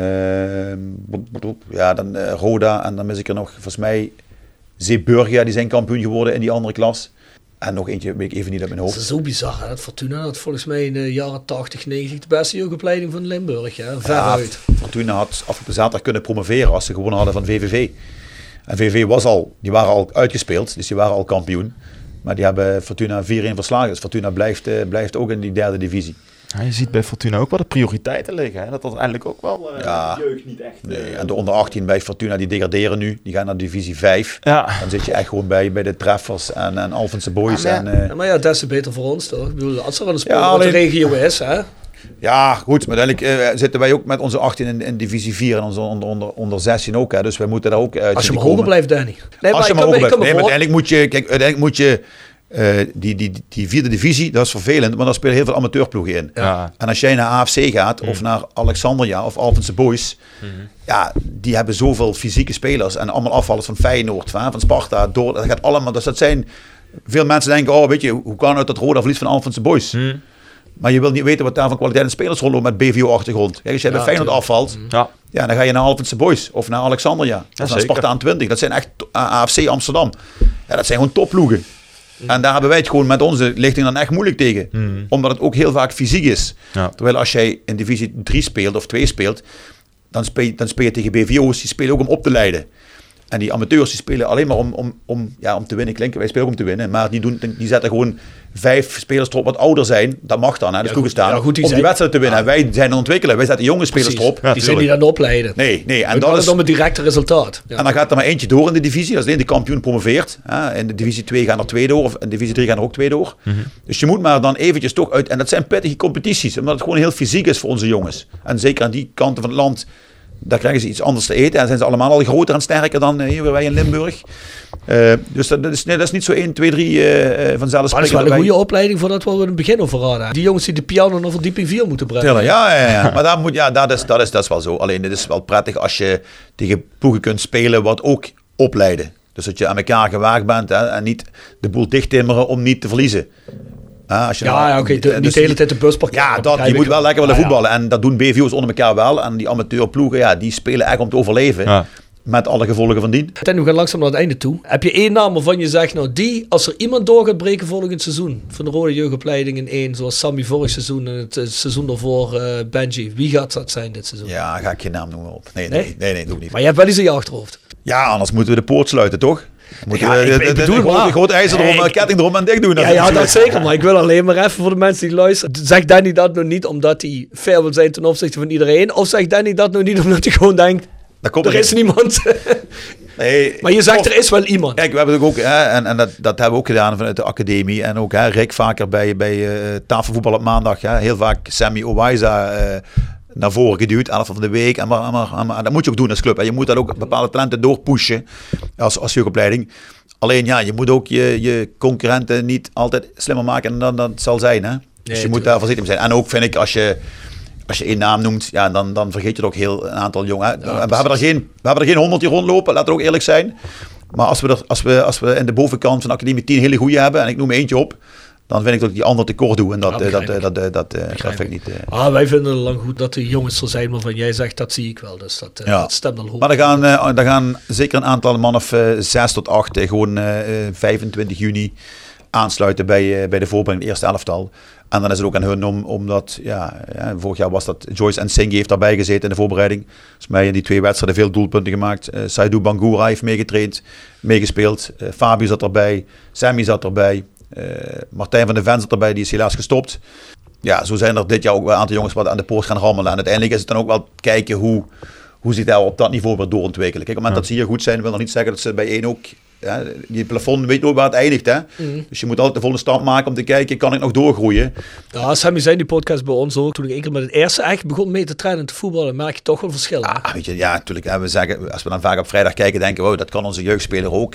ja, dan uh, Roda en dan mis ik er nog, volgens mij, Zeeburgia, die zijn kampioen geworden in die andere klas. En nog eentje, weet ik even niet uit mijn hoofd. Dat is zo bizar, hè? Dat Fortuna had volgens mij in de jaren tachtig, negentig de beste jeugdopleiding van Limburg, ja, veruit. Ja, Fortuna had afgelopen zaterdag kunnen promoveren als ze gewonnen hadden van V V V. En V V V was al, die waren al uitgespeeld, dus die waren al kampioen. Maar die hebben Fortuna vier-een verslagen. Dus Fortuna blijft, uh, blijft ook in die derde divisie. Ja, je ziet bij Fortuna ook wel de prioriteiten liggen. Hè? Dat dat eigenlijk ook wel uh, ja, de jeugd niet echt... Uh, nee, en de onder achttien bij Fortuna, die degraderen nu. Die gaan naar divisie vijf. Ja. Dan zit je echt gewoon bij, bij de Treffers en, en Alphense Boys. Ja, maar, en, uh, ja, maar ja, des te beter voor ons toch? Ik bedoel, als er wel een sport ja, de regio is, hè? Ja, goed, maar uiteindelijk uh, zitten wij ook met onze achttien in, in divisie vier en onze onder, onder, onder zestien ook. Hè, dus wij moeten daar ook uit. Als je maar hoger blijft, Danny. Nee, als je maar hoger blijft. Nee, maar uiteindelijk moet je, kijk, uiteindelijk moet je uh, die, die, die vierde divisie, dat is vervelend, maar daar spelen heel veel amateurploegen in. Ja. En als jij naar A F C gaat, mm. of naar Alexandria of Alphense Boys, mm-hmm. ja, die hebben zoveel fysieke spelers en allemaal afvallers van Feyenoord, van, van Sparta, door, dat gaat allemaal, dus dat zijn, veel mensen denken, oh weet je, hoe kan het dat Roda verliest van Alphense Boys? Mm. Maar je wilt niet weten wat daar van kwaliteit en spelers rondlopen met B V O-achtergrond. Kijk, als jij ja, bij Feyenoord afvalt, ja. ja, dan ga je naar Alphense Boys of naar Alexandria. Ja, of naar Spartaan twintig. Dat zijn echt A F C Amsterdam. Ja, dat zijn gewoon topploegen. Mm. En daar hebben wij het gewoon met onze lichting dan echt moeilijk tegen. Mm. Omdat het ook heel vaak fysiek is. Ja. Terwijl als jij in divisie drie speelt of twee speelt, dan speel, dan speel je tegen B V O's, die spelen ook om op te leiden. En die amateurs die spelen alleen maar om, om, om, ja, om te winnen. Klinken, wij spelen ook om te winnen. Maar die, doen, die zetten gewoon vijf spelers erop wat ouder zijn. Dat mag dan, hè, dat is ja, toegestaan. Ja, goed, die om zijn, die wedstrijd te winnen. Ja. Wij zijn aan ontwikkelen. Wij zetten jonge spelers Precies. erop. Ja, die zijn niet aan het opleiden. Nee, nee. En dat is dan het directe resultaat. Ja. En dan gaat er maar eentje door in de divisie. Dat is alleen de kampioen promoveert. In de divisie twee gaan er twee door. Of in divisie drie gaan er ook twee door. Mm-hmm. Dus je moet maar dan eventjes toch uit. En dat zijn pittige competities. Omdat het gewoon heel fysiek is voor onze jongens. En zeker aan die kanten van het land. Daar krijgen ze iets anders te eten. En zijn ze allemaal al groter en sterker dan hier bij wij in Limburg. Uh, dus dat, dat, is, nee, dat is niet zo één, twee, drie uh, vanzelfsprekend. Maar dat is wel een goede opleiding voordat we in het begin over hadden. Die jongens die de piano naar verdieping vier moeten brengen. Ja, ja, ja, ja. Maar dat, moet, ja, dat, is, dat, is, dat is wel zo. Alleen het is wel prettig als je tegen ploegen kunt spelen wat ook opleiden. Dus dat je aan elkaar gewaagd bent hè, en niet de boel dichttimmeren om niet te verliezen. Uh, als je ja, nou, ja oké, okay, niet dus de hele tijd de bus parkeren. Ja, dat, je moet wel lekker willen ah, voetballen. Ja. En dat doen B V O's onder elkaar wel. En die amateurploegen, ja, die spelen echt om te overleven. Ja. Met alle gevolgen van dien. En we gaan langzaam naar het einde toe. Heb je één naam waarvan je zegt, nou die, als er iemand door gaat breken volgend seizoen, van de Rode Jeugdopleiding in één, zoals Sammy vorig seizoen en het, het seizoen daarvoor uh, Benji. Wie gaat dat zijn dit seizoen? Ja, ga ik geen naam noemen op. Nee, nee, nee, nee, nee doe ik niet. Maar je hebt wel iets in je achterhoofd. Ja, anders moeten we de poort sluiten, toch? Moet ja, je ik, ik bedoel, de, de, de groot ijzer erom, nee, ketting erom en dicht doen. Ja, ja, dat zeker. Maar ik wil alleen maar even voor de mensen die luisteren. Zegt Danny dat nog niet omdat hij fair wil zijn ten opzichte van iedereen? Of zegt Danny dat nog niet omdat hij gewoon denkt, er, er is niemand? Nee, maar je zegt, of, er is wel iemand. Kijk, we hebben het ook, hè, en, en dat, dat hebben we ook gedaan vanuit de academie. En ook hè, Rick vaker bij, bij uh, tafelvoetbal op maandag. Hè, heel vaak Sammy Owaiza uh, naar voren geduwd, elf van de week. En, maar, maar, maar, dat moet je ook doen als club. En je moet dat ook bepaalde talenten doorpushen als, als jeugdopleiding. Alleen ja, je moet ook je, je concurrenten niet altijd slimmer maken dan dat zal zijn. Hè? Dus nee, je moet daar voorzichtig mee zijn. En ook vind ik, als je, als je één naam noemt, ja, dan, dan vergeet je er ook heel een aantal jongen. Ja, we, hebben er geen, we hebben er geen honderd die rondlopen, laten we ook eerlijk zijn. Maar als we, er, als, we, als we in de bovenkant van de academie tien hele goede hebben, en ik noem eentje op, dan vind ik dat ik die ander tekort doe. En dat, ja, dat, dat, dat, dat, dat, dat vind ik niet. Uh... Ah, wij vinden het lang goed dat de jongens er zijn, waarvan jij zegt, dat zie ik wel. Dus dat, uh, ja. dat stemt al hoog. Maar er gaan, uh, er gaan zeker een aantal man of uh, zes tot acht, uh, gewoon uh, vijfentwintig juni aansluiten bij, uh, bij de voorbereiding, het eerste elftal. En dan is het ook aan hun om, omdat, ja, ja, vorig jaar was dat Joyce en Singh heeft daarbij gezeten in de voorbereiding. Volgens mij in die twee wedstrijden veel doelpunten gemaakt. Uh, Saidou Bangura heeft meegetraind, meegespeeld. Uh, Fabio zat erbij, Sammy zat erbij. Uh, Martijn van de Ven zat erbij, die is helaas gestopt. Ja, zo zijn er dit jaar ook wel een aantal jongens wat aan de poort gaan rammelen. En uiteindelijk is het dan ook wel kijken hoe, hoe zich daar op dat niveau weer doorontwikkelen. Kijk, op het moment ja. dat ze hier goed zijn, wil nog niet zeggen dat ze bij één ook... Ja, die plafond weet nooit waar het eindigt. Hè? Mm. Dus je moet altijd de volgende stap maken om te kijken, kan ik nog doorgroeien? Ja, Sammy zei die podcast bij ons ook. Toen ik één keer met het eerste echt begon mee te trainen en te voetballen, merk je toch wel verschil. Ah, weet je, ja, natuurlijk. Hè, we zeggen, als we dan vaak op vrijdag kijken, denken we, wow, dat kan onze jeugdspeler ook.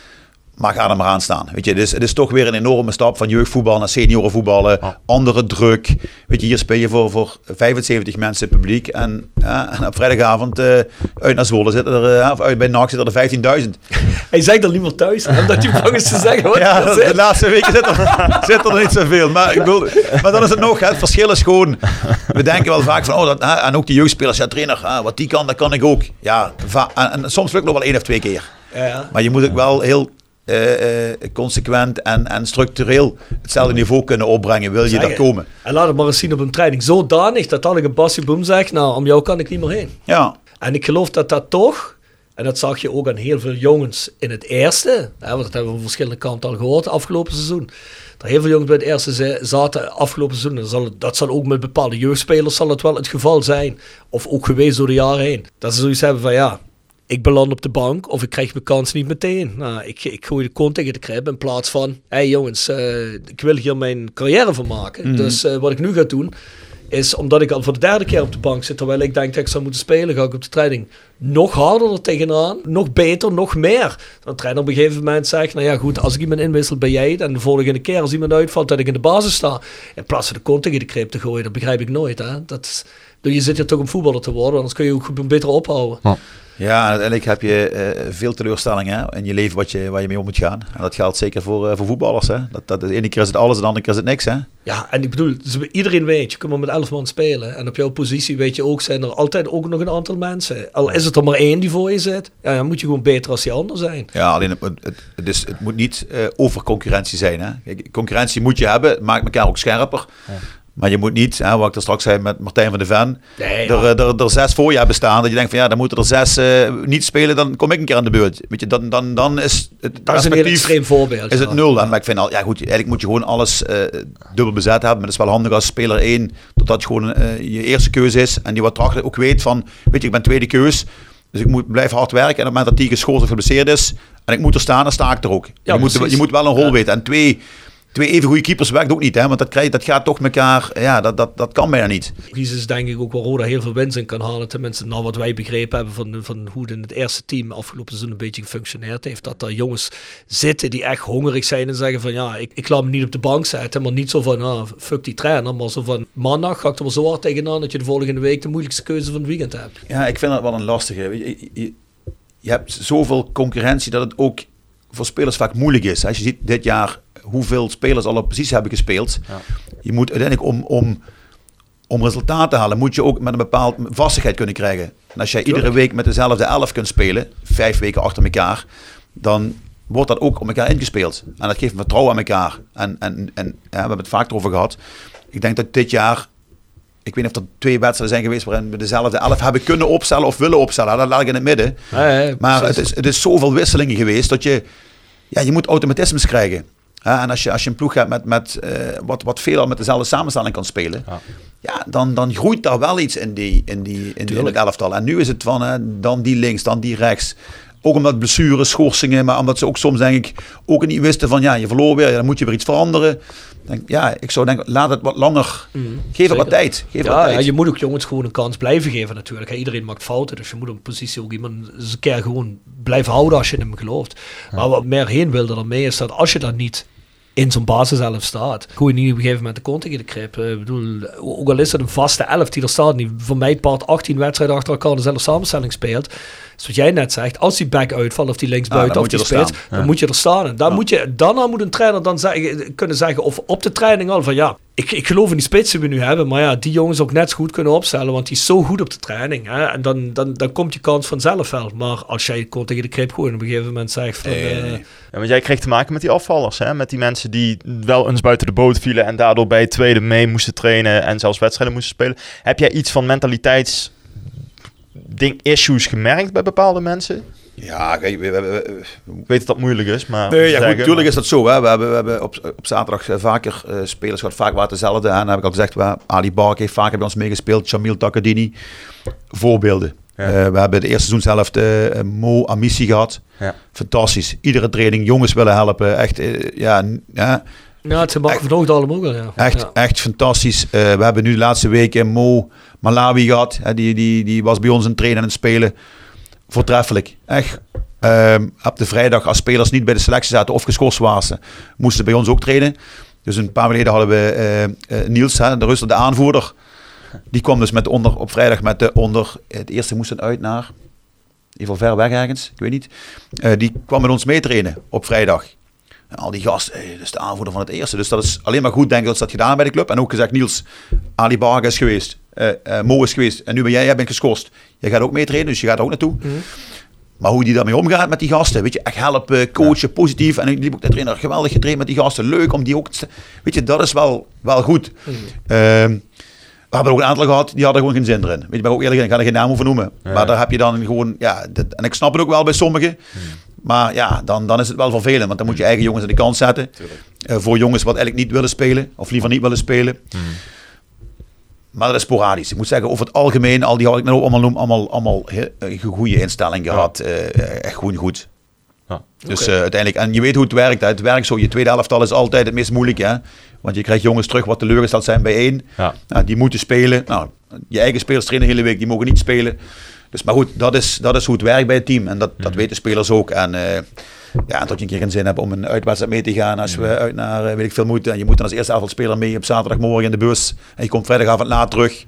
Maar ga er maar aan staan. Weet je, het is, het is toch weer een enorme stap van jeugdvoetbal naar seniorenvoetballen. Oh. Andere druk. Weet je, hier speel je voor, voor vijfenzeventig mensen publiek. En, ja, en op vrijdagavond uh, uit naar Zwolle zitten er, uh, of uit bij N A C zitten er vijftienduizend. Hij zegt er niet meer thuis, hè, omdat hij bang is te zeggen. Wat ja, de laatste weken zit er, zit er niet zoveel. Maar, ik bedoel, maar dan is het nog, hè, het verschil is gewoon... We denken wel vaak van, oh, dat, hè, en ook die jeugdspelers, ja, trainer, hè, wat die kan, dat kan ik ook. Ja, va- en, en soms lukt nog wel één of twee keer. Ja. Maar je moet ook wel heel... Uh, uh, consequent en, en structureel hetzelfde niveau kunnen opbrengen, wil je daar komen. En laat het maar eens zien op een training. Zodanig dat alle Bassie Boom zegt, nou, om jou kan ik niet meer heen. Ja. En ik geloof dat dat toch, en dat zag je ook aan heel veel jongens in het eerste, hè, want dat hebben we van verschillende kanten al gehoord afgelopen seizoen, dat heel veel jongens bij het eerste zaten afgelopen seizoen. Dat zal, dat zal ook met bepaalde jeugdspelers zal het wel het geval zijn, of ook geweest door de jaren heen. Dat ze zoiets hebben van, ja, ik beland op de bank of ik krijg mijn kans niet meteen. Nou, ik, ik gooi de kont tegen de krib in plaats van... Hé hey jongens, uh, ik wil hier mijn carrière van maken. Mm-hmm. Dus uh, wat ik nu ga doen is, omdat ik al voor de derde keer op de bank zit, terwijl ik denk dat ik zou moeten spelen, ga ik op de training nog harder er tegenaan, nog beter, nog meer. Dan de trainer op een gegeven moment zegt, nou ja goed, als ik iemand inwissel ben jij, dan de volgende keer als iemand uitvalt dat ik in de basis sta. In plaats van de kont tegen de krib te gooien, dat begrijp ik nooit. Hè? Dat is, je zit hier toch om voetballer te worden, anders kun je ook beter ophouden. Ja. Ja, uiteindelijk heb je uh, veel teleurstellingen in je leven wat je, waar je mee om moet gaan. En dat geldt zeker voor, uh, voor voetballers. Hè? Dat, dat, de ene keer is het alles en de andere keer is het niks. Hè? Ja, en ik bedoel, iedereen weet, je kunt maar met elf man spelen. En op jouw positie weet je ook, zijn er altijd ook nog een aantal mensen. Al is het er maar één die voor je zit, ja, dan moet je gewoon beter als die ander zijn. Ja, alleen het, het, het, is, het moet niet uh, over concurrentie zijn. Hè? Kijk, concurrentie moet je hebben, het maakt elkaar ook scherper. Ja. Maar je moet niet, hè, wat ik er straks zei met Martijn van de Ven, nee, ja. er, er, er zes voor je hebben staan. Dat je denkt van ja, dan moeten er zes uh, niet spelen, dan kom ik een keer aan de beurt. Weet je, dan, dan, dan is het dat is een heel extreem voorbeeld. Is het nul. En maar ik vind al, ja goed, eigenlijk moet je gewoon alles uh, dubbel bezet hebben. Maar het is wel handig als speler één, totdat je gewoon uh, je eerste keuze is. En die wat tracht ook weet van, weet je, ik ben tweede keus. Dus ik moet blijven hard werken. En op het moment dat die geschorst of geblesseerd is, en ik moet er staan, dan sta ik er ook. Ja, je, moet, je moet wel een rol ja. weten. En twee... Twee even goede keepers werkt ook niet, hè? Want dat, krijg, dat gaat toch elkaar, ja, dat, dat, dat kan bijna niet. Kies is denk ik ook waar Roda heel veel winst in kan halen. Tenminste, nou wat wij begrepen hebben van, van hoe het in het eerste team afgelopen seizoen een beetje gefunctioneerd heeft. Dat er jongens zitten die echt hongerig zijn en zeggen van ja, ik, ik laat me niet op de bank zetten. Maar niet zo van, ah, fuck die trainer. Maar zo van, maandag ga ik er wel zo hard tegenaan dat je de volgende week de moeilijkste keuze van het weekend hebt. Ja, ik vind dat wel een lastige. Je, je, je hebt zoveel concurrentie dat het ook voor spelers vaak moeilijk is. Als je ziet dit jaar hoeveel spelers al op positie hebben gespeeld. Ja. Je moet uiteindelijk om, om, om resultaten te halen, moet je ook met een bepaalde vastigheid kunnen krijgen. En als jij iedere week met dezelfde elf kunt spelen, vijf weken achter elkaar, dan wordt dat ook op elkaar ingespeeld. En dat geeft vertrouwen aan elkaar. En, en, en ja, we hebben het vaak erover gehad. Ik denk dat dit jaar, ik weet niet of er twee wedstrijden zijn geweest waarin we dezelfde elf hebben kunnen opstellen of willen opstellen. Dat laat ik in het midden. Ja, ja, maar het is, het is zoveel wisselingen geweest dat je, ja, je moet automatismes krijgen. Ja, en als je, als je een ploeg hebt met, met, uh, wat, wat veelal met dezelfde samenstelling kan spelen, ja. Ja, dan, dan groeit daar wel iets in, die, in, die, in, die, in het elftal. En nu is het van, uh, dan die links, dan die rechts. Ook omdat blessures, schorsingen, maar omdat ze ook soms denk ik ook niet wisten van ja, je verloor weer, dan moet je weer iets veranderen. Denk, ja, ik zou denken, laat het wat langer, mm, geef het wat tijd. Geef ja, wat tijd. Ja, je moet ook jongens gewoon een kans blijven geven natuurlijk. Ja, iedereen maakt fouten, dus je moet op een positie ook iemand eens een keer gewoon blijven houden als je in hem gelooft. Ja. Maar wat meer heen wilde ermee is dat als je dat niet in zo'n basiself staat. Gooi niet op een gegeven moment de kont tegen de krip. Ik bedoel, ook al is het een vaste elf die er staat, die voor mij part achttien wedstrijden achter elkaar dezelfde samenstelling speelt. Dus wat jij net zegt, als die back uitvalt of die linksbuiten ja, of die speelt, spits, dan ja. moet je er staan. En dan ja. moet je, daarna moet een trainer dan zeggen, kunnen zeggen, of op de training al van ja, ik, ik geloof in die spits die we nu hebben, maar ja, die jongens ook net zo goed kunnen opstellen, want die is zo goed op de training. Hè? En dan, dan, dan komt je kans vanzelf wel. Maar als jij gewoon tegen de krip gooit en op een gegeven moment zegt van... Nee, uh, nee. Ja, want jij kreeg te maken met die afvallers, hè? Met die mensen die wel eens buiten de boot vielen en daardoor bij het tweede mee moesten trainen en zelfs wedstrijden moesten spelen. Heb jij iets van mentaliteits... ding issues gemerkt bij bepaalde mensen? Ja, kijk, we, we, we, ik weet dat dat moeilijk is, maar... Nee, ja, zeggen, goed, natuurlijk maar... is dat zo. Hè. We hebben, we hebben op, op zaterdag uh, vaker uh, spelers gehad, vaak waren hetzelfde. En dan heb ik al gezegd, we, Ali Bark heeft vaker bij ons meegespeeld, Jamil Takadini. Voorbeelden. Ja. Uh, we hebben de eerste seizoenshelft uh, Mo Amissi gehad. Ja. Fantastisch. Iedere training jongens willen helpen. Echt, uh, ja... ja Ja, het zijn bakken vanochtend allemaal ook al, ja. Echt, ja. echt fantastisch. Uh, we hebben nu de laatste weken Mo Malawi gehad. Uh, die, die, die was bij ons een trainen en het spelen. Voortreffelijk. Echt. Uh, op de vrijdag, als spelers niet bij de selectie zaten of geschorst waren, moesten bij ons ook trainen. Dus een paar weken geleden hadden we uh, uh, Niels, hè, de Russer, de aanvoerder. Die kwam dus met onder, op vrijdag met de onder. Het eerste moest het uit naar, in ieder geval ver weg ergens, ik weet niet. Uh, die kwam met ons mee trainen op vrijdag. En al die gasten, hey, dat is de aanvoerder van het eerste. Dus dat is alleen maar goed, denk ik, dat ze dat gedaan bij de club. En ook gezegd, Niels, Ali Barga is geweest. Uh, uh, Mo is geweest. En nu ben jij, jij bent geschorst. Jij gaat ook mee trainen, dus je gaat er ook naartoe. Mm-hmm. Maar hoe die daarmee omgaat met die gasten, weet je, echt helpen, coachen, ja. positief. En die ook de trainer geweldig getraind met die gasten. Leuk om die ook te... Weet je, dat is wel, wel goed. Mm-hmm. Uh, we hebben ook een aantal gehad, die hadden gewoon geen zin erin. Weet je, ik ben ook eerlijk, ik ga er geen naam over noemen. Ja. Maar daar heb je dan gewoon, ja, dat, en ik snap het ook wel bij sommigen. Mm. Maar ja, dan, dan is het wel vervelend, want dan moet je eigen jongens aan de kant zetten. Uh, voor jongens wat eigenlijk niet willen spelen, of liever niet willen spelen. Mm. Maar dat is sporadisch. Ik moet zeggen, over het algemeen, al die had ik nou allemaal noem, allemaal, allemaal een goede instelling gehad. Ja. Uh, echt gewoon goed. Ja. Dus okay. uh, uiteindelijk, en je weet hoe het werkt. Hè. Het werkt zo, je tweede elftal is altijd het meest moeilijke. Hè. Want je krijgt jongens terug wat teleurgesteld zijn bij één. Ja. Nou, die moeten spelen. Nou, je eigen spelers trainen de hele week, die mogen niet spelen. Dus, maar goed, dat is, dat is hoe het werkt bij het team. En dat, dat weten spelers ook. En uh, ja, en tot je een keer geen zin hebt om een uitwedstrijd mee te gaan. Als we uit naar, uh, weet ik veel, moeten. En je moet dan als eerste elftalspeler mee op zaterdagmorgen in de bus. En je komt vrijdagavond laat terug.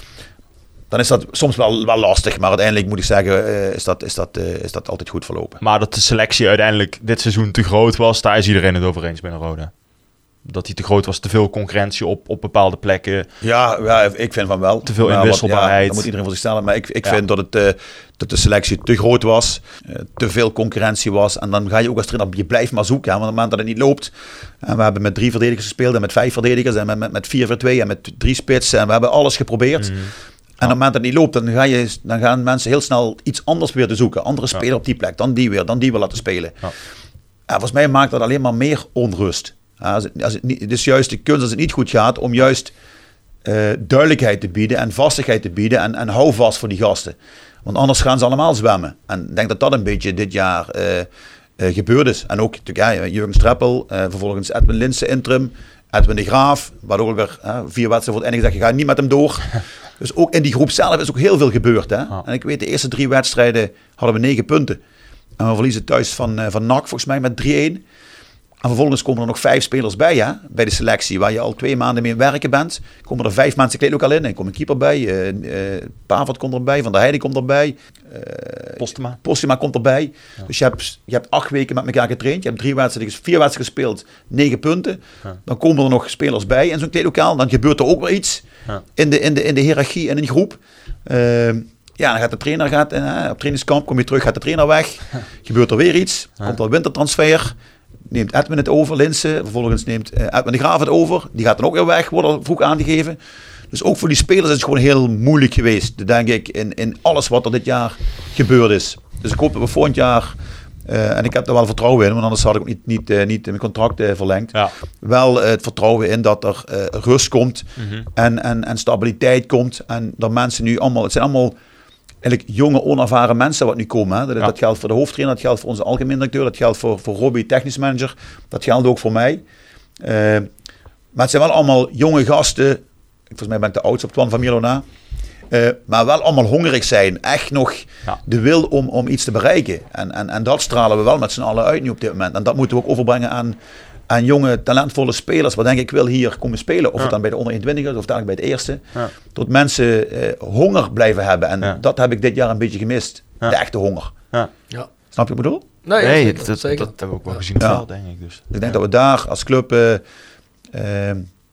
Dan is dat soms wel, wel lastig. Maar uiteindelijk moet ik zeggen, uh, is, dat, is, dat, uh, is dat altijd goed verlopen. Maar dat de selectie uiteindelijk dit seizoen te groot was, daar is iedereen het over eens binnen Roda. Dat hij te groot was, te veel concurrentie op, op bepaalde plekken. Ja, ja, ik vind van wel. Te veel inwisselbaarheid. Ja, dat moet iedereen voor zich stellen. Maar ik, ik ja. vind dat, het, uh, dat de selectie te groot was. Uh, te veel concurrentie was. En dan ga je ook als trainer, je blijft maar zoeken. Hè, want op het moment dat het niet loopt. En we hebben met drie verdedigers gespeeld. En met vijf verdedigers. En met, met, met vier voor twee. En met drie spitsen. En we hebben alles geprobeerd. Mm. En op het moment dat het niet loopt, dan, ga je, dan gaan mensen heel snel iets anders weer te zoeken. Andere spelen ja. op die plek. Dan die weer. Dan die weer laten spelen. Ja. En volgens mij maakt dat alleen maar meer onrust. Als het, als het, niet, het is juist de kunst als het niet goed gaat om juist uh, duidelijkheid te bieden en vastigheid te bieden en, en hou vast voor die gasten. Want anders gaan ze allemaal zwemmen. En ik denk dat dat een beetje dit jaar uh, uh, gebeurd is. En ook ja, Jurgen Streppel, uh, vervolgens Edwin Linssen interim, Edwin de Graaf, waardoor weer uh, vier wedstrijden voor het einde gezegd, je gaat niet met hem door. Dus ook in die groep zelf is ook heel veel gebeurd. Hè? Ja. En ik weet, de eerste drie wedstrijden hadden we negen punten. En we verliezen thuis van, uh, van N A C volgens mij met drie-een. En vervolgens komen er nog vijf spelers bij, hè, bij de selectie, waar je al twee maanden mee werken bent. Komen er vijf mensen kleed ook al in. En komt een keeper bij, uh, uh, Pavard komt erbij, Van der Heijden komt erbij. Uh, Postema. Postema komt erbij. Ja. Dus je hebt, je hebt acht weken met elkaar getraind. Je hebt drie wedstrijden, vier wedstrijden gespeeld, negen punten. Ja. Dan komen er nog spelers bij in zo'n kleedlokaal. Dan gebeurt er ook weer iets ja. in, de, in, de, in de hiërarchie en in de groep. Uh, Ja, dan gaat de trainer gaat, uh, op trainingskamp, kom je terug, gaat de trainer weg. Gebeurt er weer iets. Ja. Komt er een wintertransfer. Neemt Edwin het over, Linssen. Vervolgens neemt uh, Edwin de Graaf het over. Die gaat dan ook weer weg, wordt er vroeg aangegeven. Dus ook voor die spelers is het gewoon heel moeilijk geweest, denk ik, in, in alles wat er dit jaar gebeurd is. Dus ik hoop dat we volgend jaar, uh, en ik heb er wel vertrouwen in, want anders had ik ook niet, niet, uh, niet mijn contract uh, verlengd. Ja. Wel uh, het vertrouwen in dat er uh, rust komt mm-hmm. en, en, en stabiliteit komt. En dat mensen nu allemaal, het zijn allemaal eigenlijk jonge, onervaren mensen wat nu komen. Hè. Dat, ja. dat geldt voor de hoofdtrainer, dat geldt voor onze algemeen directeur, dat geldt voor, voor Robbie, technisch manager. Dat geldt ook voor mij. Uh, maar het zijn wel allemaal jonge gasten. Volgens mij ben ik de oudste op Twan van Milo na. Uh, maar wel allemaal hongerig zijn. Echt nog ja. de wil om, om iets te bereiken. En, en, en dat stralen we wel met z'n allen uit nu op dit moment. En dat moeten we ook overbrengen aan, En jonge, talentvolle spelers, wat denk ik wil hier komen spelen. Of ja. het dan bij de onder eenentwintig is of dadelijk bij het eerste. Ja. Dat mensen eh, honger blijven hebben. En Ja. dat heb ik dit jaar een beetje gemist. Ja. De echte honger. Ja. Ja. Snap je wat ik bedoel? Nee, Nee, zeker, dat, zeker. dat hebben we ook wel gezien in het Ja. veld, denk ik. Dus. Ik denk dat we daar als club uh, uh,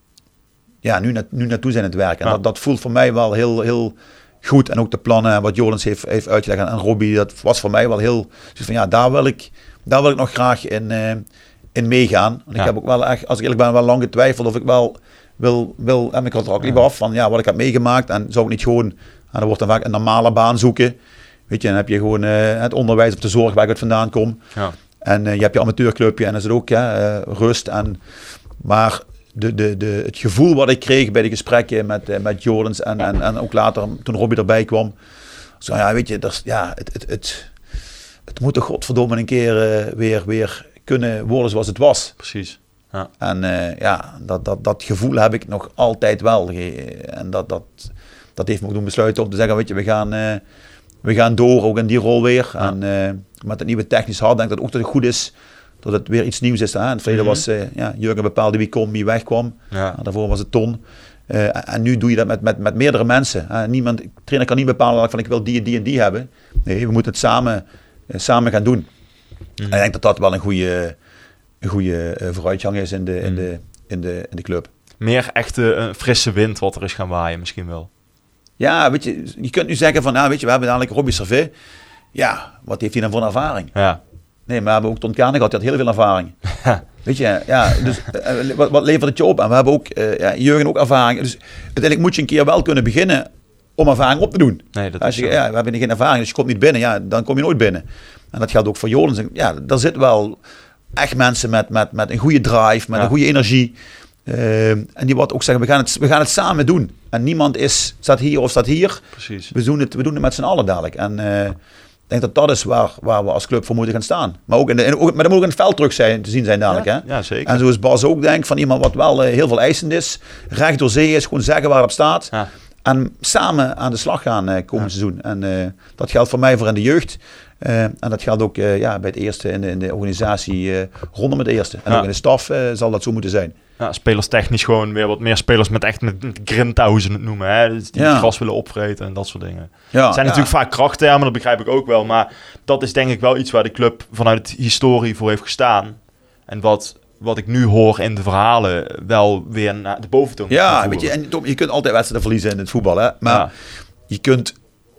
ja, nu, na, nu naartoe zijn aan het werken. En Ja. dat, dat voelt voor mij wel heel, heel goed. En ook de plannen, wat Jolens heeft, heeft uitgelegd. En Robbie, dat was voor mij wel heel... Dus van, ja, daar wil ik, daar wil ik nog graag in, uh, in meegaan. Want Ja. ik heb ook wel echt, als ik eerlijk ben, wel lang getwijfeld of ik wel wil... wil en ik had er ook liever af van ja, wat ik heb meegemaakt. En zou ik niet gewoon... En dan wordt dan vaak een normale baan zoeken. Weet je, dan heb je gewoon uh, het onderwijs of de zorg waar ik uit vandaan kom. Ja. En uh, je hebt je amateurclubje en dan is het ook ja, uh, rust. En, maar de, de, de, het gevoel wat ik kreeg bij de gesprekken met, uh, met Jordans en, en, en ook later toen Robbie erbij kwam. Zo ja, weet je, dat, ja, het, het, het, het moet toch godverdomme een keer uh, weer, weer kunnen worden zoals het was. Precies. Ja. En uh, ja, dat, dat, dat gevoel heb ik nog altijd wel. En dat, dat, dat heeft me ook doen besluiten om te zeggen, weet je, we gaan... Uh, We gaan door, ook in die rol weer. Ja. En uh, met het nieuwe technisch hart denk ik dat ook dat het goed is dat het weer iets nieuws is. Hè? In het verleden mm-hmm. was uh, ja, Jurgen bepaalde wie kwam, wie wegkwam. Ja. Uh, daarvoor was het Ton. Uh, en nu doe je dat met, met, met meerdere mensen. Uh, niemand, de trainer kan niet bepalen van ik wil die en die en die hebben. Nee, we moeten het samen, uh, samen gaan doen. Mm-hmm. En ik denk dat dat wel een goede, een goede uh, vooruitgang is in de, mm-hmm. in, de, in, de, in de club. Meer echte uh, frisse wind wat er is gaan waaien misschien wel. Ja, weet je, je kunt nu zeggen van, nou, weet je, we hebben dadelijk Robbie Servet. Ja, wat heeft hij dan voor een ervaring? Ja. Nee, maar we hebben ook Ton Kanen gehad, die had heel veel ervaring. Weet je, ja, dus uh, wat, wat levert het je op? En we hebben ook, uh, ja, Jurgen ook ervaring. Dus uiteindelijk moet je een keer wel kunnen beginnen om ervaring op te doen. Nee, dat Als is je, zo. ja, we hebben geen ervaring, dus je komt niet binnen, ja, dan kom je nooit binnen. En dat geldt ook voor Jolens. Ja, daar zit wel echt mensen met, met, met een goede drive, met ja. een goede energie. Uh, en die wat ook zeggen, we gaan, het, we gaan het samen doen. En niemand is, staat hier of staat hier. Precies. We doen het, we doen het met z'n allen dadelijk. En uh, ik denk dat dat is waar, waar we als club voor moeten gaan staan. Maar, ook in de, in, ook, maar dat moet ook in het veld terug zijn, te zien zijn dadelijk. Ja, hè? ja, zeker. En zoals Bas ook denkt, van iemand wat wel uh, heel veel eisend is. Recht door zee is, gewoon zeggen waar het op staat. Ja. En samen aan de slag gaan uh, komend ja. seizoen. En uh, dat geldt voor mij voor in de jeugd. Uh, en dat geldt ook uh, ja, bij het eerste in de, in de organisatie uh, rondom het eerste. En ja. ook in de staf uh, zal dat zo moeten zijn. Ja, spelers technisch gewoon weer wat meer spelers met echt met grindhouden hoe ze het noemen. Hè? Dus die ja. gras willen opvreten en dat soort dingen. Ja, het zijn ja. natuurlijk vaak krachttermen, dat begrijp ik ook wel. Maar dat is denk ik wel iets waar de club vanuit historie voor heeft gestaan. En wat, wat ik nu hoor in de verhalen wel weer naar de boventoon. Ja, weet je, en Tom, je kunt altijd wedstrijden verliezen in het voetbal. Hè? Maar ja. je kunt...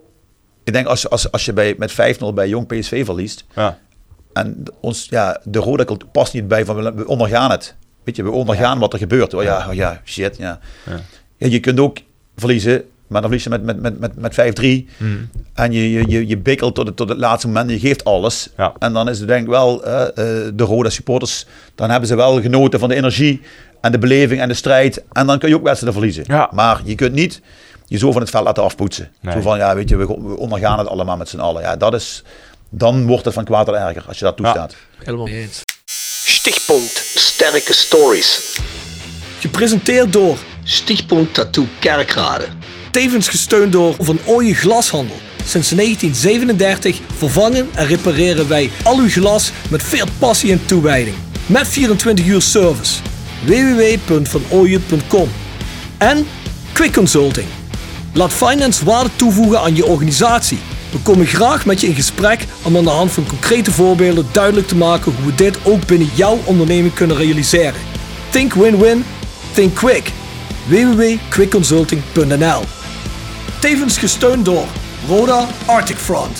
Ik denk als, als, als je bij, met vijf nul bij Jong P S V verliest... Ja. En ons, ja, de rode cultuur past niet bij van we ondergaan het. Weet je, we ondergaan ja. wat er gebeurt. Oh ja, oh ja shit, ja. Ja. ja. Je kunt ook verliezen, maar dan verlies je met, met, met, met, met vijf drie. Mm. En je, je, je, je bikkelt tot het, tot het laatste moment, je geeft alles. Ja. En dan is het denk ik wel, uh, uh, de rode supporters, dan hebben ze wel genoten van de energie en de beleving en de strijd. En dan kun je ook wedstrijden verliezen. Ja. Maar je kunt niet je zo van het veld laten afpoetsen. Nee. Zo van, ja, weet je, we, we ondergaan het allemaal met z'n allen. Ja, dat is, dan wordt het van kwaad tot erger als je dat toestaat. Ja. Helemaal eens. Stichtpunt Sterke Stories. Gepresenteerd door Stichtpunt Tattoo Kerkrade. Tevens gesteund door Van Ooyen Glashandel. Sinds negentien zevenendertig vervangen en repareren wij al uw glas met veel passie en toewijding. Met vierentwintig uur service. w w w punt van ooyen punt com. En Quick Consulting. Laat finance waarde toevoegen aan je organisatie. We komen graag met je in gesprek om aan de hand van concrete voorbeelden duidelijk te maken hoe we dit ook binnen jouw onderneming kunnen realiseren. Think win-win, think quick. w w w punt quick consulting punt n l. Tevens gesteund door Roda Arctic Front.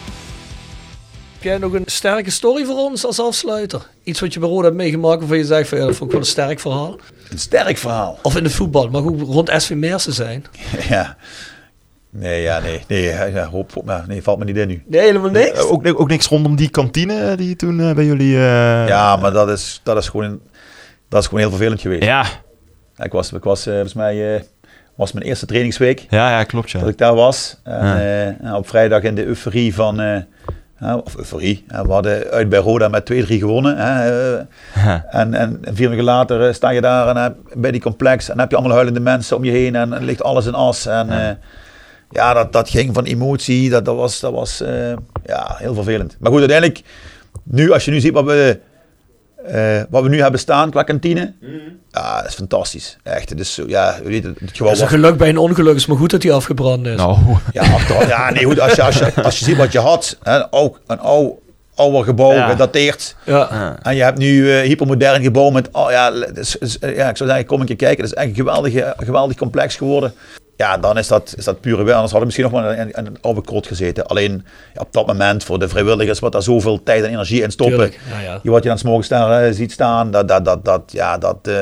Heb jij nog een sterke story voor ons als afsluiter? Iets wat je bij Roda hebt meegemaakt waarvan je zegt van ja, dat vond ik wel een sterk verhaal. Een sterk verhaal? Of in het voetbal, mag ook rond S V Meersen zijn. Ja. Nee, ja, nee, nee, ja, hoop, maar nee, valt me niet in nu. Nee, helemaal niks. Uh, ook, ook niks rondom die kantine die toen uh, bij jullie... Uh, ja, maar dat is, dat is gewoon, dat is gewoon heel vervelend geweest. Ja. ja ik was, ik was uh, volgens mij, uh, was mijn eerste trainingsweek. Ja, ja, klopt, ja. Dat ik daar was. En, ja. uh, op vrijdag in de euforie van, uh, uh, of euforie, uh, we hadden uit bij Roda met twee drie gewonnen. Uh, ja. en, en, en vier uur later uh, sta je daar en, uh, bij die complex en dan heb je allemaal huilende mensen om je heen en, en ligt alles in as. En, ja. Uh, Ja, dat, dat ging van emotie, dat, dat was, dat was uh, ja, heel vervelend. Maar goed, uiteindelijk, nu, als je nu ziet wat we Uh, wat we nu hebben staan qua kantine, mm. ja, dat is fantastisch. Echt, dus ja, je weet het, het gewoon is een geluk bij een ongeluk, is maar goed dat hij afgebrand is. Nou. Ja, achteraf, ja, nee, goed, als je, als je, als je ziet wat je had, hè, een oude, een oude, oude gebouw, ja. gedateerd, ja. en je hebt nu uh, hypermodern gebouw met, oh ja, dus, is, ja, ik zou zeggen, kom een keer kijken, dat is echt een geweldige, geweldig complex geworden. Ja, dan is dat, is dat pure wel. Anders hadden we misschien nog maar in, in een oude krot gezeten. Alleen ja, op dat moment voor de vrijwilligers wat daar zoveel tijd en energie in stoppen. Ja, ja. Je wat je dan 's morgens daar uh, ziet staan, dat, dat, dat, dat, ja, dat, uh,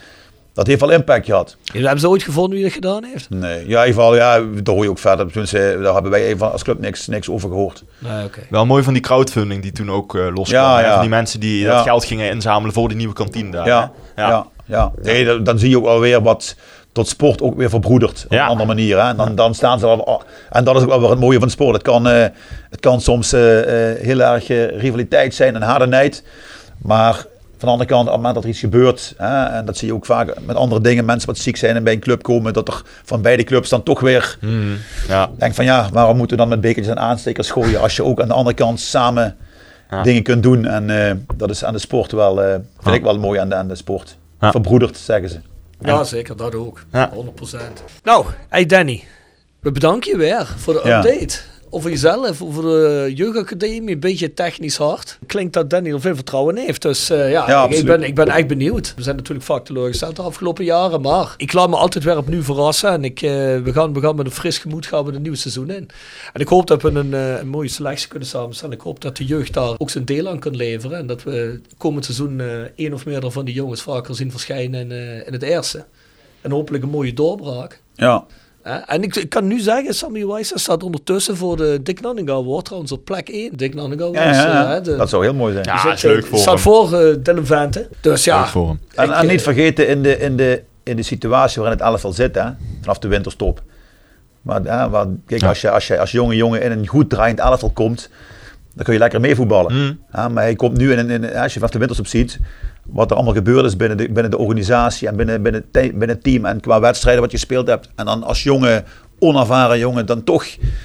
dat heeft wel impact gehad. Ja, hebben ze ooit gevonden wie dat gedaan heeft? Nee, ja, in ieder geval, ja, daar hoor je ook verder. Tenminste, daar hebben wij even als club niks, niks over gehoord. Nee, okay. Wel mooi van die crowdfunding die toen ook uh, loskwam. Ja, ja. Van die mensen die ja. dat geld gingen inzamelen voor die nieuwe kantine daar. Ja, ja. ja, ja. Nee, dan, dan zie je ook alweer wat tot sport ook weer verbroedert op ja. een andere manier. Hè? En dan, dan staan ze al, en dat is ook wel weer het mooie van sport. Het kan, uh, het kan soms uh, uh, heel erg uh, rivaliteit zijn en hardenheid. Maar van de andere kant, op het moment dat er iets gebeurt, hè, en dat zie je ook vaak met andere dingen, mensen wat ziek zijn en bij een club komen, dat er van beide clubs dan toch weer mm, ja. denk van ja, waarom moeten we dan met bekertjes en aanstekers gooien als je ook aan de andere kant samen ja. dingen kunt doen. En uh, dat is aan de sport wel, uh, vind ja. ik wel mooi aan de, aan de sport. Ja. Verbroederd, zeggen ze. Ja, zeker, dat ook. Ja. honderd procent. Nou, hey Danny, we bedanken je weer voor de update. Ja. Over jezelf, over de jeugdacademie, een beetje technisch hard. Klinkt dat Danny er veel vertrouwen in heeft. Dus uh, ja, ja ik, ik, ben, ik ben echt benieuwd. We zijn natuurlijk vaak teleurgesteld de afgelopen jaren. Maar ik laat me altijd weer opnieuw verrassen. En ik, uh, we, gaan, we gaan met een fris gemoed gaan we het nieuwe seizoen in. En ik hoop dat we een, uh, een mooie selectie kunnen samenstellen. Ik hoop dat de jeugd daar ook zijn deel aan kan leveren. En dat we komend seizoen uh, één of meer van die jongens vaker zien verschijnen in, uh, in het eerste. En hopelijk een mooie doorbraak. Ja. Uh, en ik, ik kan nu zeggen, Sammy Wijs staat ondertussen voor de Dick Nanninga Award trouwens op plek één. Dick Nanninga was, ja, ja, ja. Uh, de, dat zou heel mooi zijn. Ja, dat is leuk voor staat voor uh, Dylan Vente. Dus ja. Voor hem. En, en niet vergeten in de, in, de, in de situatie waarin het elftal zit, hè, vanaf de winterstop. Maar, hè, maar kijk, ja. als, je, als je als jonge jongen in een goed draaiend elftal komt, dan kun je lekker meevoetballen. Mm. Ja, maar hij komt nu in, in, in als je vanaf de winterstop ziet wat er allemaal gebeurd is binnen de, binnen de organisatie en binnen, binnen, te, binnen het team en qua wedstrijden wat je gespeeld hebt. En dan als jonge, onervaren jongen dan toch,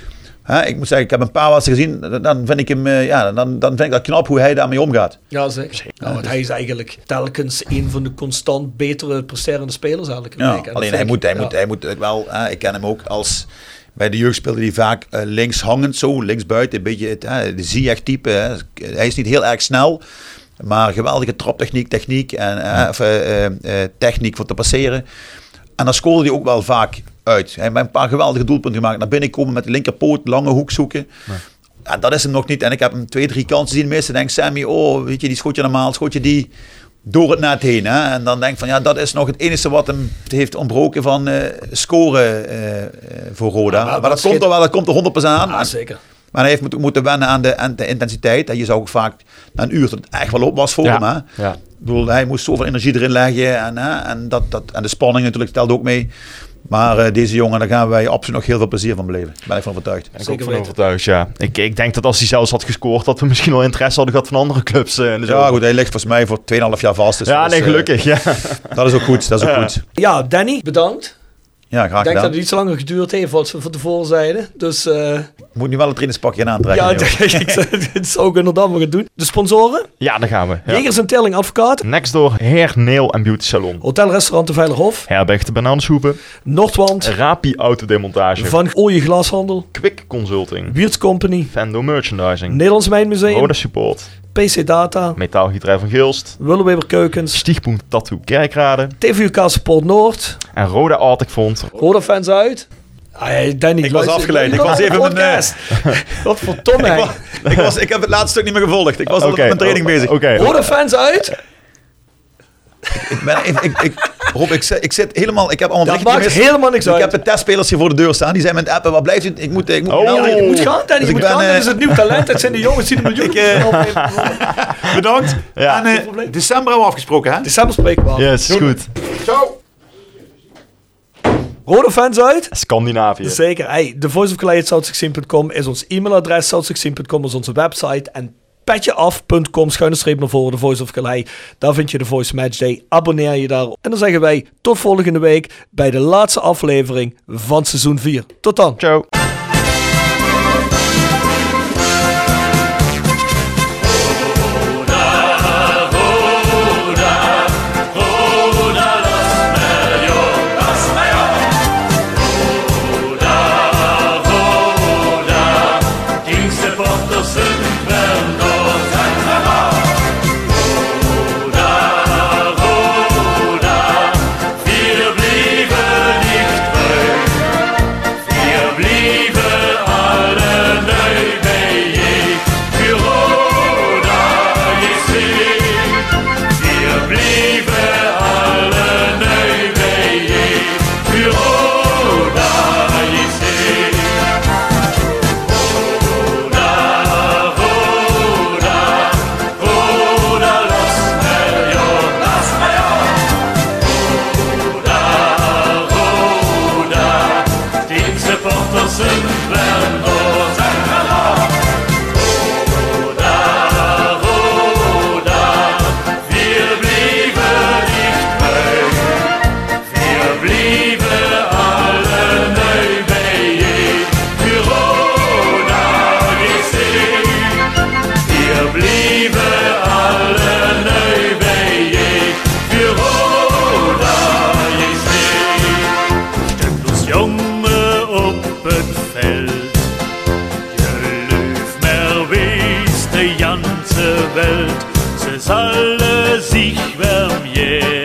hè, ik moet zeggen, ik heb een paar wedstrijden gezien, dan vind ik hem, ja, dan, dan vind ik dat knap hoe hij daarmee omgaat. Ja, zeker. Nou, want hij is eigenlijk telkens een van de constant betere presterende spelers eigenlijk. Ja, alleen hij moet, hij, ja. moet, hij moet wel, hè, ik ken hem ook als, bij de jeugd speelde hij vaak uh, links hangend zo, links buiten, een beetje het, hè, de Ziyech type. Hè. Hij is niet heel erg snel. Maar geweldige traptechniek, techniek en uh, of, uh, uh, techniek voor te passeren. En dan scoorde hij ook wel vaak uit. Hij heeft een paar geweldige doelpunten gemaakt. Naar binnen komen met de linkerpoot, lange hoek zoeken. Nee. Ja, dat is hem nog niet. En ik heb hem twee, drie kansen zien missen. Denk Sammy, oh, weet je, die schoot je normaal, schoot je die door het net heen. Hè? En dan denk ik van, ja, dat is nog het enige wat hem heeft ontbroken van uh, scoren uh, voor Roda. Ja, maar, maar dat, dat komt er wel, dat komt er honderd procent aan. Ja, zeker. Maar hij heeft moeten, moeten wennen aan de, aan de intensiteit. En je zag ook vaak na een uur dat het echt wel op was voor ja. hem. Hè? Ja. Ik bedoel, hij moest zoveel energie erin leggen. En, hè? En, dat, dat, en de spanning natuurlijk stelde ook mee. Maar uh, deze jongen, daar gaan wij absoluut nog heel veel plezier van beleven. Daar ben ik van overtuigd. Ik ben ook van overtuigd, ja. Ik, ik denk dat als hij zelfs had gescoord, dat we misschien wel interesse hadden gehad van andere clubs. Uh, dus ja, goed, hij ligt volgens mij voor twee komma vijf jaar vast. Dus ja, nee, is, gelukkig. Uh, ja. Dat is ook goed, dat is ook goed. Ja, Danny, bedankt. Ja, graag ik denk gedaan. dat het iets langer geduurd heeft als we van tevoren zeiden. Dus, uh... moet nu wel een trainingspakje aantrekken. Ja, dat zou ik inderdaad maar gaan doen. De sponsoren? Ja, daar gaan we. Ja. Jegers en Telling Advocaat. Nextdoor Hair, Nail en Beauty Salon. Hotel Restaurant de Veilerhof. Herberg de Bananenshoepen. Noordwand. Rapi Autodemontage. Van Ooije Glashandel. Quick Consulting. Wiertz Company. Vendo Merchandising. Nederlands Mijnmuseum. Roda Support. P C Data. Metaalgieterij van Gilst. Willeweber Keukens. Stichtpunt Tattoo Kerkrade. T V U K Support Noord. En Roda Arctic Fond. Roda Fans uit. Ah, Danny, ik was afgeleid. Ik was even met mijn... Wat voor Tom, hè? ik, ik, was, ik heb het laatste stuk niet meer gevolgd. Ik was okay. al met mijn training bezig. Okay. Roda Fans uit. Ik, ik ben... Ik, ik, ik, Rob, ik, zit, ik zit helemaal... Ik heb allemaal dat maakt helemaal niks uit. Ik heb de testspelers hier voor de deur staan. Die zijn met appen. Wat blijft u? Ik moet... Ik moet, oh. nou, je moet gaan, Danny. Dus je moet ben, gaan. Dat is het nieuw talent. Dat zijn de jongens die de miljoenen... Ik, uh, bedankt. Ja. En uh, december hebben we afgesproken, hè? December spreken we af. Yes, Doe goed. Ciao. Roda Fans uit? Scandinavië. Zeker. Hey, the voice of calais at south sixteen punt com is ons e-mailadres. south sixteen punt com is onze website. En petjeaf punt com, schuine streep naar voren, de Voice of Calais. Daar vind je de Voice Matchday. Abonneer je daar. En dan zeggen wij tot volgende week bij de laatste aflevering van seizoen vier. Tot dan. Ciao. Roda, Roda. Welt, ze zullen zich vermjeren.